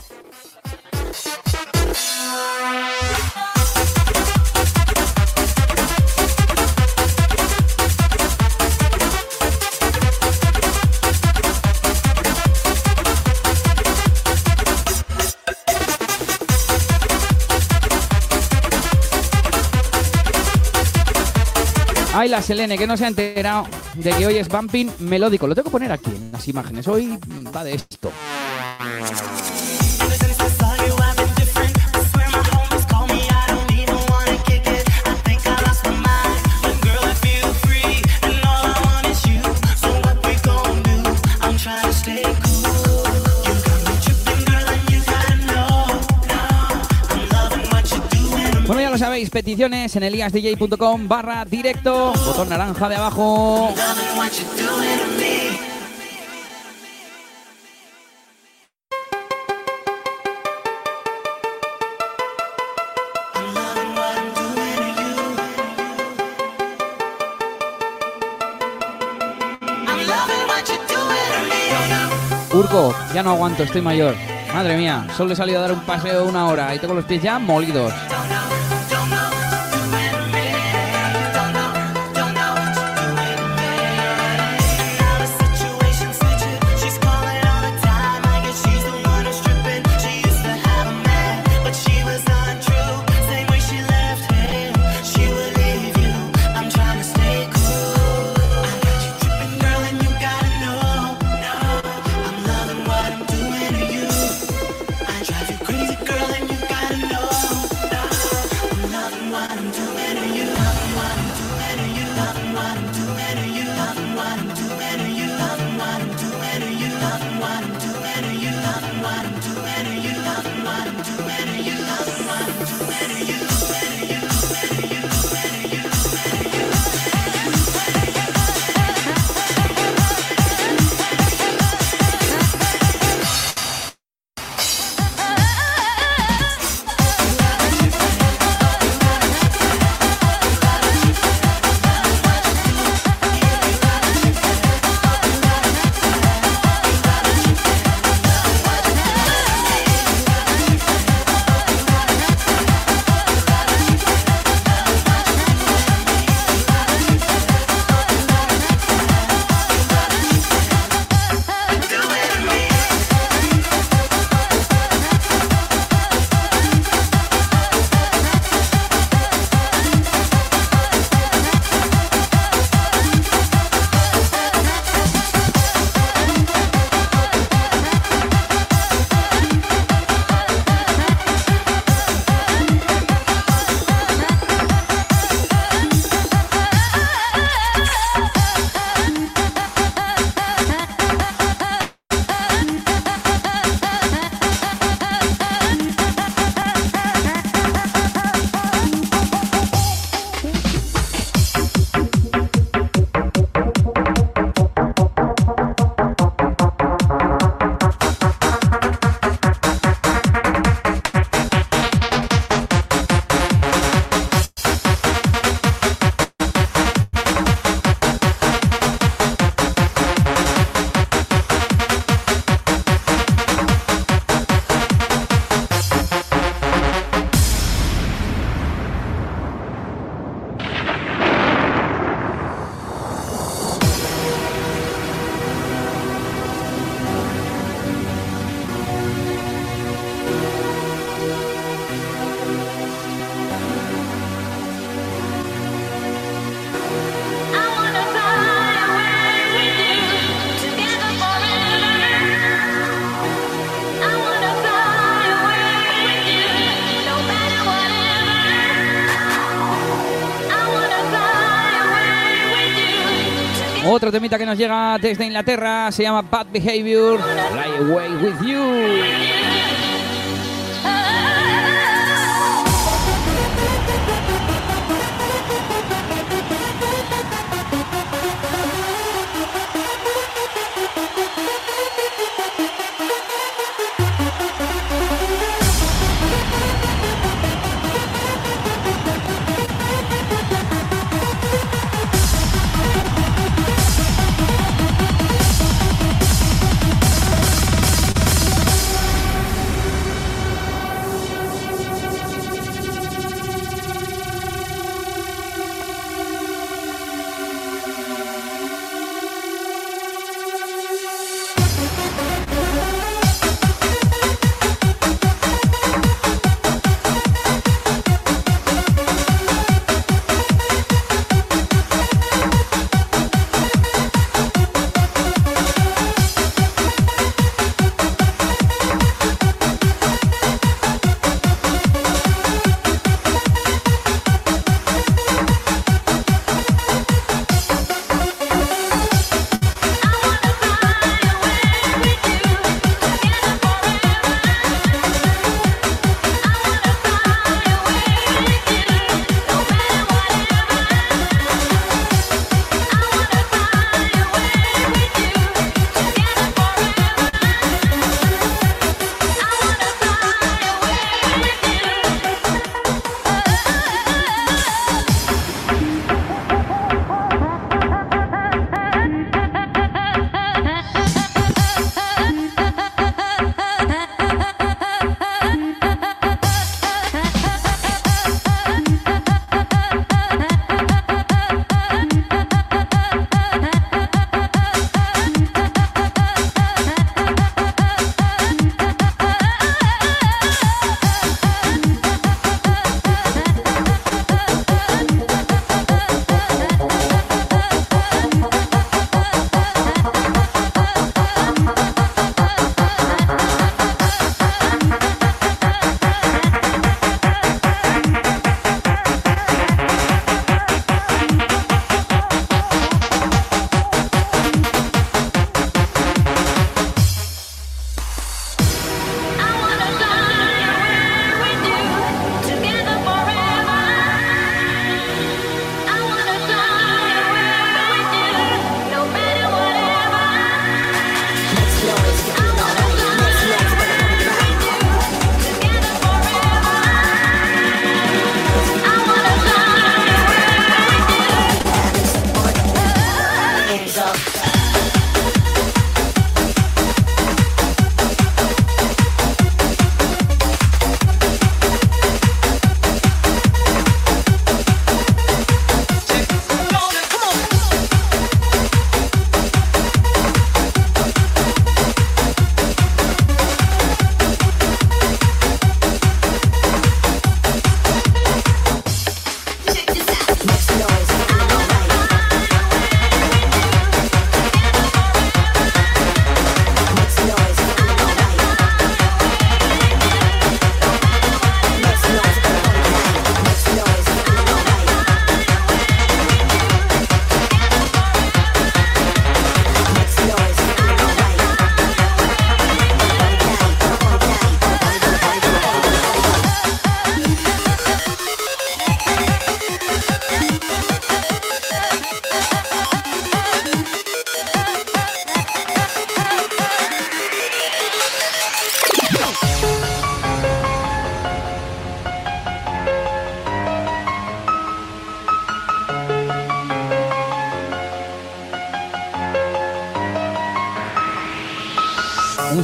Ay, la Selene, que no se ha enterado de que hoy es Bumping melódico. Lo tengo que poner aquí en las imágenes. Hoy va de esto. Bueno, ya lo sabéis, peticiones en eliasdj.com/directo, botón naranja de abajo. Urco, ya no aguanto, estoy mayor. Madre mía, solo he salido a dar un paseo de 1 hora y tengo los pies ya molidos. Otro temita que nos llega desde Inglaterra se llama Bad Behavior, Fly Away With You.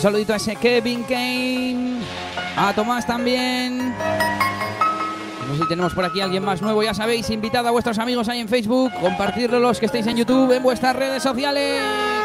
saludito a ese Kevin Kane. A Tomás también. No sé si tenemos por aquí a alguien más nuevo. Ya sabéis, invitad a vuestros amigos ahí en Facebook. Compartirlo los que estéis en YouTube, en vuestras redes sociales.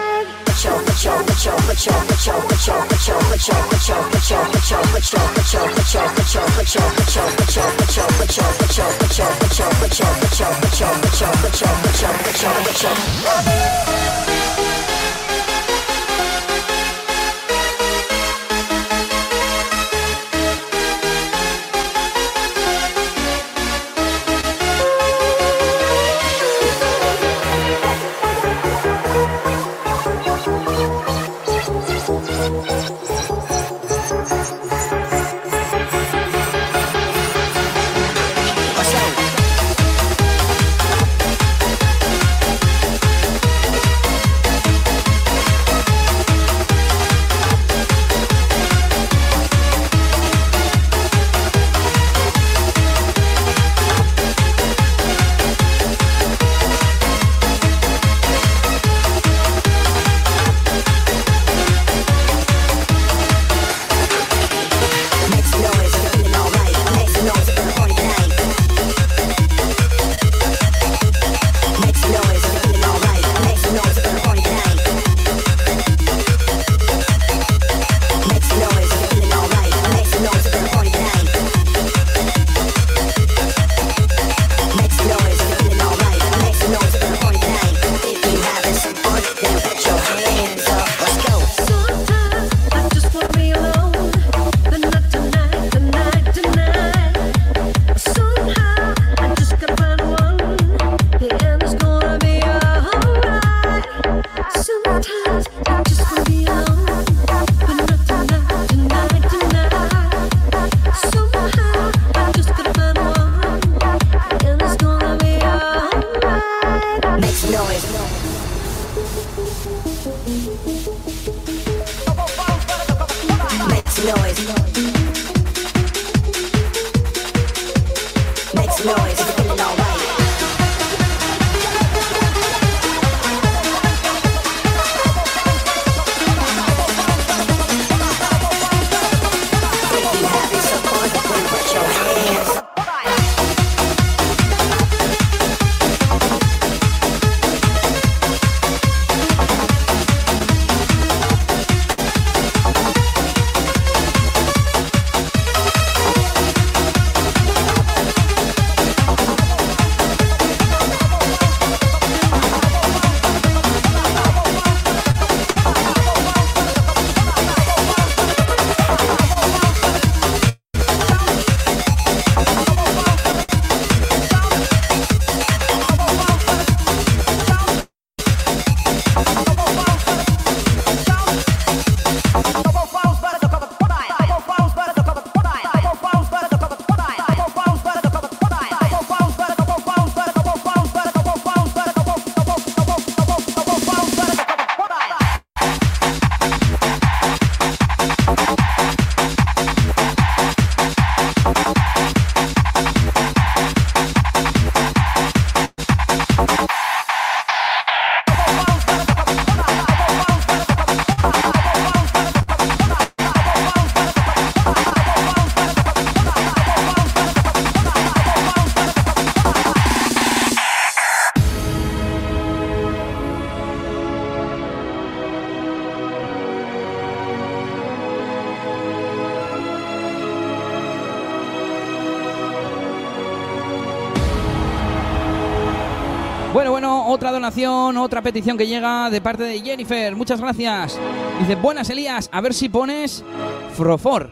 Bueno, otra donación, otra petición que llega de parte de Jennifer. Muchas gracias. Dice, buenas Elías, a ver si pones Frofor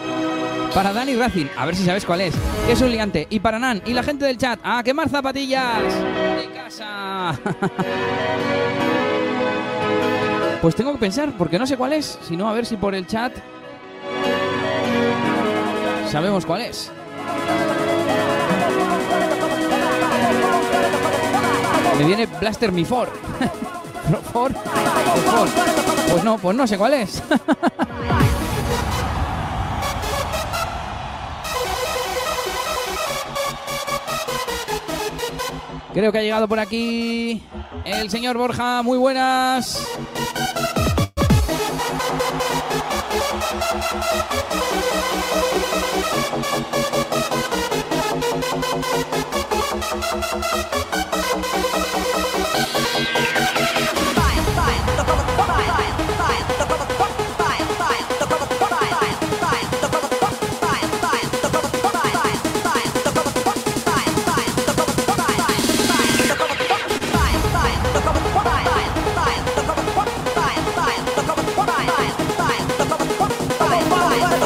para Dani Racing, a ver si sabes cuál es. Es un liante. Y para Nan y la gente del chat, ¡a quemar zapatillas de casa! Pues tengo que pensar, porque no sé cuál es. Si no, a ver si por el chat sabemos cuál es. Me viene Blaster Mi For. ¿For? Pues no sé cuál es. Creo que ha llegado por aquí el señor Borja. Muy buenas.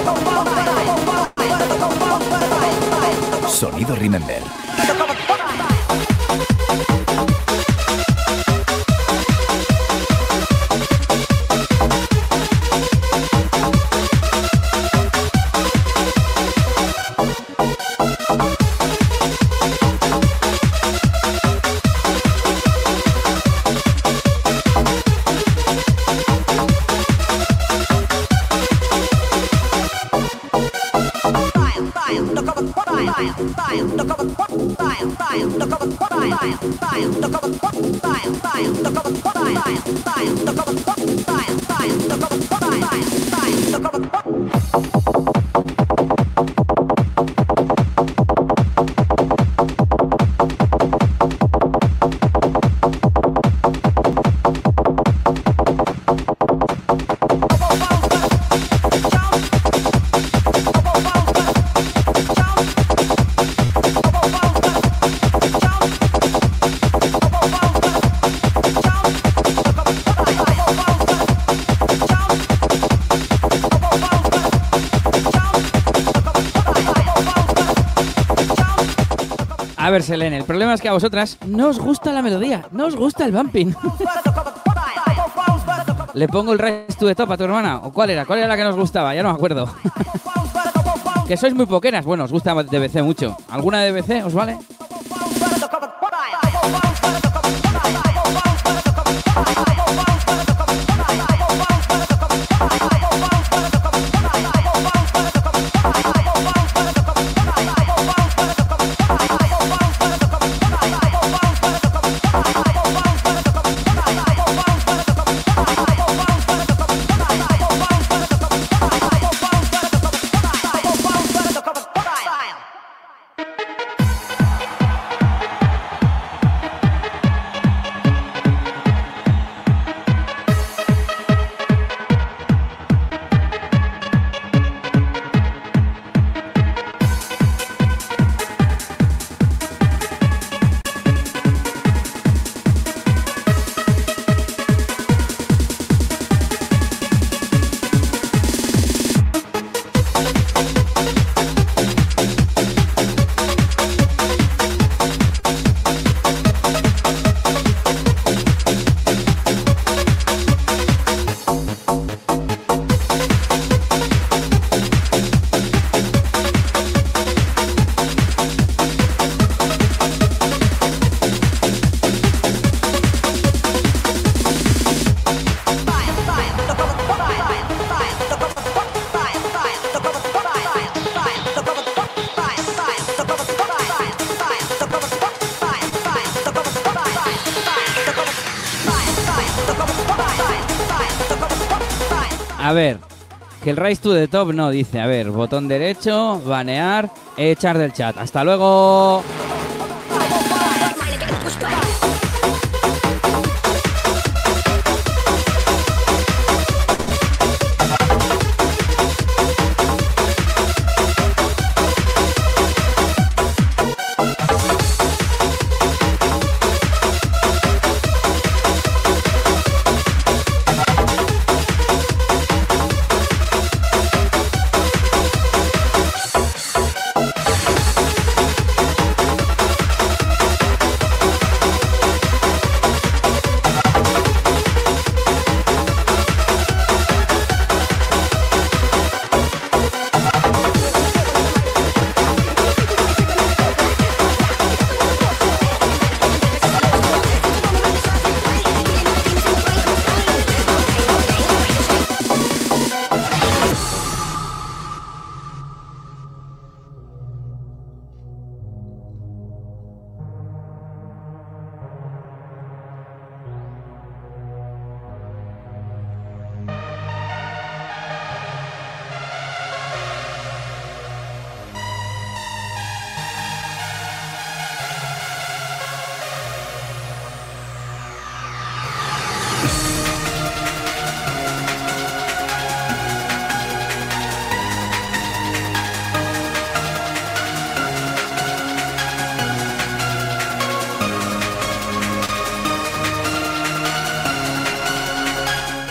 Sonido Remember. A ver, Selene, el problema es que a vosotras no os gusta la melodía, no os gusta el bumping. ¿Le pongo el Rise to the Top a tu hermana? ¿O cuál era? ¿Cuál era la que nos gustaba? Ya no me acuerdo. Que sois muy poqueras. Bueno, os gusta DBC mucho. ¿Alguna de DBC os vale? A ver, que el Rise to the Top no dice. A ver, botón derecho, banear, echar del chat. ¡Hasta luego!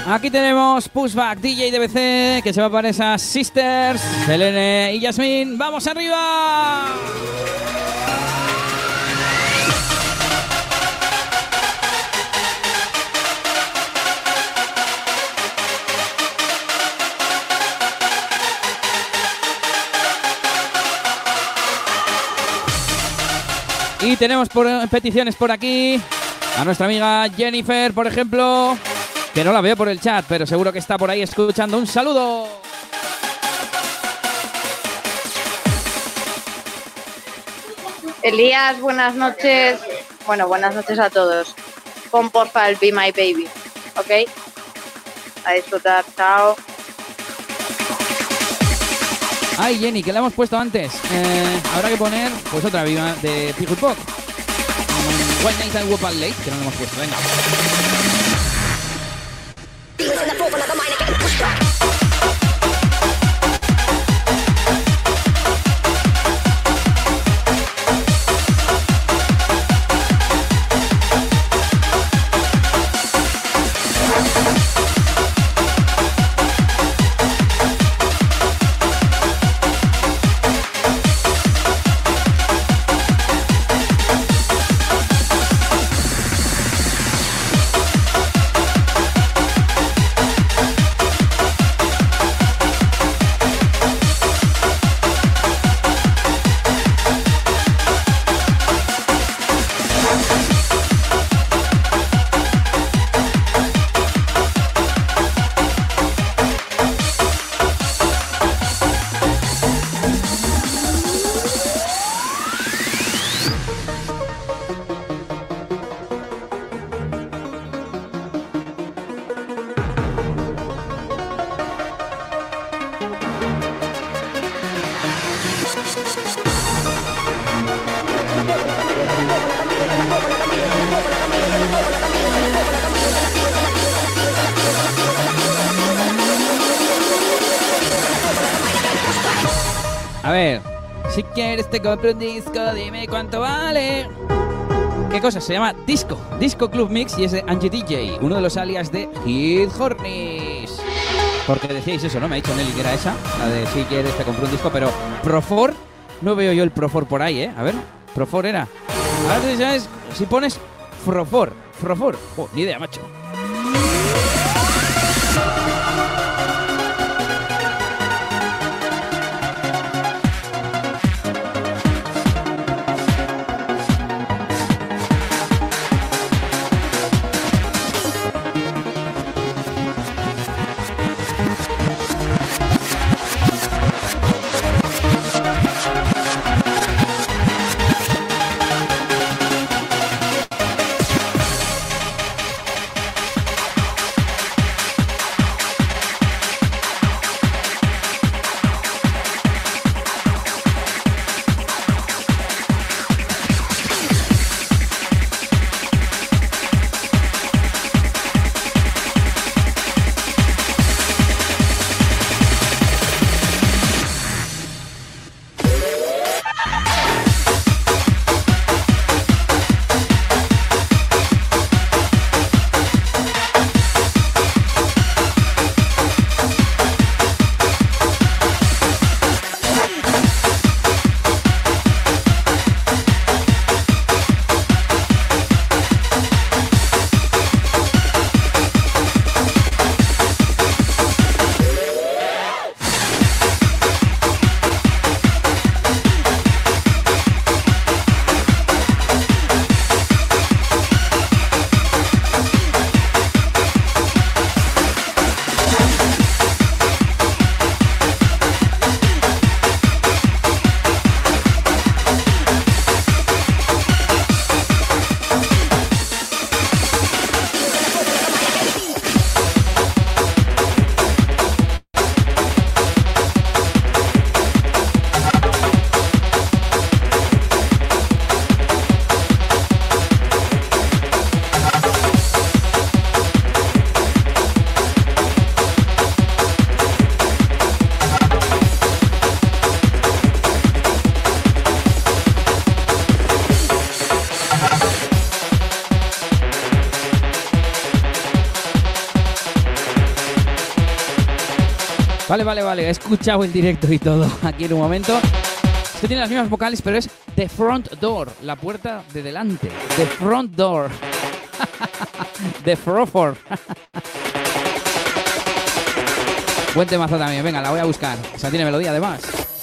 Aquí tenemos Pushback, DJ DBC, que se va para esas sisters, Selene y Yasmin. ¡Vamos arriba! Y tenemos peticiones por aquí. A nuestra amiga Jennifer, por ejemplo, que no la veo por el chat, pero seguro que está por ahí escuchando. ¡Un saludo! Elías, buenas noches. Bueno, buenas noches a todos. Pon porfa el Be My Baby, ¿ok? A disfrutar, chao. Ay, Jenny, que la hemos puesto antes. Habrá que poner, pues otra viva de Pigwood Pop. One Night and Woke Up Late, que no la hemos puesto. Venga. A ver, si quieres te compro un disco, dime cuánto vale. ¿Qué cosa? Se llama Disco Club Mix y es de Angie DJ, uno de los alias de Hit Hornis. Porque decíais eso, ¿no? Me ha dicho Nelly que era esa, la de si quieres te compro un disco, pero Profor, no veo yo el Profor por ahí, ¿eh? A ver, Profor era. Ahora tú sabes, si pones Profor, oh, ni idea, macho. Vale, he escuchado el directo y todo aquí en un momento. Este tiene las mismas vocales, pero es The Front Door, la puerta de delante. The Front Door. The Frofor. Buen temazo también, venga, la voy a buscar. O sea, tiene melodía además.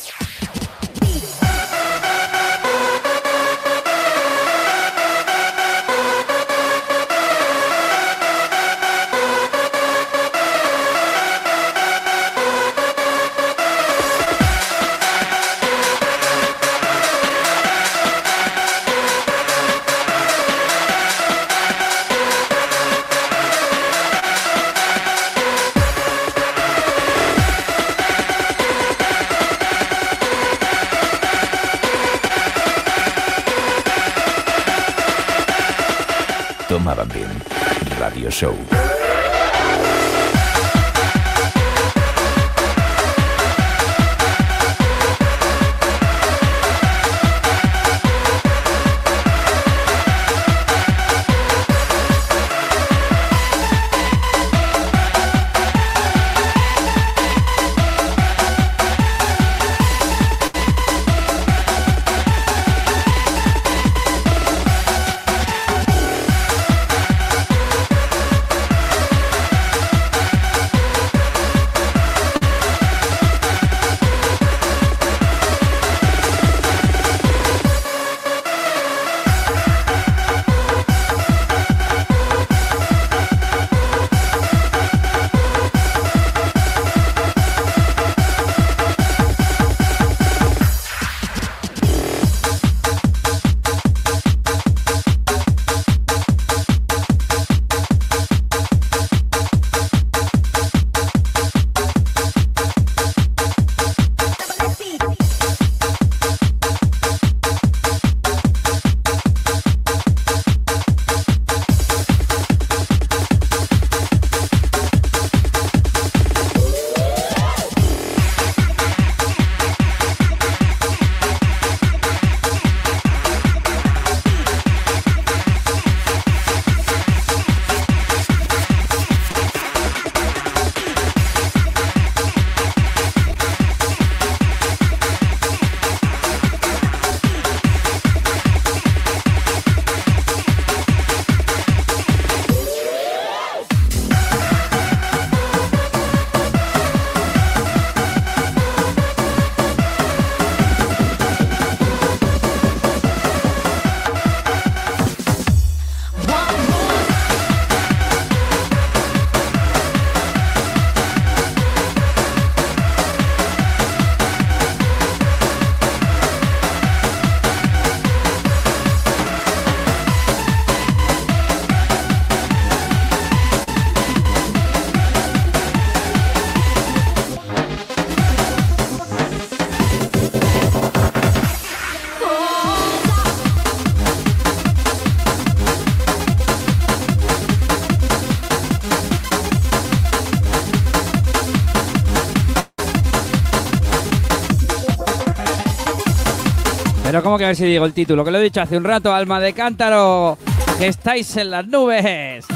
Toma Bambín Radio Show. Pero ¿cómo que a ver si digo el título? Que lo he dicho hace un rato, alma de cántaro, que estáis en las nubes.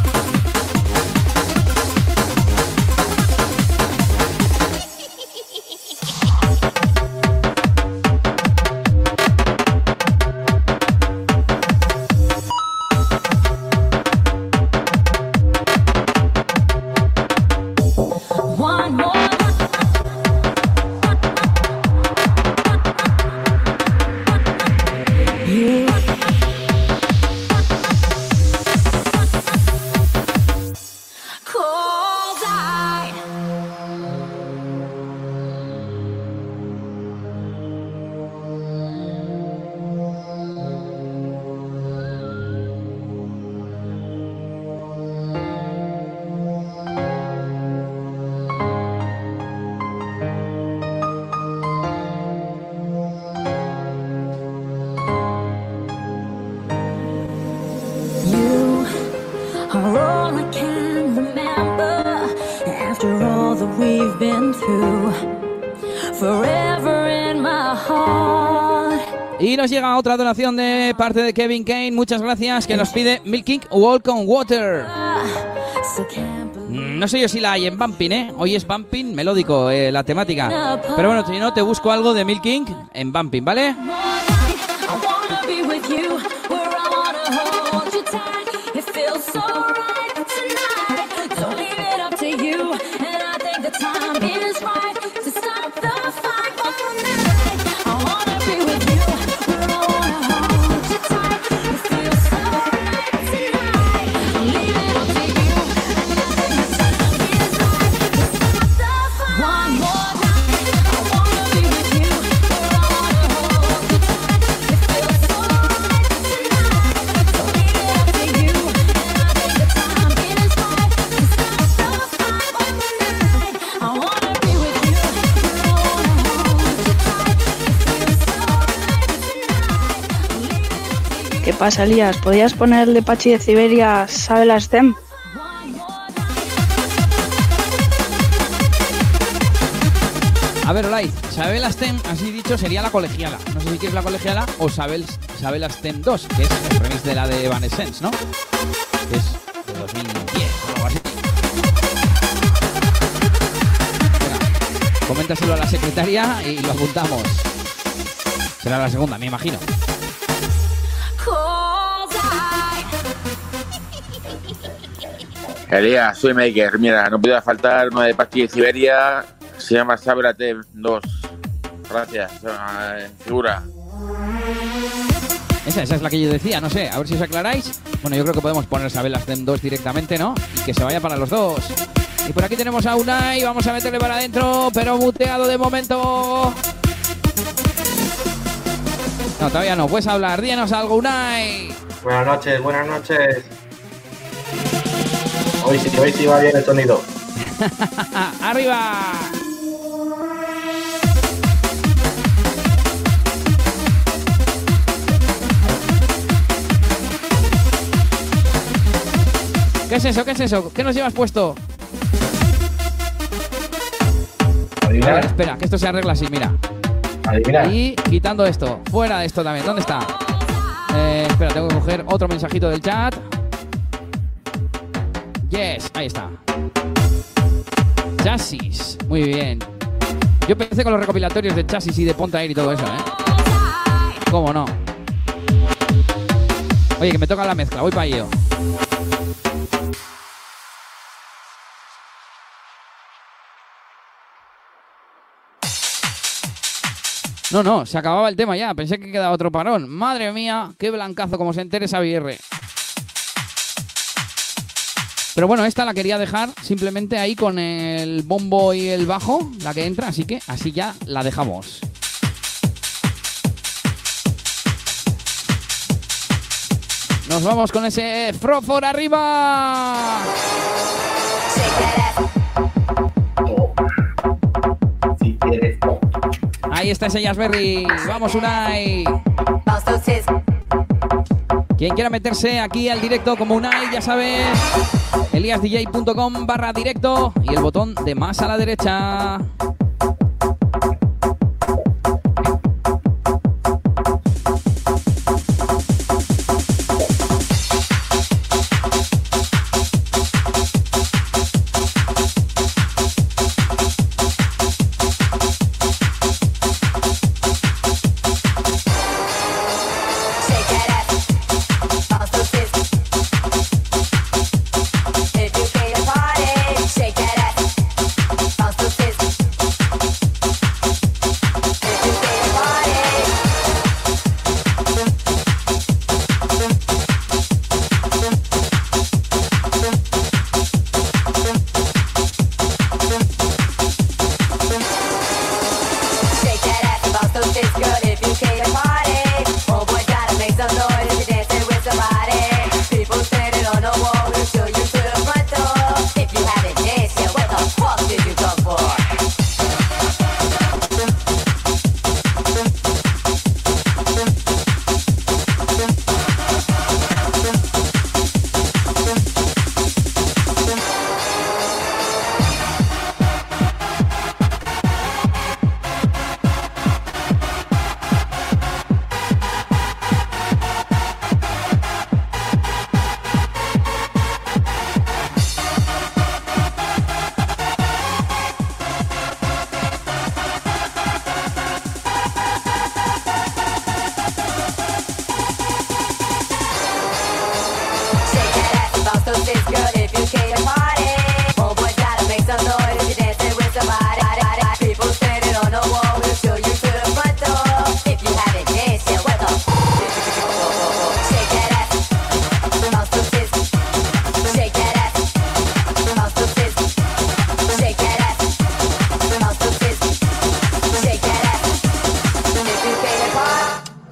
are all I can remember after all that we've been through. Forever in my heart. Y nos llega otra donación de parte de Kevin Kane, muchas gracias, que nos pide Milking Walk on Water. So can't believe No sé yo si la hay en Bumping, ¿eh? Hoy es Bumping melódico, la temática. Pero bueno, si no, te busco algo de Milk King en Bumping, ¿vale? I wanna be with you, where I wanna hold you tight. It feels so right tonight. Don't leave it up to you, and I think the time is right to stop the fight for the night. I wanna be with you, where I wanna hold you tight. It feels so right tonight. Don't leave it up to you, and I think the time is right to stop the fight. One more night, I wanna be with you, where I wanna hold you tight. ¿Qué pasa, Elías? ¿Podrías ponerle Pachi de Siberia, sabe la STEM? A ver, Olay, Sabel Astem, así dicho, sería la colegiala. No sé si quieres la colegiala o Sabel Astem 2, que es el remix de la de Evanescence, ¿no? Que es de 2010 o algo así. Venga, coméntaselo a la secretaria y lo apuntamos. Será la segunda, me imagino. Elías, soy Maker. Mira, no podía faltar una de Pachi de Siberia. Se llama Sábrate 2. Gracias, figura. Esa es la que yo decía, no sé, a ver si os aclaráis. Bueno, yo creo que podemos poner Sabel Astem 2 directamente, ¿no? Y que se vaya para los dos. Y por aquí tenemos a Unai, vamos a meterle para adentro, pero muteado de momento. No, todavía no, puedes hablar, díganos algo, Unai. Buenas noches, buenas noches. Hoy sí va bien el sonido. ¡Arriba! ¿Qué es eso? ¿Qué es eso? ¿Qué nos llevas puesto? A ver, espera, que esto se arregla así, mira. Adivinar. Y quitando esto. Fuera de esto también. ¿Dónde está? Espera, tengo que coger otro mensajito del chat. Yes, ahí está. Chasis. Muy bien. Yo empecé con los recopilatorios de Chasis y de Ponte Air y todo eso, ¿eh? ¿Cómo no? Oye, que me toca la mezcla. Voy para ello. No, se acababa el tema ya. Pensé que quedaba otro parón. Madre mía, qué blancazo como se entere esa BR. Pero bueno, esta la quería dejar simplemente ahí con el bombo y el bajo, la que entra, así que así ya la dejamos. Nos vamos con ese Frofor arriba. Ahí está ese Jazzberry. Vamos, Unai. Quien quiera meterse aquí al directo como Unai, ya sabes, eliasdj.com/directo y el botón de más a la derecha. girl, if you came to party. Homeboys gotta make some noise if you're dancing with somebody. People standing on the wall will show you to the front door. If you haven't danced yet, what the shake that ass, mouse to fist. Shake that ass, mouse to fist. Shake that ass, mouse to fist. Shake that ass, if you came to party.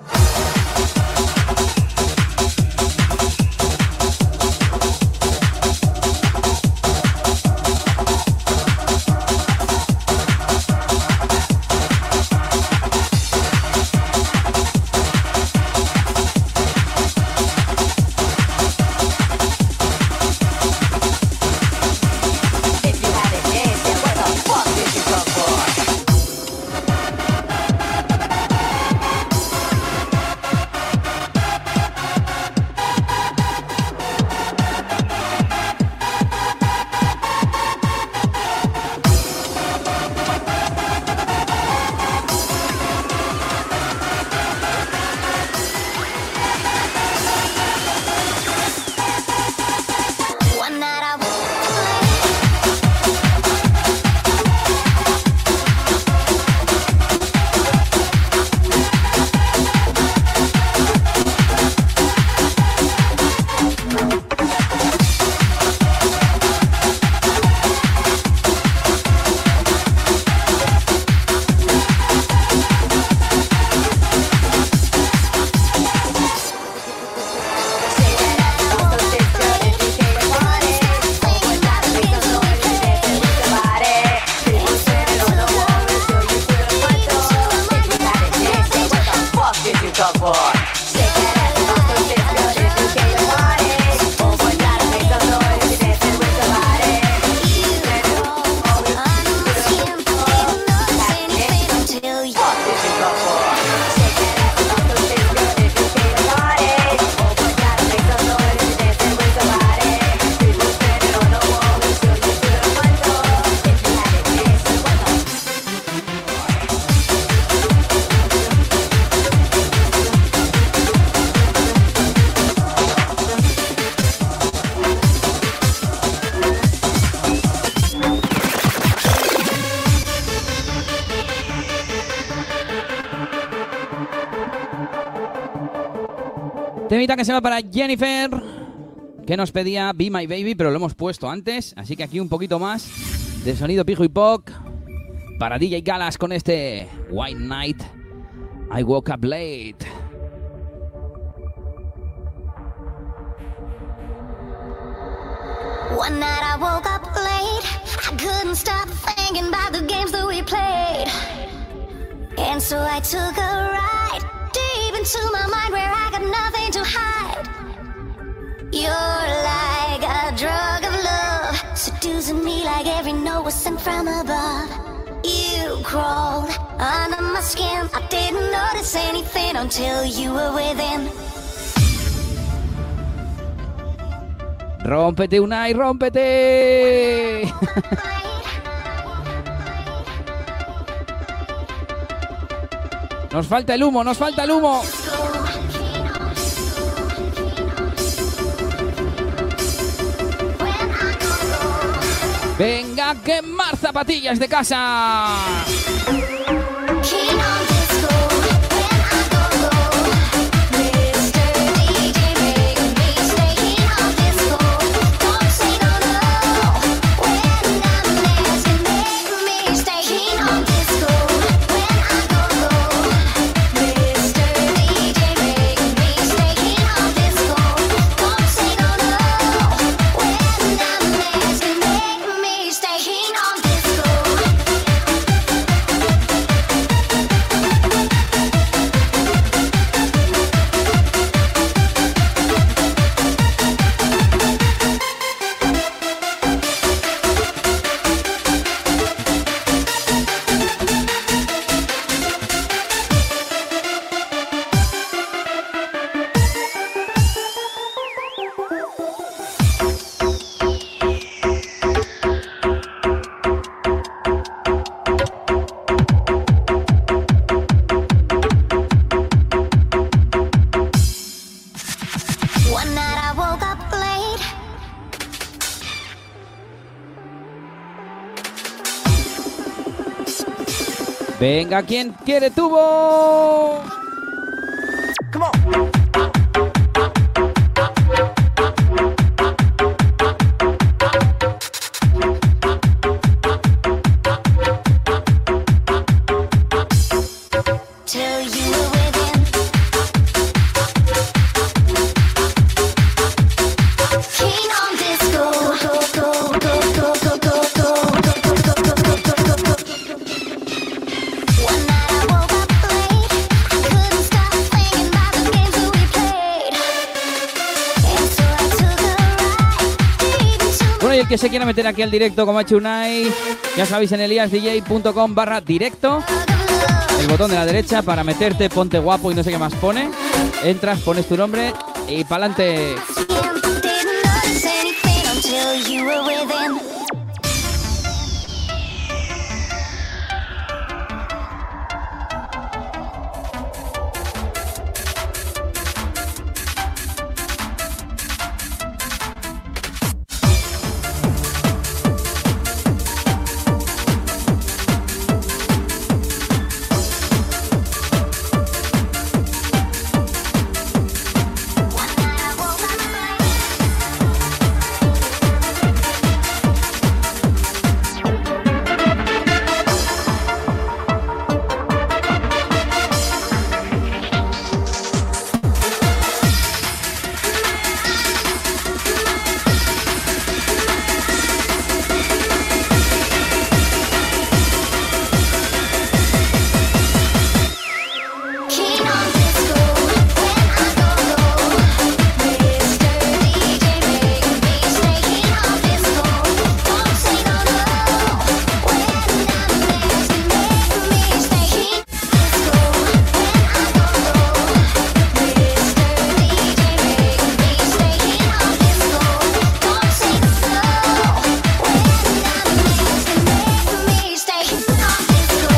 One night I Temita que se va para Jennifer, que nos pedía Be My Baby, pero lo hemos puesto antes. Así que aquí un poquito más de sonido pijo y pop para DJ Galas con este White Night, I Woke Up Late. One night I woke up late. I couldn't stop thinking about the games that we played. And so I took a ride deep into my mind where I got nothing to hide. You're like a drug of love, seducing me like every note was sent from above. You crawled under my skin. I didn't notice anything until you were within. ¡Rómpete, Unai, rómpete! Nos falta el humo, nos falta el humo. Venga, quemar zapatillas de casa. Venga, ¿quién quiere tubo? Till you were with him. Keen on disco. Go, go, go, go, go, go, go, go, go, go, go, go, go. One night I woke up late. I couldn't stop thinking about the games that we played. And so I took a ride deep into Bueno, y el que se quiera meter aquí al directo como ha hecho Unai, ya sabéis, en eliasdj.com/directo, el botón de la derecha para meterte, ponte guapo y no sé qué más pone. Entras, pones tu nombre y pa'lante. didn't notice anything until you were with him. Keen on disco. When I go low, Mr. DJ, make me stay. Keen on disco. Don't say no, no. When I'm nasty, make me stay. Keen on disco. When I go low, Mr. DJ, make me stay. Keen on disco. Don't say no, no. When I'm nasty, make me stay. Keen on disco.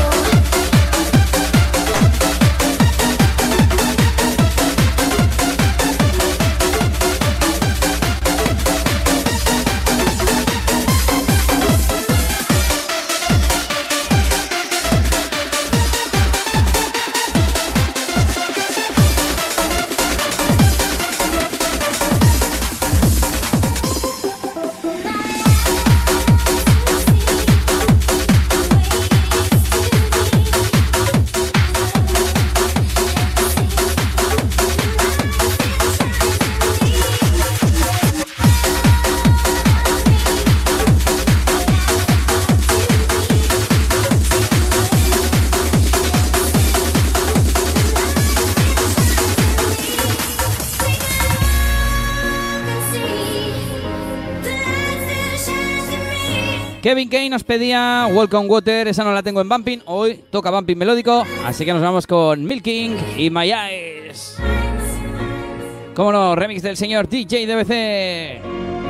Kevin Kane nos pedía Walk on Water, esa no la tengo en Bumping. Hoy toca Bumping melódico, así que nos vamos con Milking y My Eyes. Cómo no, remix del señor DJ DBC.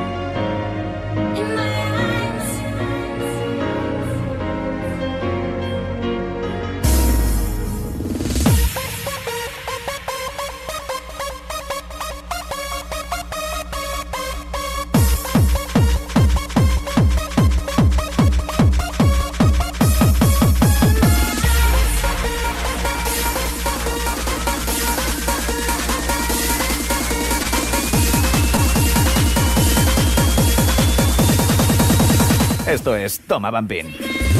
Esto es Toma Bumping.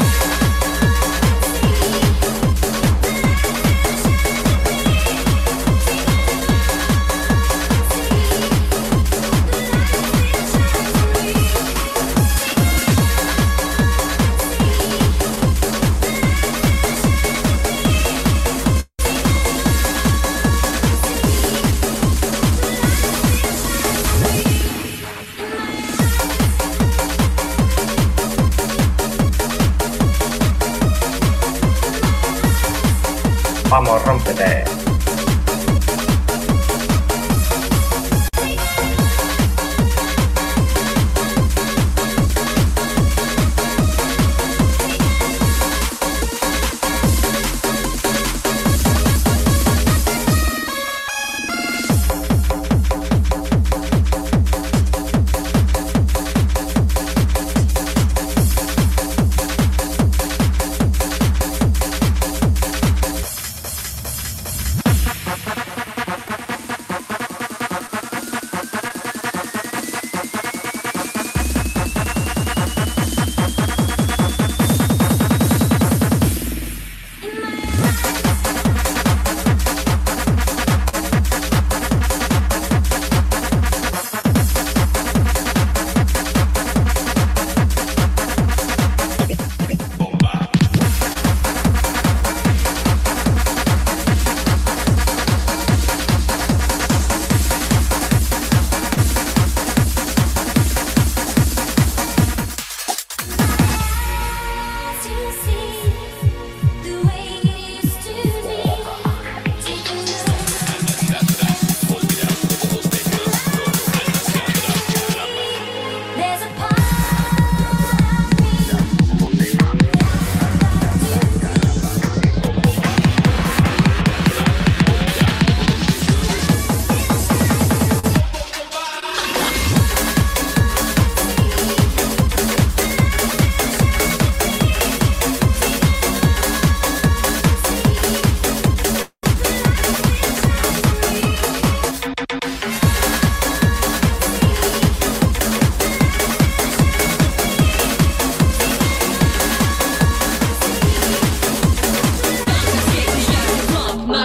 Vamos, rómpete.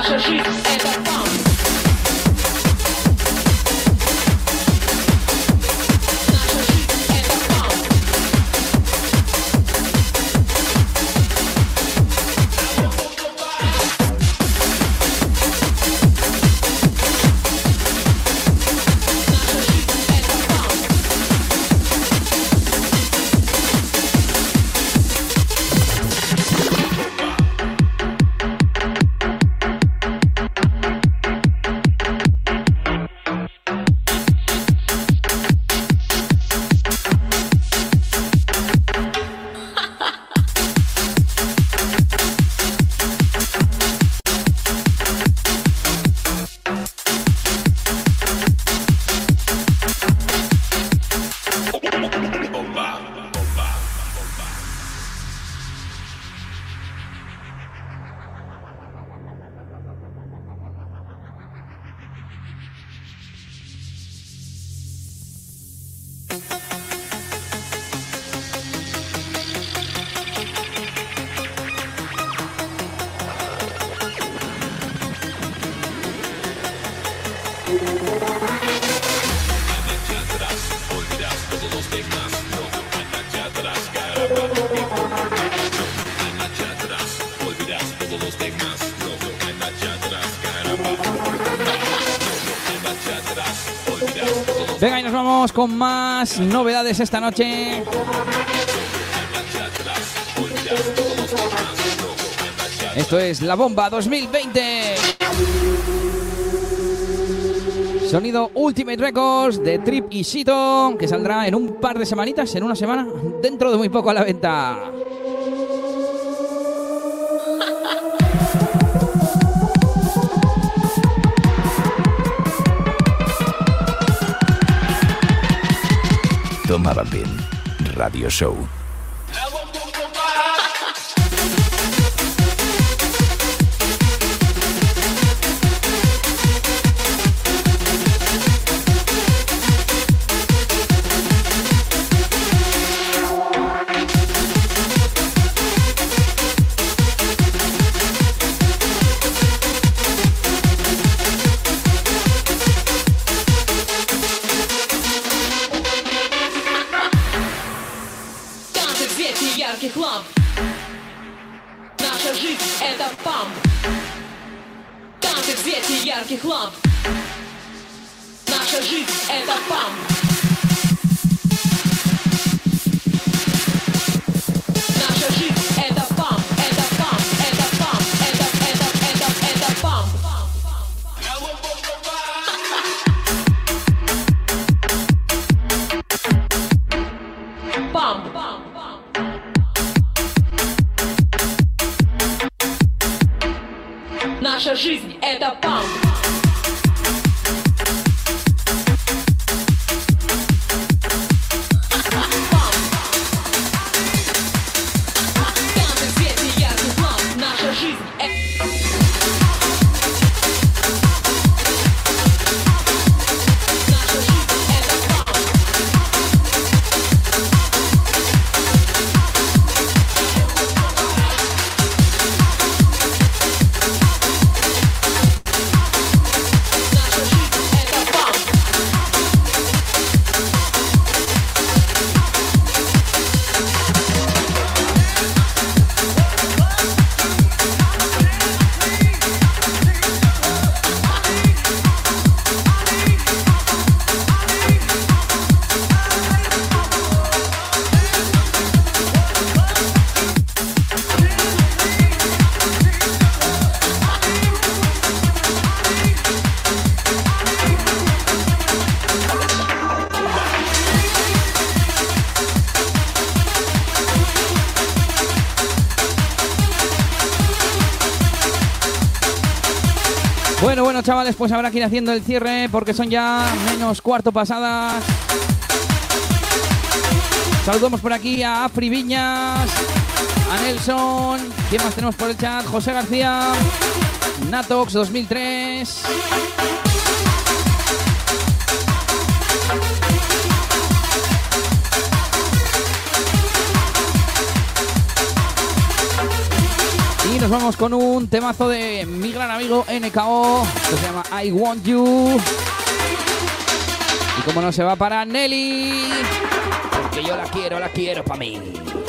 Наша жизнь — это памп. Venga, y nos vamos con más novedades esta noche. Esto es La Bomba 2020. Sonido Ultimate Records de Trip y Sito, que saldrá en un par de semanitas, en una semana, dentro de muy poco a la venta. Toma Bambín Radio Show. Танцы в свете ярких ламп. Наша жизнь — это памп. Танцы в свете ярких ламп. Наша жизнь — это памп. Наша жизнь — это памп. Это памп. Это памп. Это памп. Памп. Наша жизнь — это памп. Танцы в свете ярких ламп. Наша жизнь — это... Bueno, chavales, pues habrá que ir haciendo el cierre porque son ya menos cuarto pasadas. Saludamos por aquí a Afri Viñas, a Nelson. ¿Quién más tenemos por el chat? José García, Natox 2003. nos vamos con un temazo de mi gran amigo NKO, que se llama I Want You. Y como no se va para Nelly, porque yo la quiero para mí.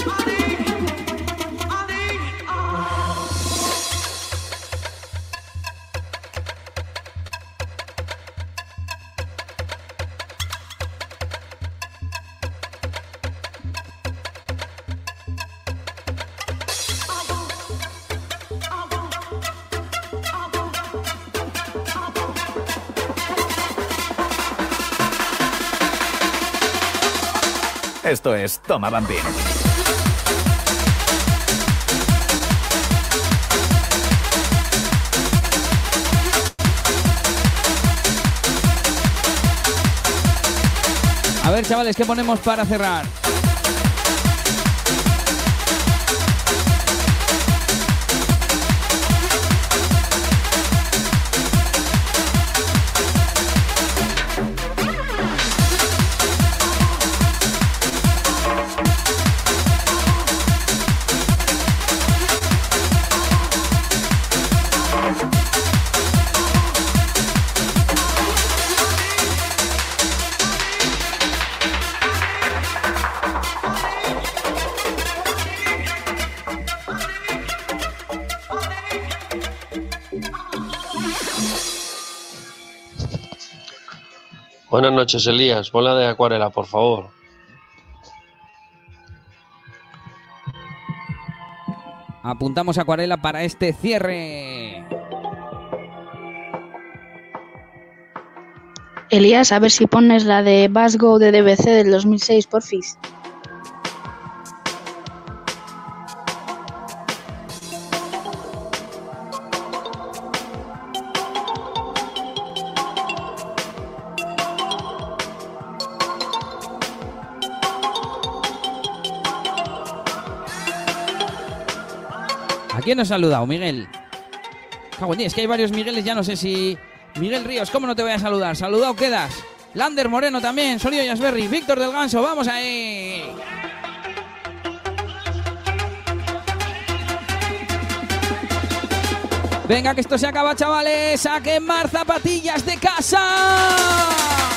Esto es Toma Bambín. A ver, chavales, ¿qué ponemos para cerrar? Buenas noches, Elías. Bola de acuarela, por favor. Apuntamos acuarela para este cierre. Elías, a ver si pones la de Bass Go de DBC del 2006, porfis. ¿A quién nos ha saludado, Miguel? Es que hay varios Migueles, ya no sé si... Miguel Ríos, ¿cómo no te voy a saludar? Saludado quedas. Lander Moreno también, Sonido Yasberry, Víctor del Ganso, vamos ahí. Venga, que esto se acaba, chavales. Saquen más zapatillas de casa.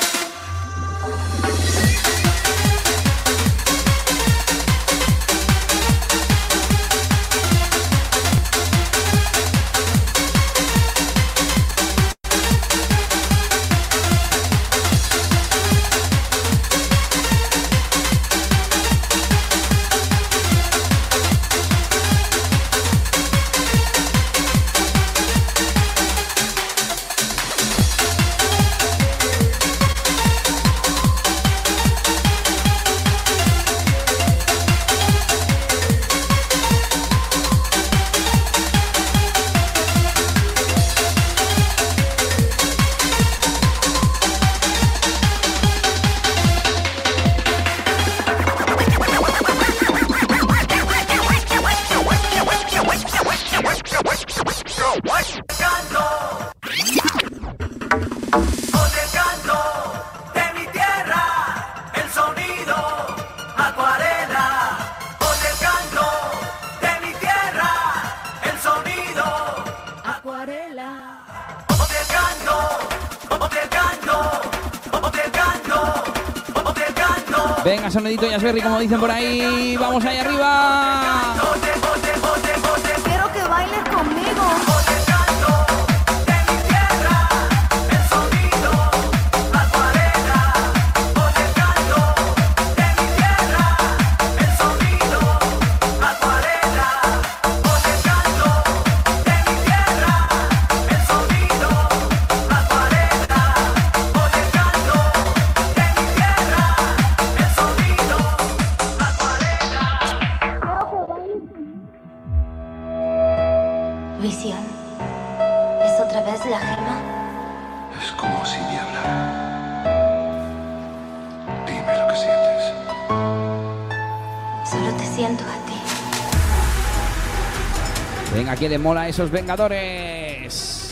Venga, sonidito Yasberry, como dicen por ahí. Vamos ahí arriba. Quiero que bailes conmigo. Visión. ¿Es otra vez la gema? Es como si me hablara. Dime lo que sientes. Solo te siento a ti. Venga, que le mola a esos Vengadores.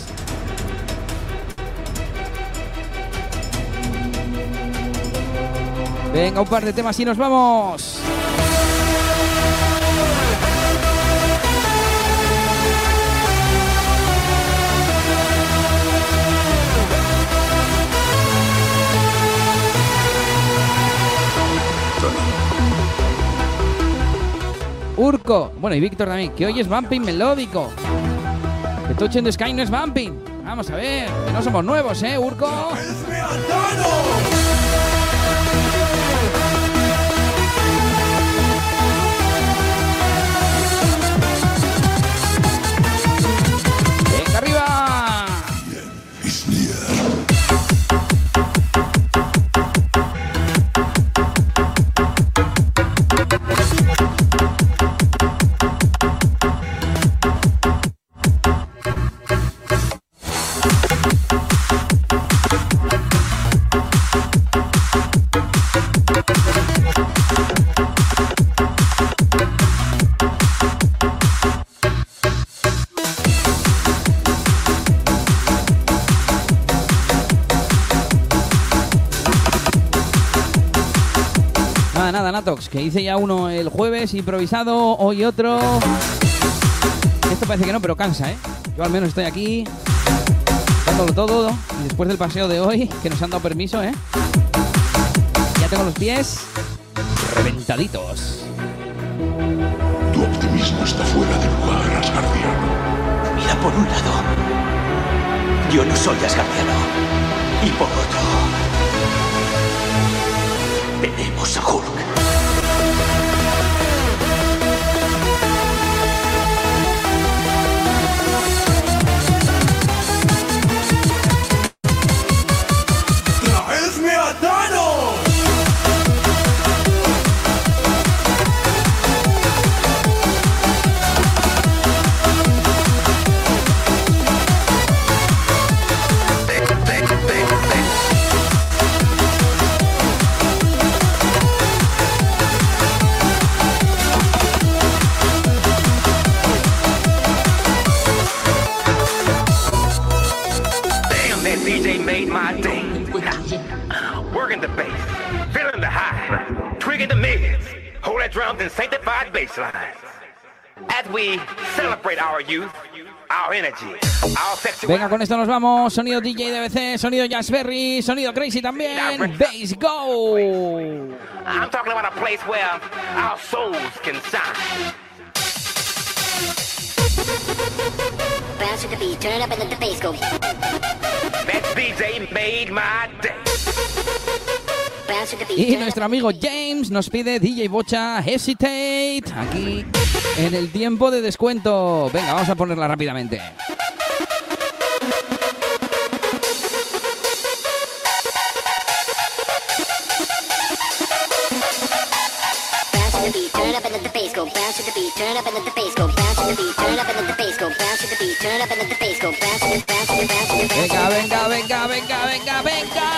Venga, un par de temas y nos vamos. Urco. Bueno, y Víctor también, que hoy es bumping melódico. Que Touch in the Sky no es bumping. Vamos a ver, que no somos nuevos, Urco. ¡Venga, arriba! Nada, Natox, que hice ya uno el jueves improvisado, hoy otro. Esto parece que no, pero cansa, Yo al menos estoy aquí dándolo todo y después del paseo de hoy, que nos han dado permiso, Ya tengo los pies reventaditos. Tu optimismo está fuera de lugar, Asgardiano. Mira por un lado. Yo no soy Asgardiano. Y por otro, tenemos a Hulk. ¡Traedme a Thanos! Damn, that DJ made my day. Working the bass, feeling the high, trigger the mids, hold that drums and sanctified bass lines. As we celebrate our youth, our energy, our sexuality. Venga, con esto nos vamos. Sonido DJ DBC, sonido Jazzberry, sonido Crazy también. Bass Go. I'm talking about a place where our souls can shine. Bounce to the beat, turn it up and let the bass go. That DJ made my day. Bounce to the beat, Y turn it nuestro amigo James nos pide DJ Bocha Hesitate aquí en el tiempo de descuento. Venga, vamos a ponerla rápidamente. Bounce to the beat, turn it up and let the bass go. Bounce to the beat, turn it up and let the bass go. Bounce to the beat, turn it up and let the bass go. Bounce to the beat, turn it up and let the bass go. Bounce to the bounce to the bounce to the bounce. Venga, venga, venga, venga, venga, venga.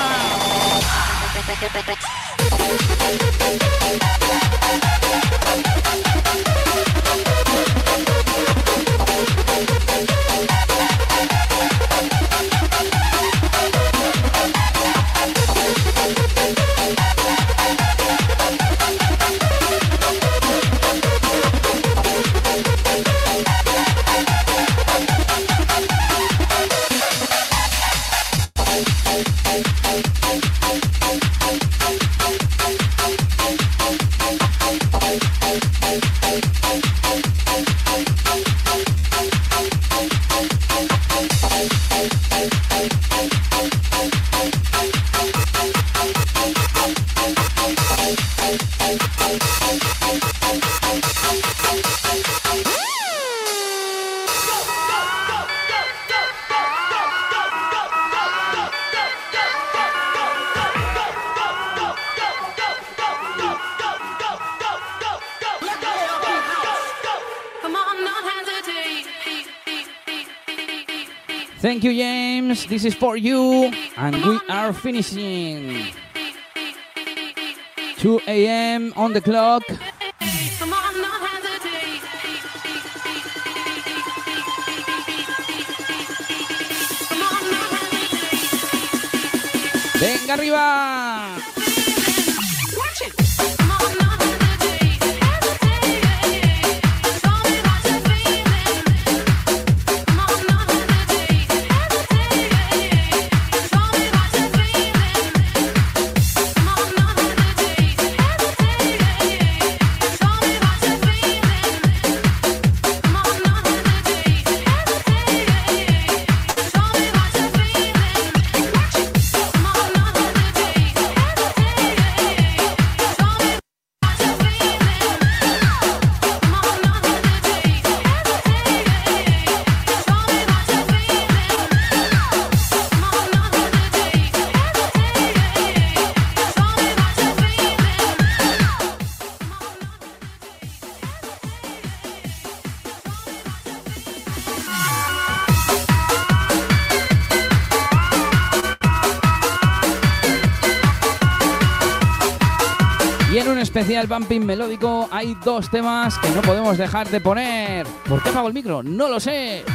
Thank you, James. This is for you. And we are finishing. 2 a.m. on the clock. Venga arriba. especial Bumping melódico hay dos temas que no podemos dejar de poner. ¿Por qué apago el micro? No lo sé.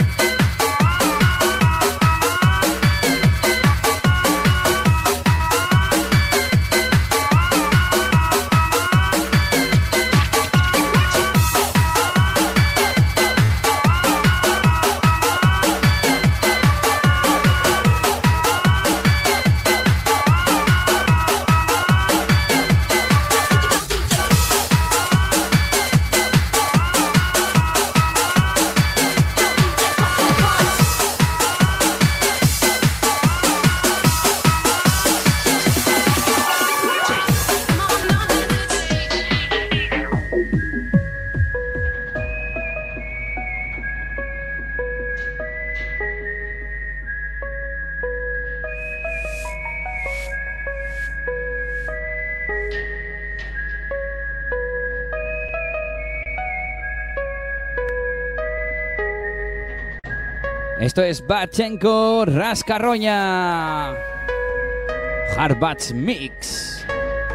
Esto es Batchenko Rascarroña Hardbats Mix.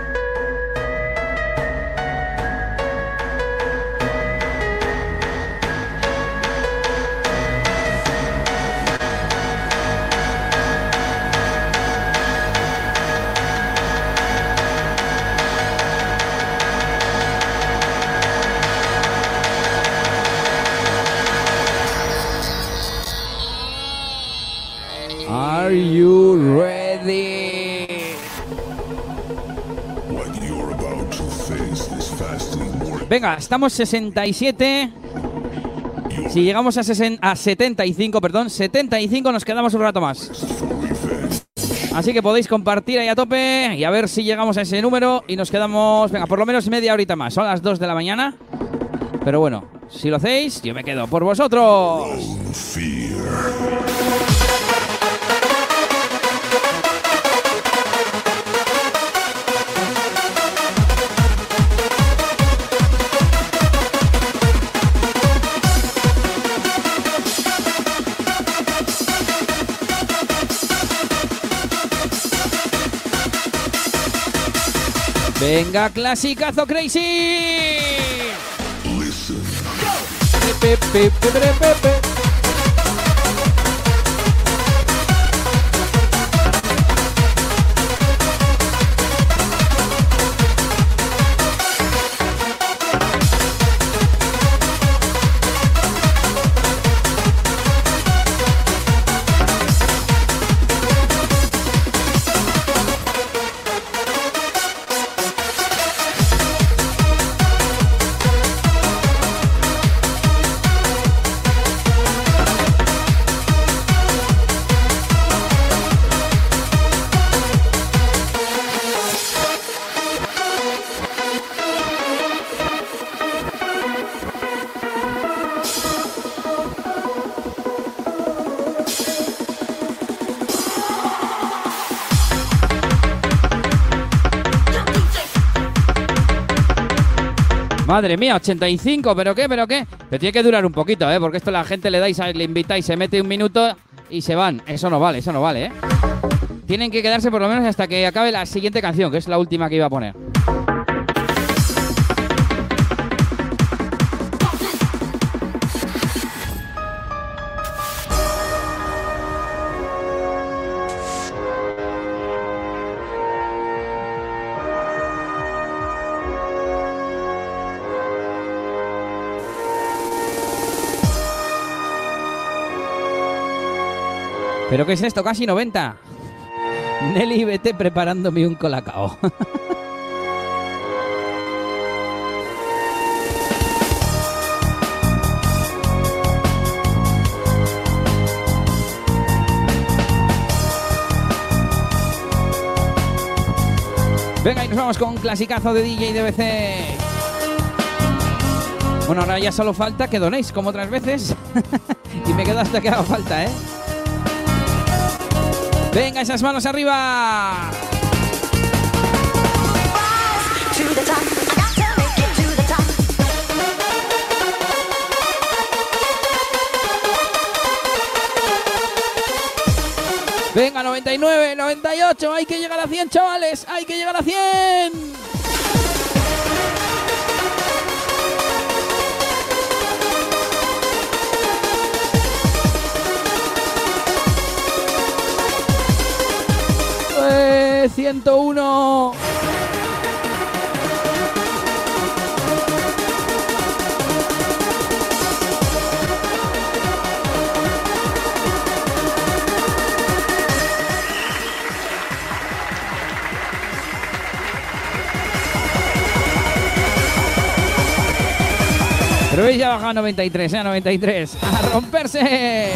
Are you ready? Venga, estamos 67. Si llegamos a 75, perdón, 75 nos quedamos un rato más. Así que podéis compartir ahí a tope y a ver si llegamos a ese número y nos quedamos, venga, por lo menos media horita más. Son las 2 de la mañana. Pero bueno, si lo hacéis, yo me quedo por vosotros. Venga, clasicazo crazy. Madre mía, 85, ¿pero qué? Pero tiene que durar un poquito, porque esto la gente le invitáis, se mete un minuto y se van. Eso no vale, ¿eh? Tienen que quedarse por lo menos hasta que acabe la siguiente canción, que es la última que iba a poner. ¿Pero qué es esto? Casi 90. Nelly, vete preparándome un colacao. Venga, y nos vamos con un clasicazo de DJ DBC. Bueno, ahora ya solo falta que donéis como otras veces. Y me quedo hasta que haga falta, ¿eh? Venga, esas manos arriba. Venga, 99, 98, hay que llegar a 100, chavales, hay que llegar a 100. 101. Pero veis, ya baja a 93, a 93. ¡A romperse!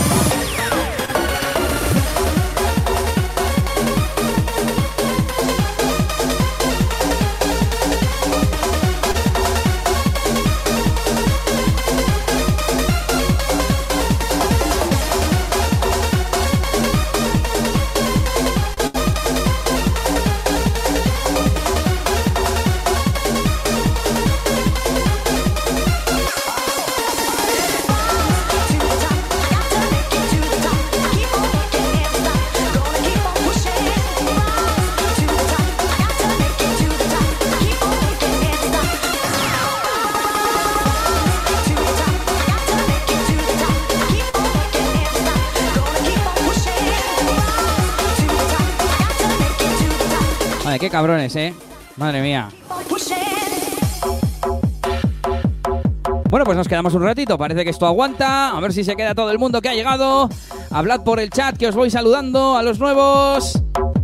Vale, qué cabrones, madre mía. Bueno, pues nos quedamos un ratito. Parece que esto aguanta. A ver si se queda todo el mundo que ha llegado. Hablad por el chat, que os voy saludando a los nuevos.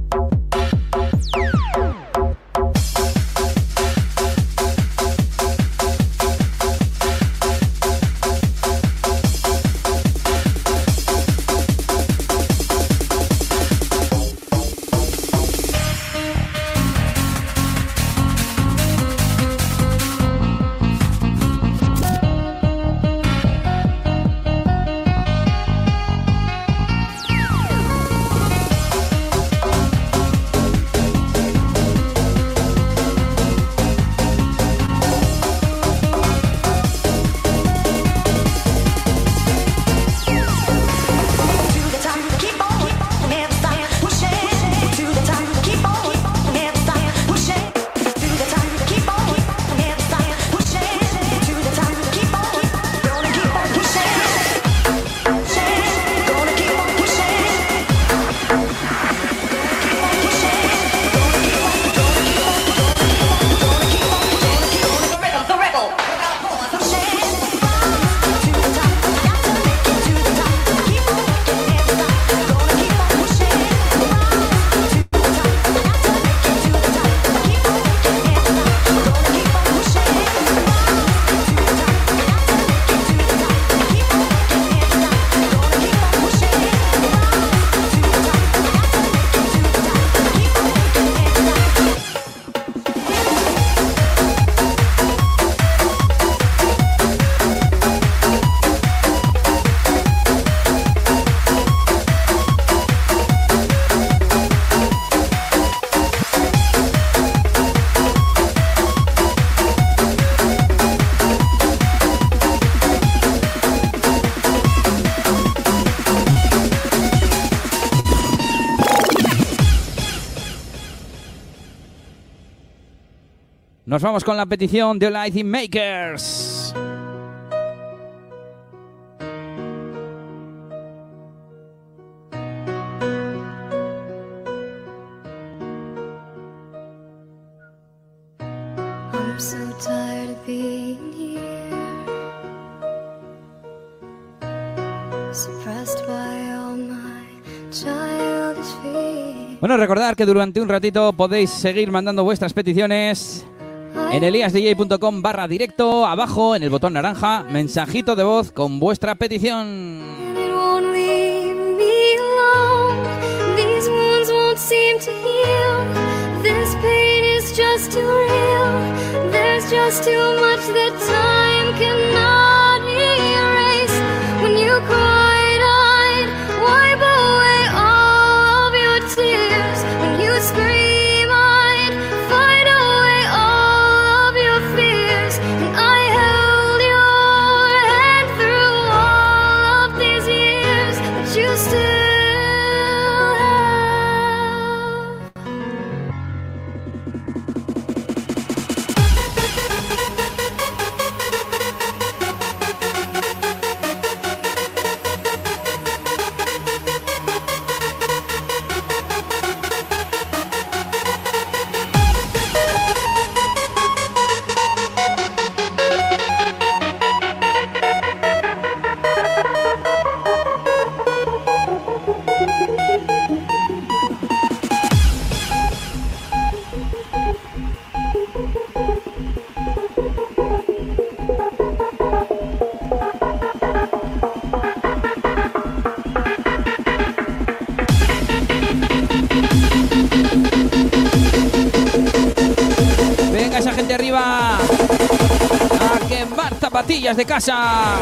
Nos vamos con la petición de Lightning Makers. I'm so tired of being here, suppressed by all my childish fears. Bueno, recordad que durante un ratito podéis seguir mandando vuestras peticiones en eliasdj.com/directo, abajo en el botón naranja, mensajito de voz con vuestra petición. It won't leave me alone. These wounds won't seem to heal. This pain is just too real. There's just too much that time cannot erase. When you cried, I'd wipe away all of your tears. When you scream, I'd fight away all of your fears. And I held your hand through all of these years that you still have. zapatillas de casa.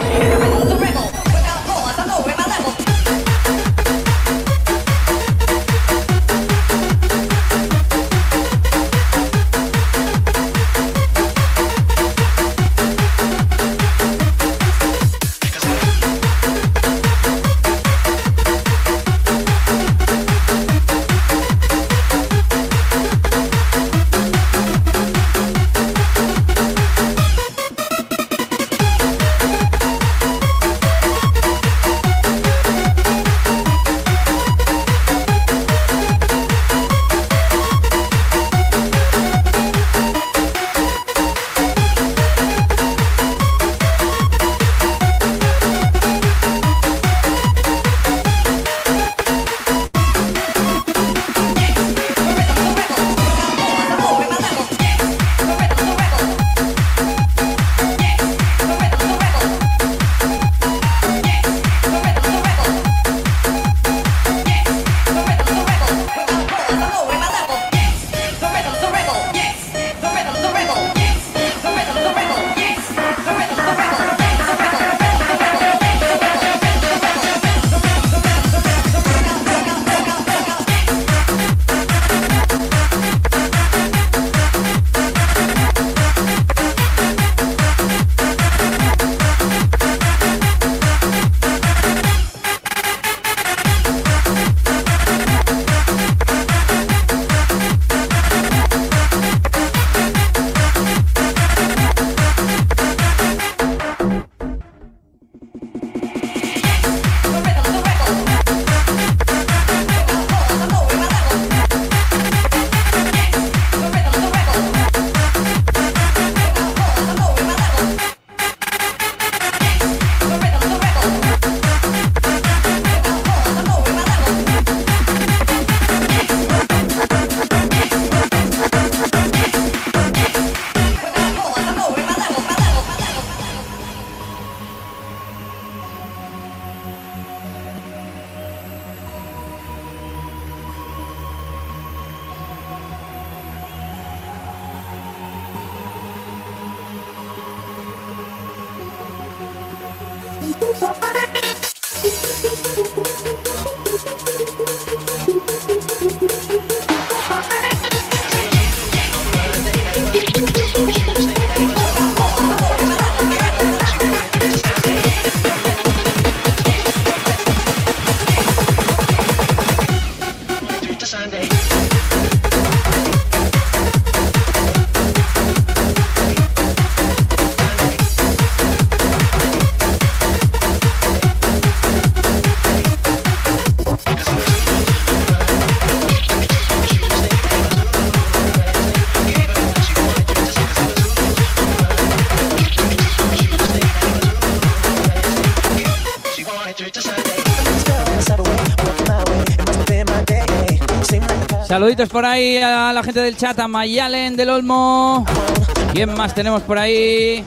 Saluditos por ahí a la gente del chat, a Mayalen del Olmo. ¿Quién más tenemos por ahí?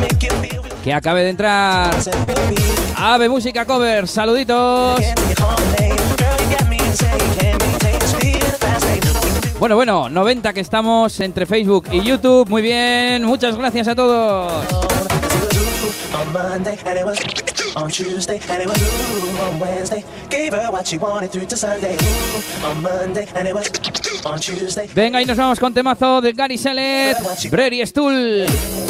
Que acabe de entrar. Ave Música Cover, saluditos. Bueno, 90 que estamos entre Facebook y YouTube. Muy bien, muchas gracias a todos. On Tuesday, and it was ooh, on Wednesday. Gave her what she wanted through to Sunday. Ooh, on Monday, and it was on Tuesday. Venga, y nos vamos con temazo de Gary Sellet, Brady Stool.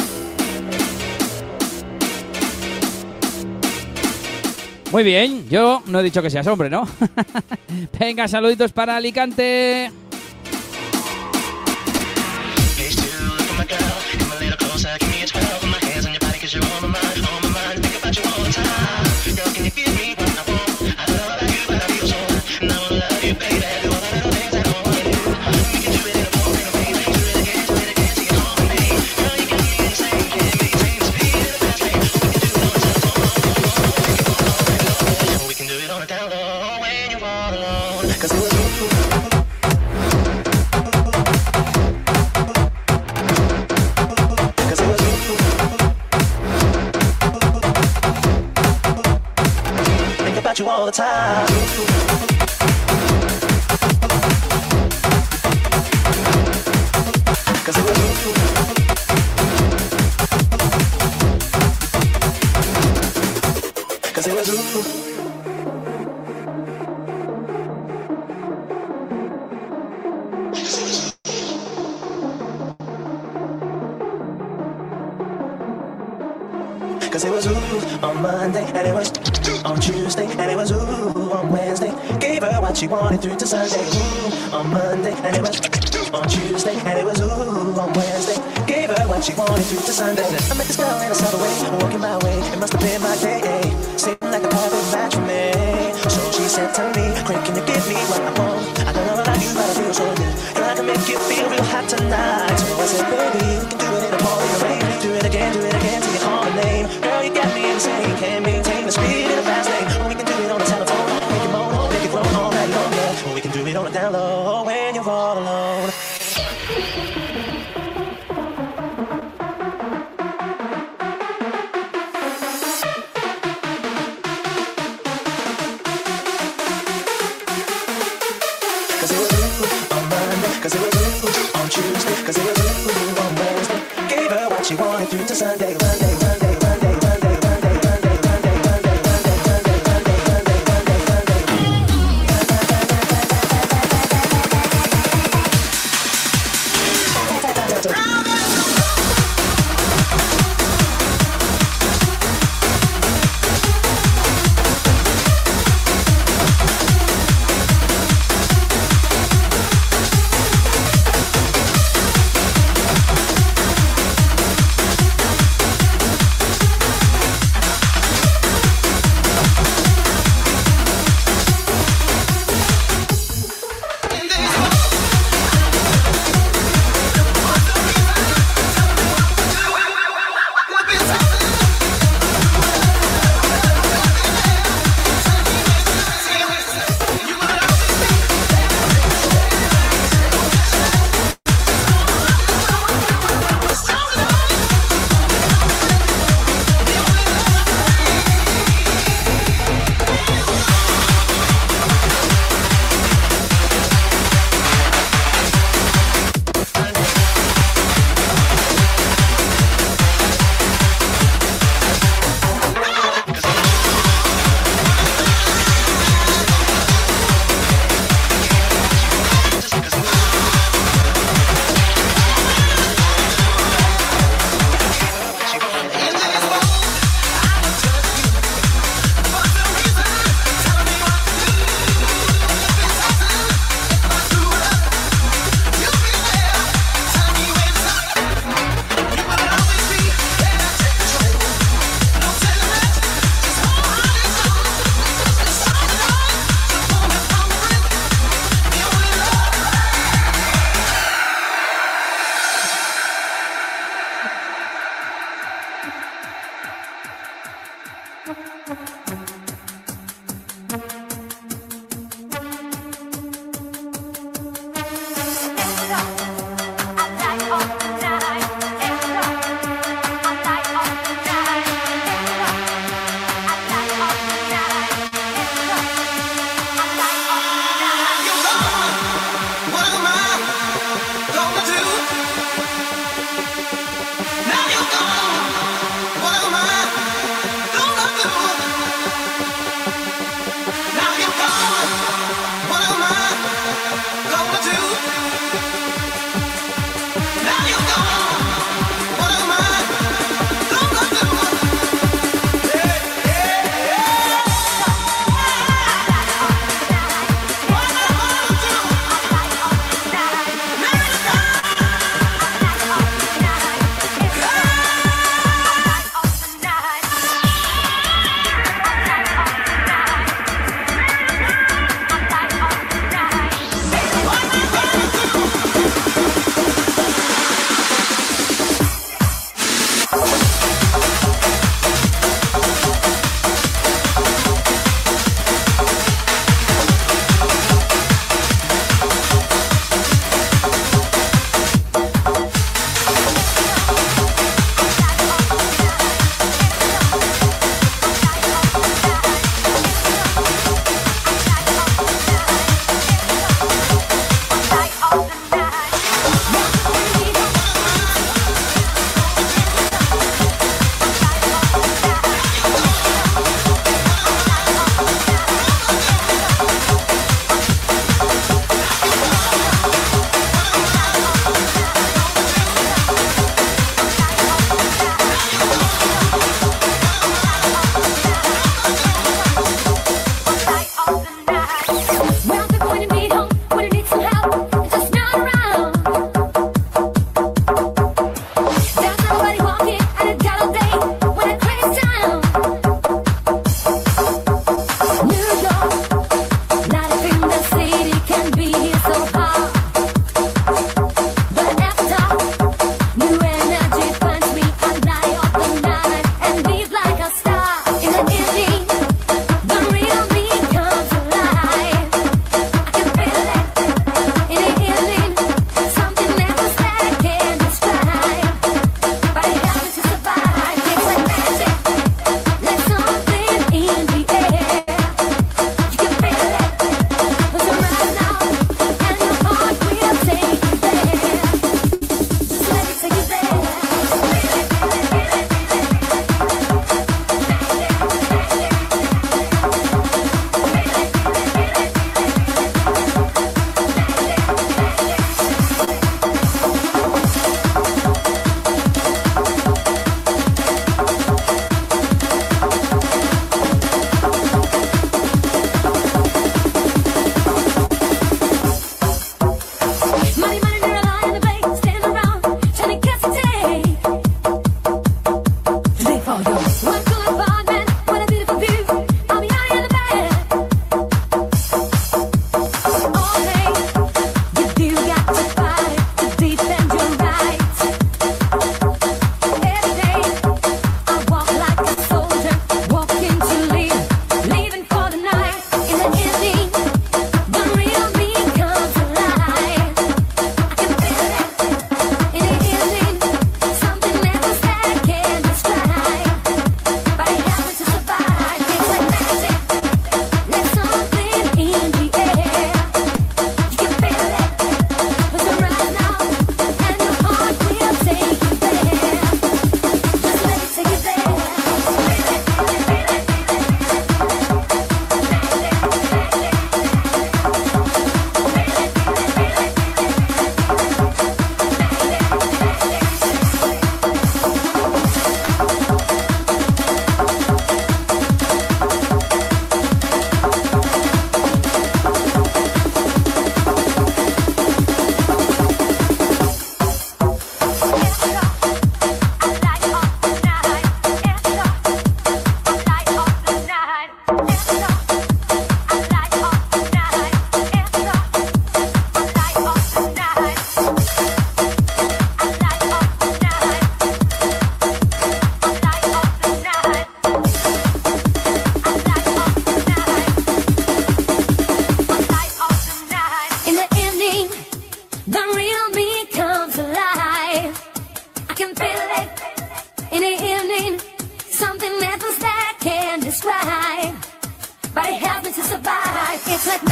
Muy bien, yo no he dicho que seas hombre, ¿no? Venga, saluditos para Alicante. You all the time. Cause it was Cause it was ooh on Monday, and it was on Tuesday, and it was ooh on Wednesday. Gave her what she wanted through to Sunday. Ooh on Monday, and it was on Tuesday, and it was ooh on Wednesday. Gave her what she wanted through to Sunday. I met this girl in a subway, walking my way. It must have been my day. Seemed like a perfect match for me. So she said to me, Craig, can you give me what I want? I don't know about you, but I feel so good. Girl, I can make you feel real hot tonight. So I said, baby, we can do it in a party or rain. Do it again till you call my name. Girl, you got me insane. Can't maintain the speed in a fast lane. We can do it on the telephone. Make it moan, make it grow all night long, yeah. We can do it on the down low when you're all alone. Cause it was ooh on Tuesday, cause it was ooh on Wednesday. Gave her what she wanted through to Sunday, Monday, Monday, Monday, Monday, Monday, Monday, Monday, Monday, Monday, Monday, Monday,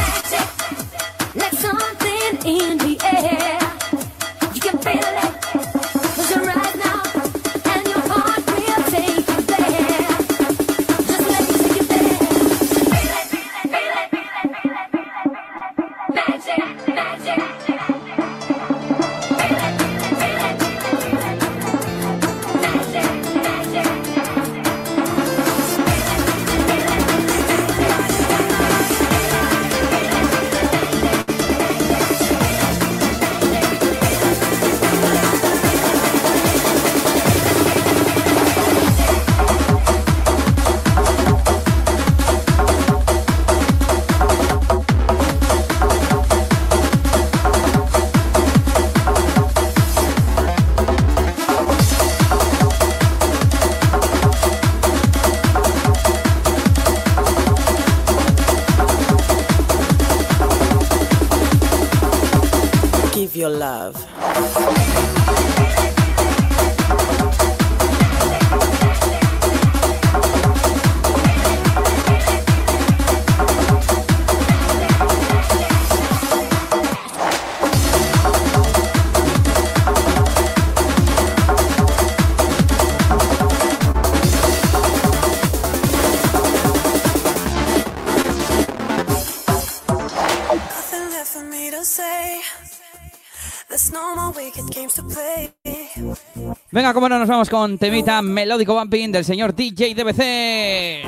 Like something in the air. You can feel it. 'Cause you're right now. And your heart will take you there. Just let me take you there. Feel it, feel it, feel it, feel it, feel it. Magic, magic. Feel it, feel it, feel it. Magic, magic. Give your love. Nothing left for me to say. There's no more wicked games to play. Venga, cómo no, nos vamos con temita melódico bumping del señor DJ DBC.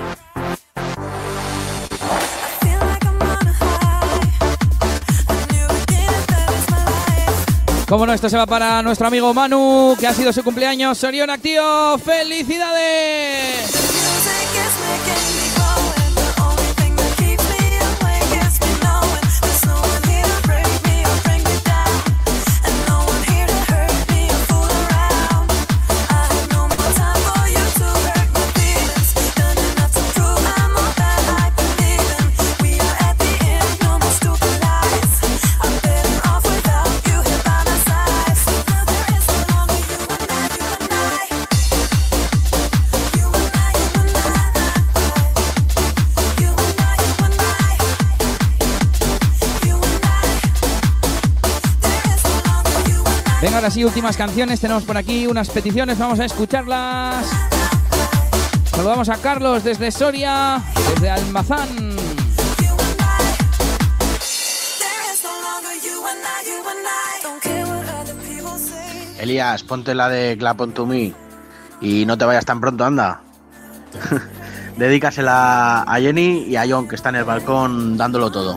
Cómo no, esto se va para nuestro amigo Manu, que ha sido su cumpleaños. Sorionak, tío, ¡felicidades! Venga, ahora sí, últimas canciones. Tenemos por aquí unas peticiones, vamos a escucharlas. Saludamos a Carlos desde Soria, desde Almazán. Elías, ponte la de Clap on to Me y no te vayas tan pronto, anda. Dedícasela a Jenny y a John, que está en el balcón dándolo todo.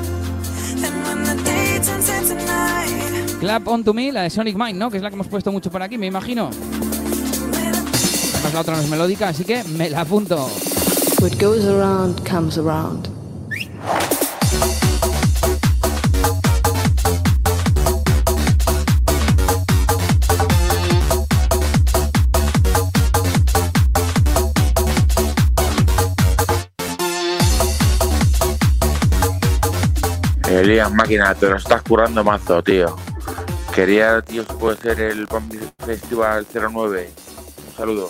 Clap on to Me, la de Sonic Mind, ¿no? Que es la que hemos puesto mucho por aquí, me imagino. Además la otra no es melódica, así que me la apunto. What goes around comes around. Elías, máquina, te lo estás currando mazo, tío. Quería, tío, si puede ser el Pumpkin Festival 09. Un saludo.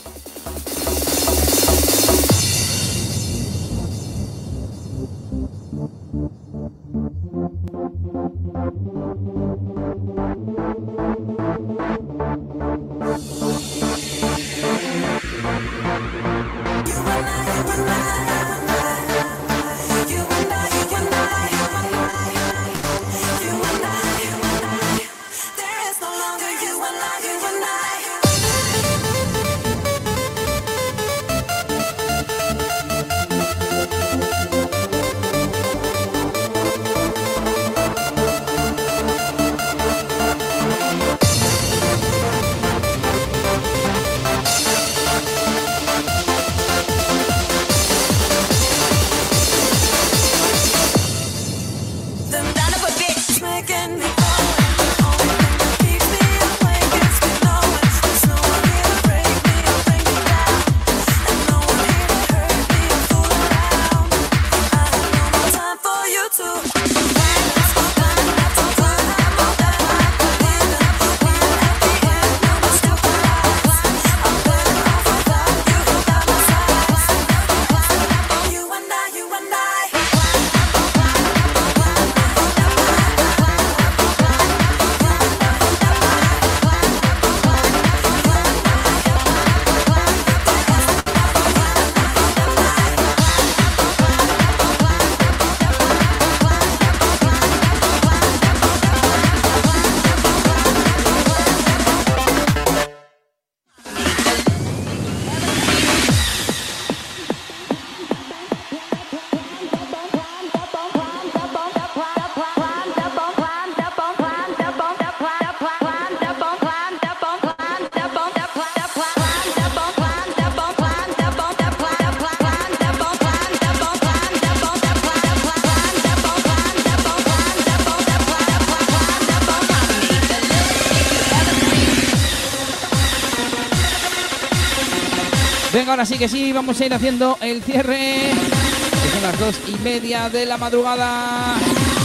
Venga, ahora sí que sí, vamos a ir haciendo el cierre. Que son las 2:30 de la madrugada.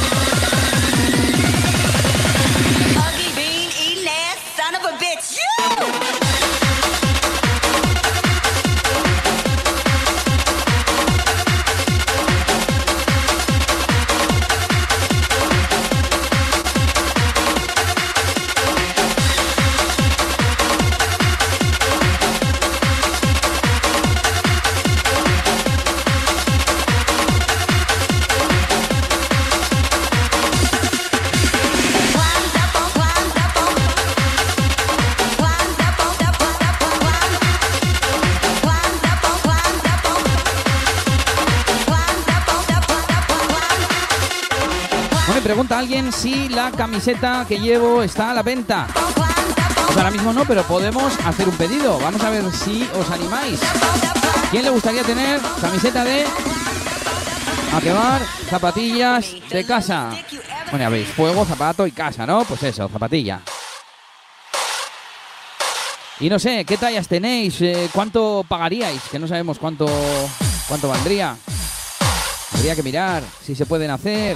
Pregunta a alguien si la camiseta que llevo está a la venta. Pues ahora mismo no, pero podemos hacer un pedido. Vamos a ver si os animáis. ¿Quién le gustaría tener camiseta de a quemar, zapatillas de casa? Bueno, ya veis, fuego, zapato y casa, ¿no? Pues eso, zapatilla. Y no sé, ¿qué tallas tenéis? ¿Cuánto pagaríais? Que no sabemos cuánto valdría. Habría que mirar si se pueden hacer.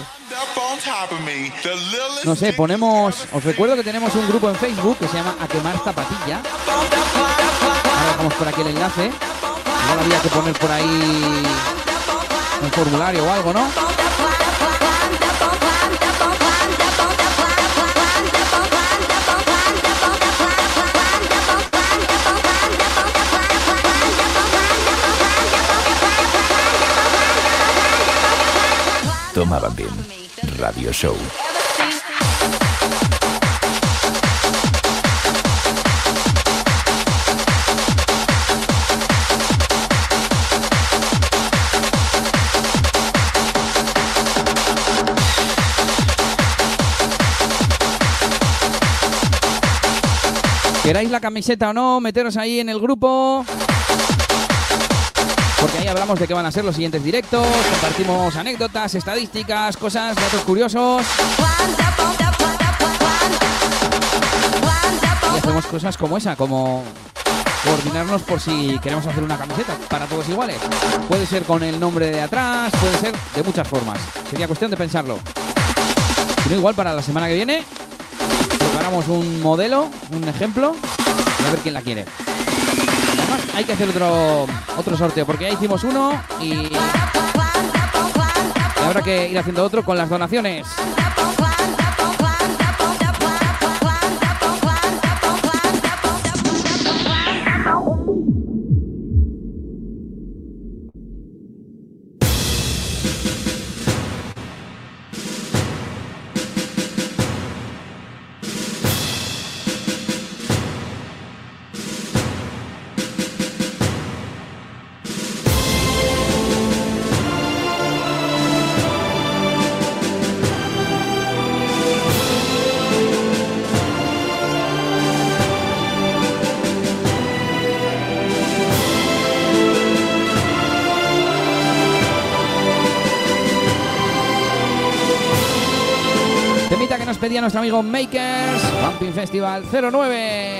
No sé, ponemos... Os recuerdo que tenemos un grupo en Facebook que se llama A Quemar Zapatilla. Ahora dejamos por aquí el enlace. Igual había que poner por ahí un formulario o algo, ¿no? Toma Bambín Radio Show. ¿Queráis la camiseta o no? Meteros ahí en el grupo. Porque ahí hablamos de qué van a ser los siguientes directos, compartimos anécdotas, estadísticas, cosas, datos curiosos. Y hacemos cosas como esa, como coordinarnos por si queremos hacer una camiseta para todos iguales. Puede ser con el nombre de atrás, puede ser de muchas formas. Sería cuestión de pensarlo. Si no, igual para la semana que viene preparamos un modelo, un ejemplo, y a ver quién la quiere. Además hay que hacer otro sorteo, porque ya hicimos uno y habrá que ir haciendo otro con las donaciones. Que nos pedía nuestro amigo Makers, Bumping Festival 09.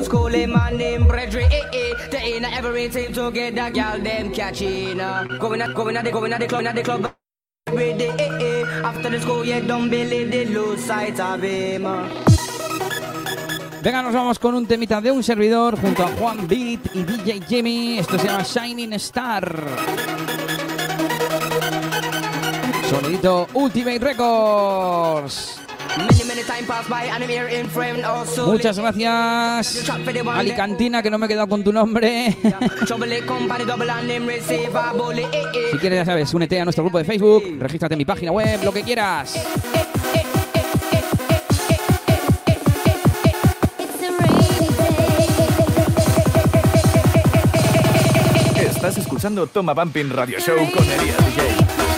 old school, my name Bredre, They ain't everything to get that gal them catching. Going at the club. Ready, After the school, yeah, don't believe the low sight of him. Venga, nos vamos con un temita de un servidor junto a Juan Beat y DJ Jimmy. Esto se llama Shining Star. Sonidito Ultimate Records. Muchas gracias, Alicantina, que no me he quedado con tu nombre. Si quieres, ya sabes, únete a nuestro grupo de Facebook, regístrate en mi página web, lo que quieras. Estás escuchando Toma Bumping Radio Show con Elías DJ.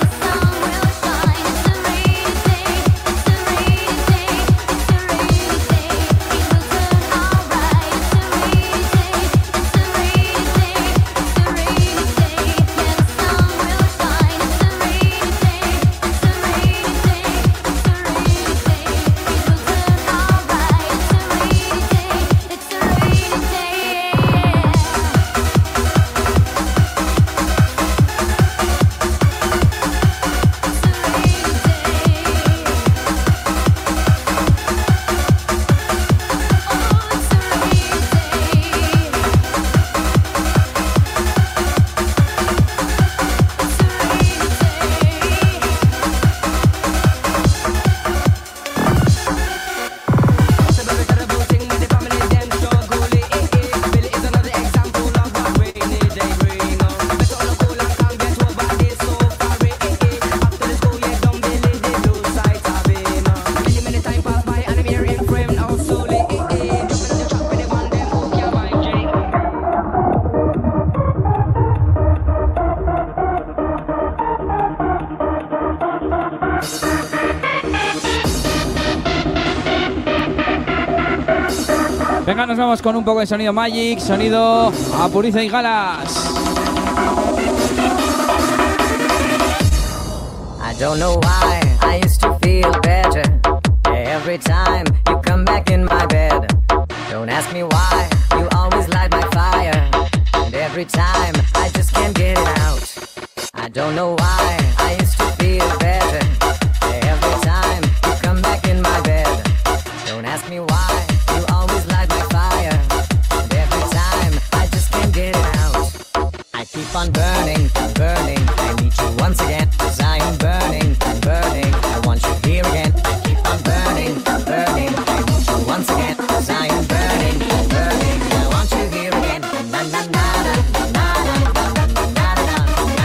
Venga, nos vamos con un poco de sonido Magic, sonido Apuriza y Galas. I don't know why I used to feel better every time you come back in my bed. Don't ask me why you always light my fire, and every time I just can't get it out. I don't know why I used to feel better every time you come back in my bed. Don't ask me why you always light my fire, and every time I just can't get it out. I keep on burning, burning. I need you once again, 'cause I am burning, burning. I want you here again. I keep on burning, burning. I need you once again, 'cause I am burning, burning. I want you here again. Na na na na na na na na na na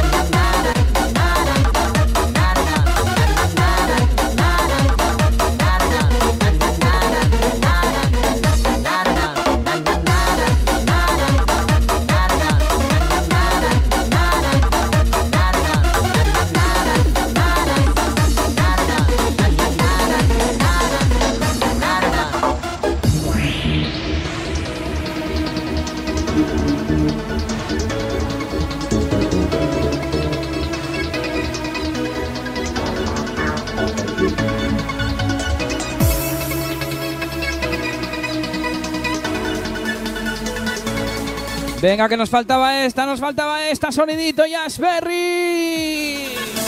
Venga, que nos faltaba esta, sonidito Jazzberry.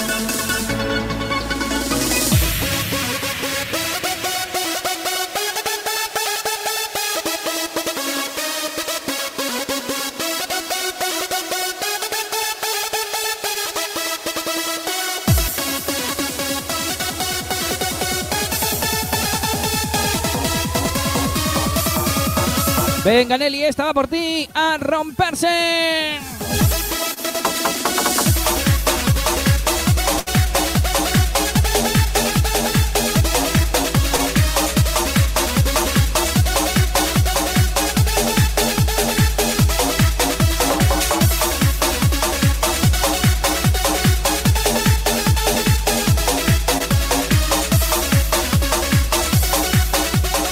Venga, Nelly, esta va por ti, a romperse.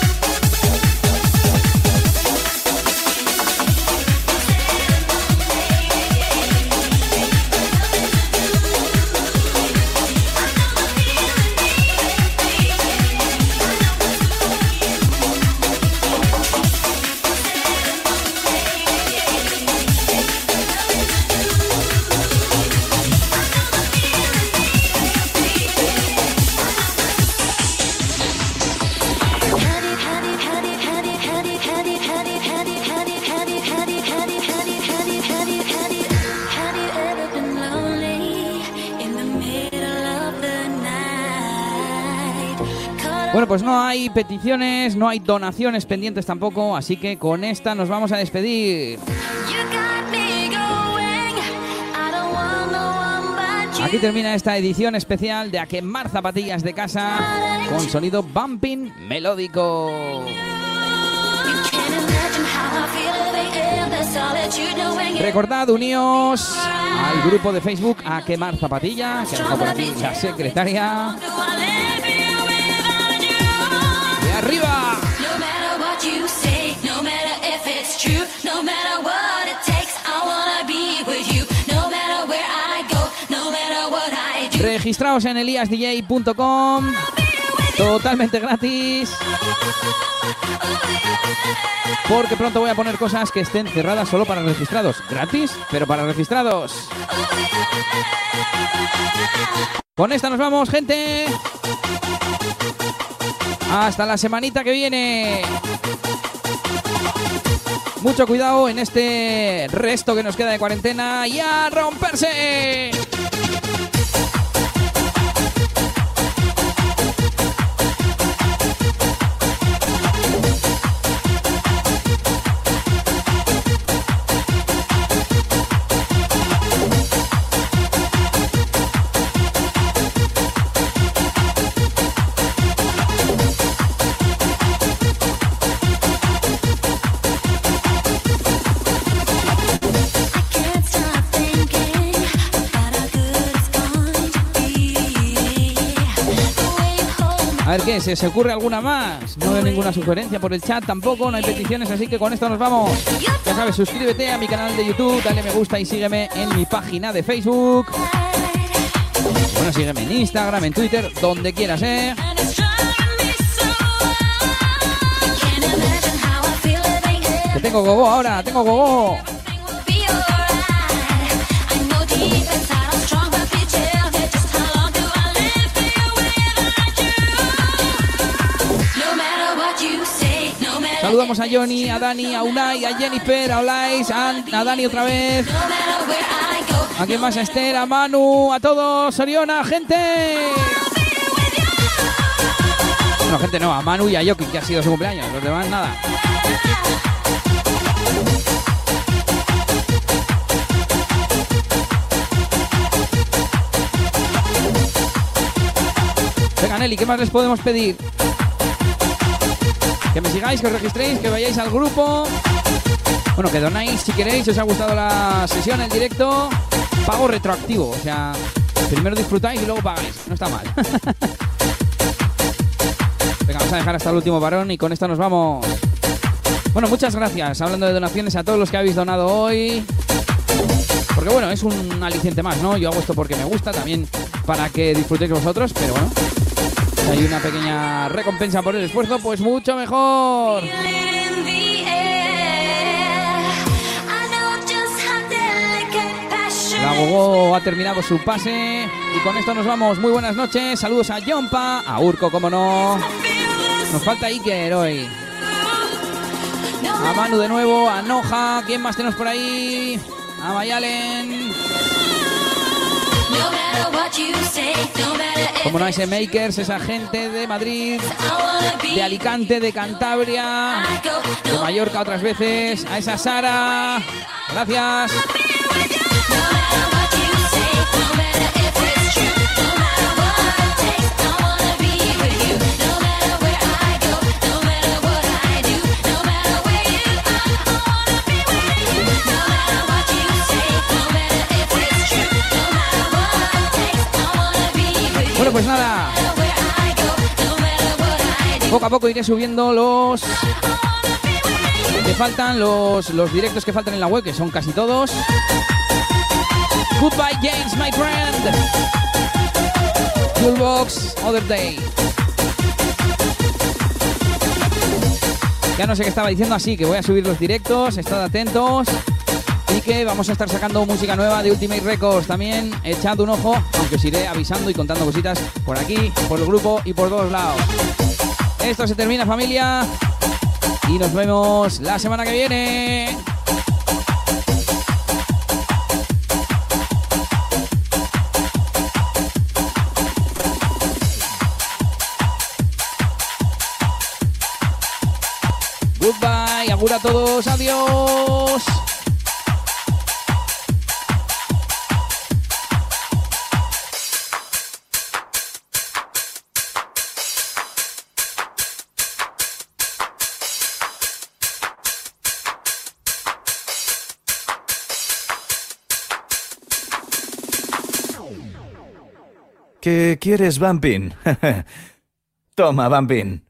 Hey! Bueno, pues no hay peticiones, no hay donaciones pendientes tampoco, así que con esta nos vamos a despedir. Aquí termina esta edición especial de A Quemar Zapatillas de Casa con sonido bumping melódico. Recordad, uníos al grupo de Facebook A Quemar Zapatillas, que ha dejado por aquí la secretaria. ¡De arriba! Registraos en eliasdj.com, totalmente gratis, porque pronto voy a poner cosas que estén cerradas solo para registrados. Gratis, pero para registrados. Con esta nos vamos, gente. Hasta la semanita que viene. Mucho cuidado en este resto que nos queda de cuarentena y a romperse. A ver qué, ¿se ocurre alguna más? No veo ninguna sugerencia por el chat tampoco, no hay peticiones, así que con esto nos vamos. Ya sabes, suscríbete a mi canal de YouTube, dale me gusta y sígueme en mi página de Facebook. Bueno, sígueme en Instagram, en Twitter, donde quieras, ¿eh? Que tengo gogo ahora, tengo gogo. Saludamos a Johnny, a Dani, a Unai, a Jennifer, a Olais, a Dani otra vez. ¿A quién más? A Esther, a Manu, a todos. Soriona, gente. Bueno, gente no, a Manu y a Yoki, que ha sido su cumpleaños. Los demás nada. Venga, Nelly, ¿qué más les podemos pedir? Que me sigáis, que os registréis, que vayáis al grupo. Bueno, que donáis si queréis, si os ha gustado la sesión, el directo. Pago retroactivo, o sea, primero disfrutáis y luego pagáis. No está mal. Venga, vamos a dejar hasta el último varón y con esto nos vamos. Bueno, muchas gracias, hablando de donaciones, a todos los que habéis donado hoy. Porque bueno, es un aliciente más, ¿no? Yo hago esto porque me gusta, también para que disfrutéis vosotros, pero bueno, si hay una pequeña recompensa por el esfuerzo, pues mucho mejor. La Gogo ha terminado su pase y con esto nos vamos. Muy buenas noches, saludos a Jompa, a Urco, como no. Nos falta Iker hoy. A Manu de nuevo, a Noja, ¿quién más tenemos por ahí? A Mayalen. Como no, ese Makers, esa gente de Madrid, de Alicante, de Cantabria, de Mallorca otras veces, a esa Sara, gracias. Bueno, pues nada, poco a poco iré subiendo los que faltan, los directos que faltan en la web, que son casi todos. Goodbye James, my friend. Toolbox, Other Day. Ya no sé qué estaba diciendo, así que voy a subir los directos, estad atentos. Y que vamos a estar sacando música nueva de Ultimate Records. También echad un ojo, aunque os iré avisando y contando cositas por aquí, por el grupo y por todos lados. Esto se termina, familia. y nos vemos la semana que viene. Goodbye, agur a todos, adiós. ¿Qué quieres, Bumpin? Toma, Bumpin.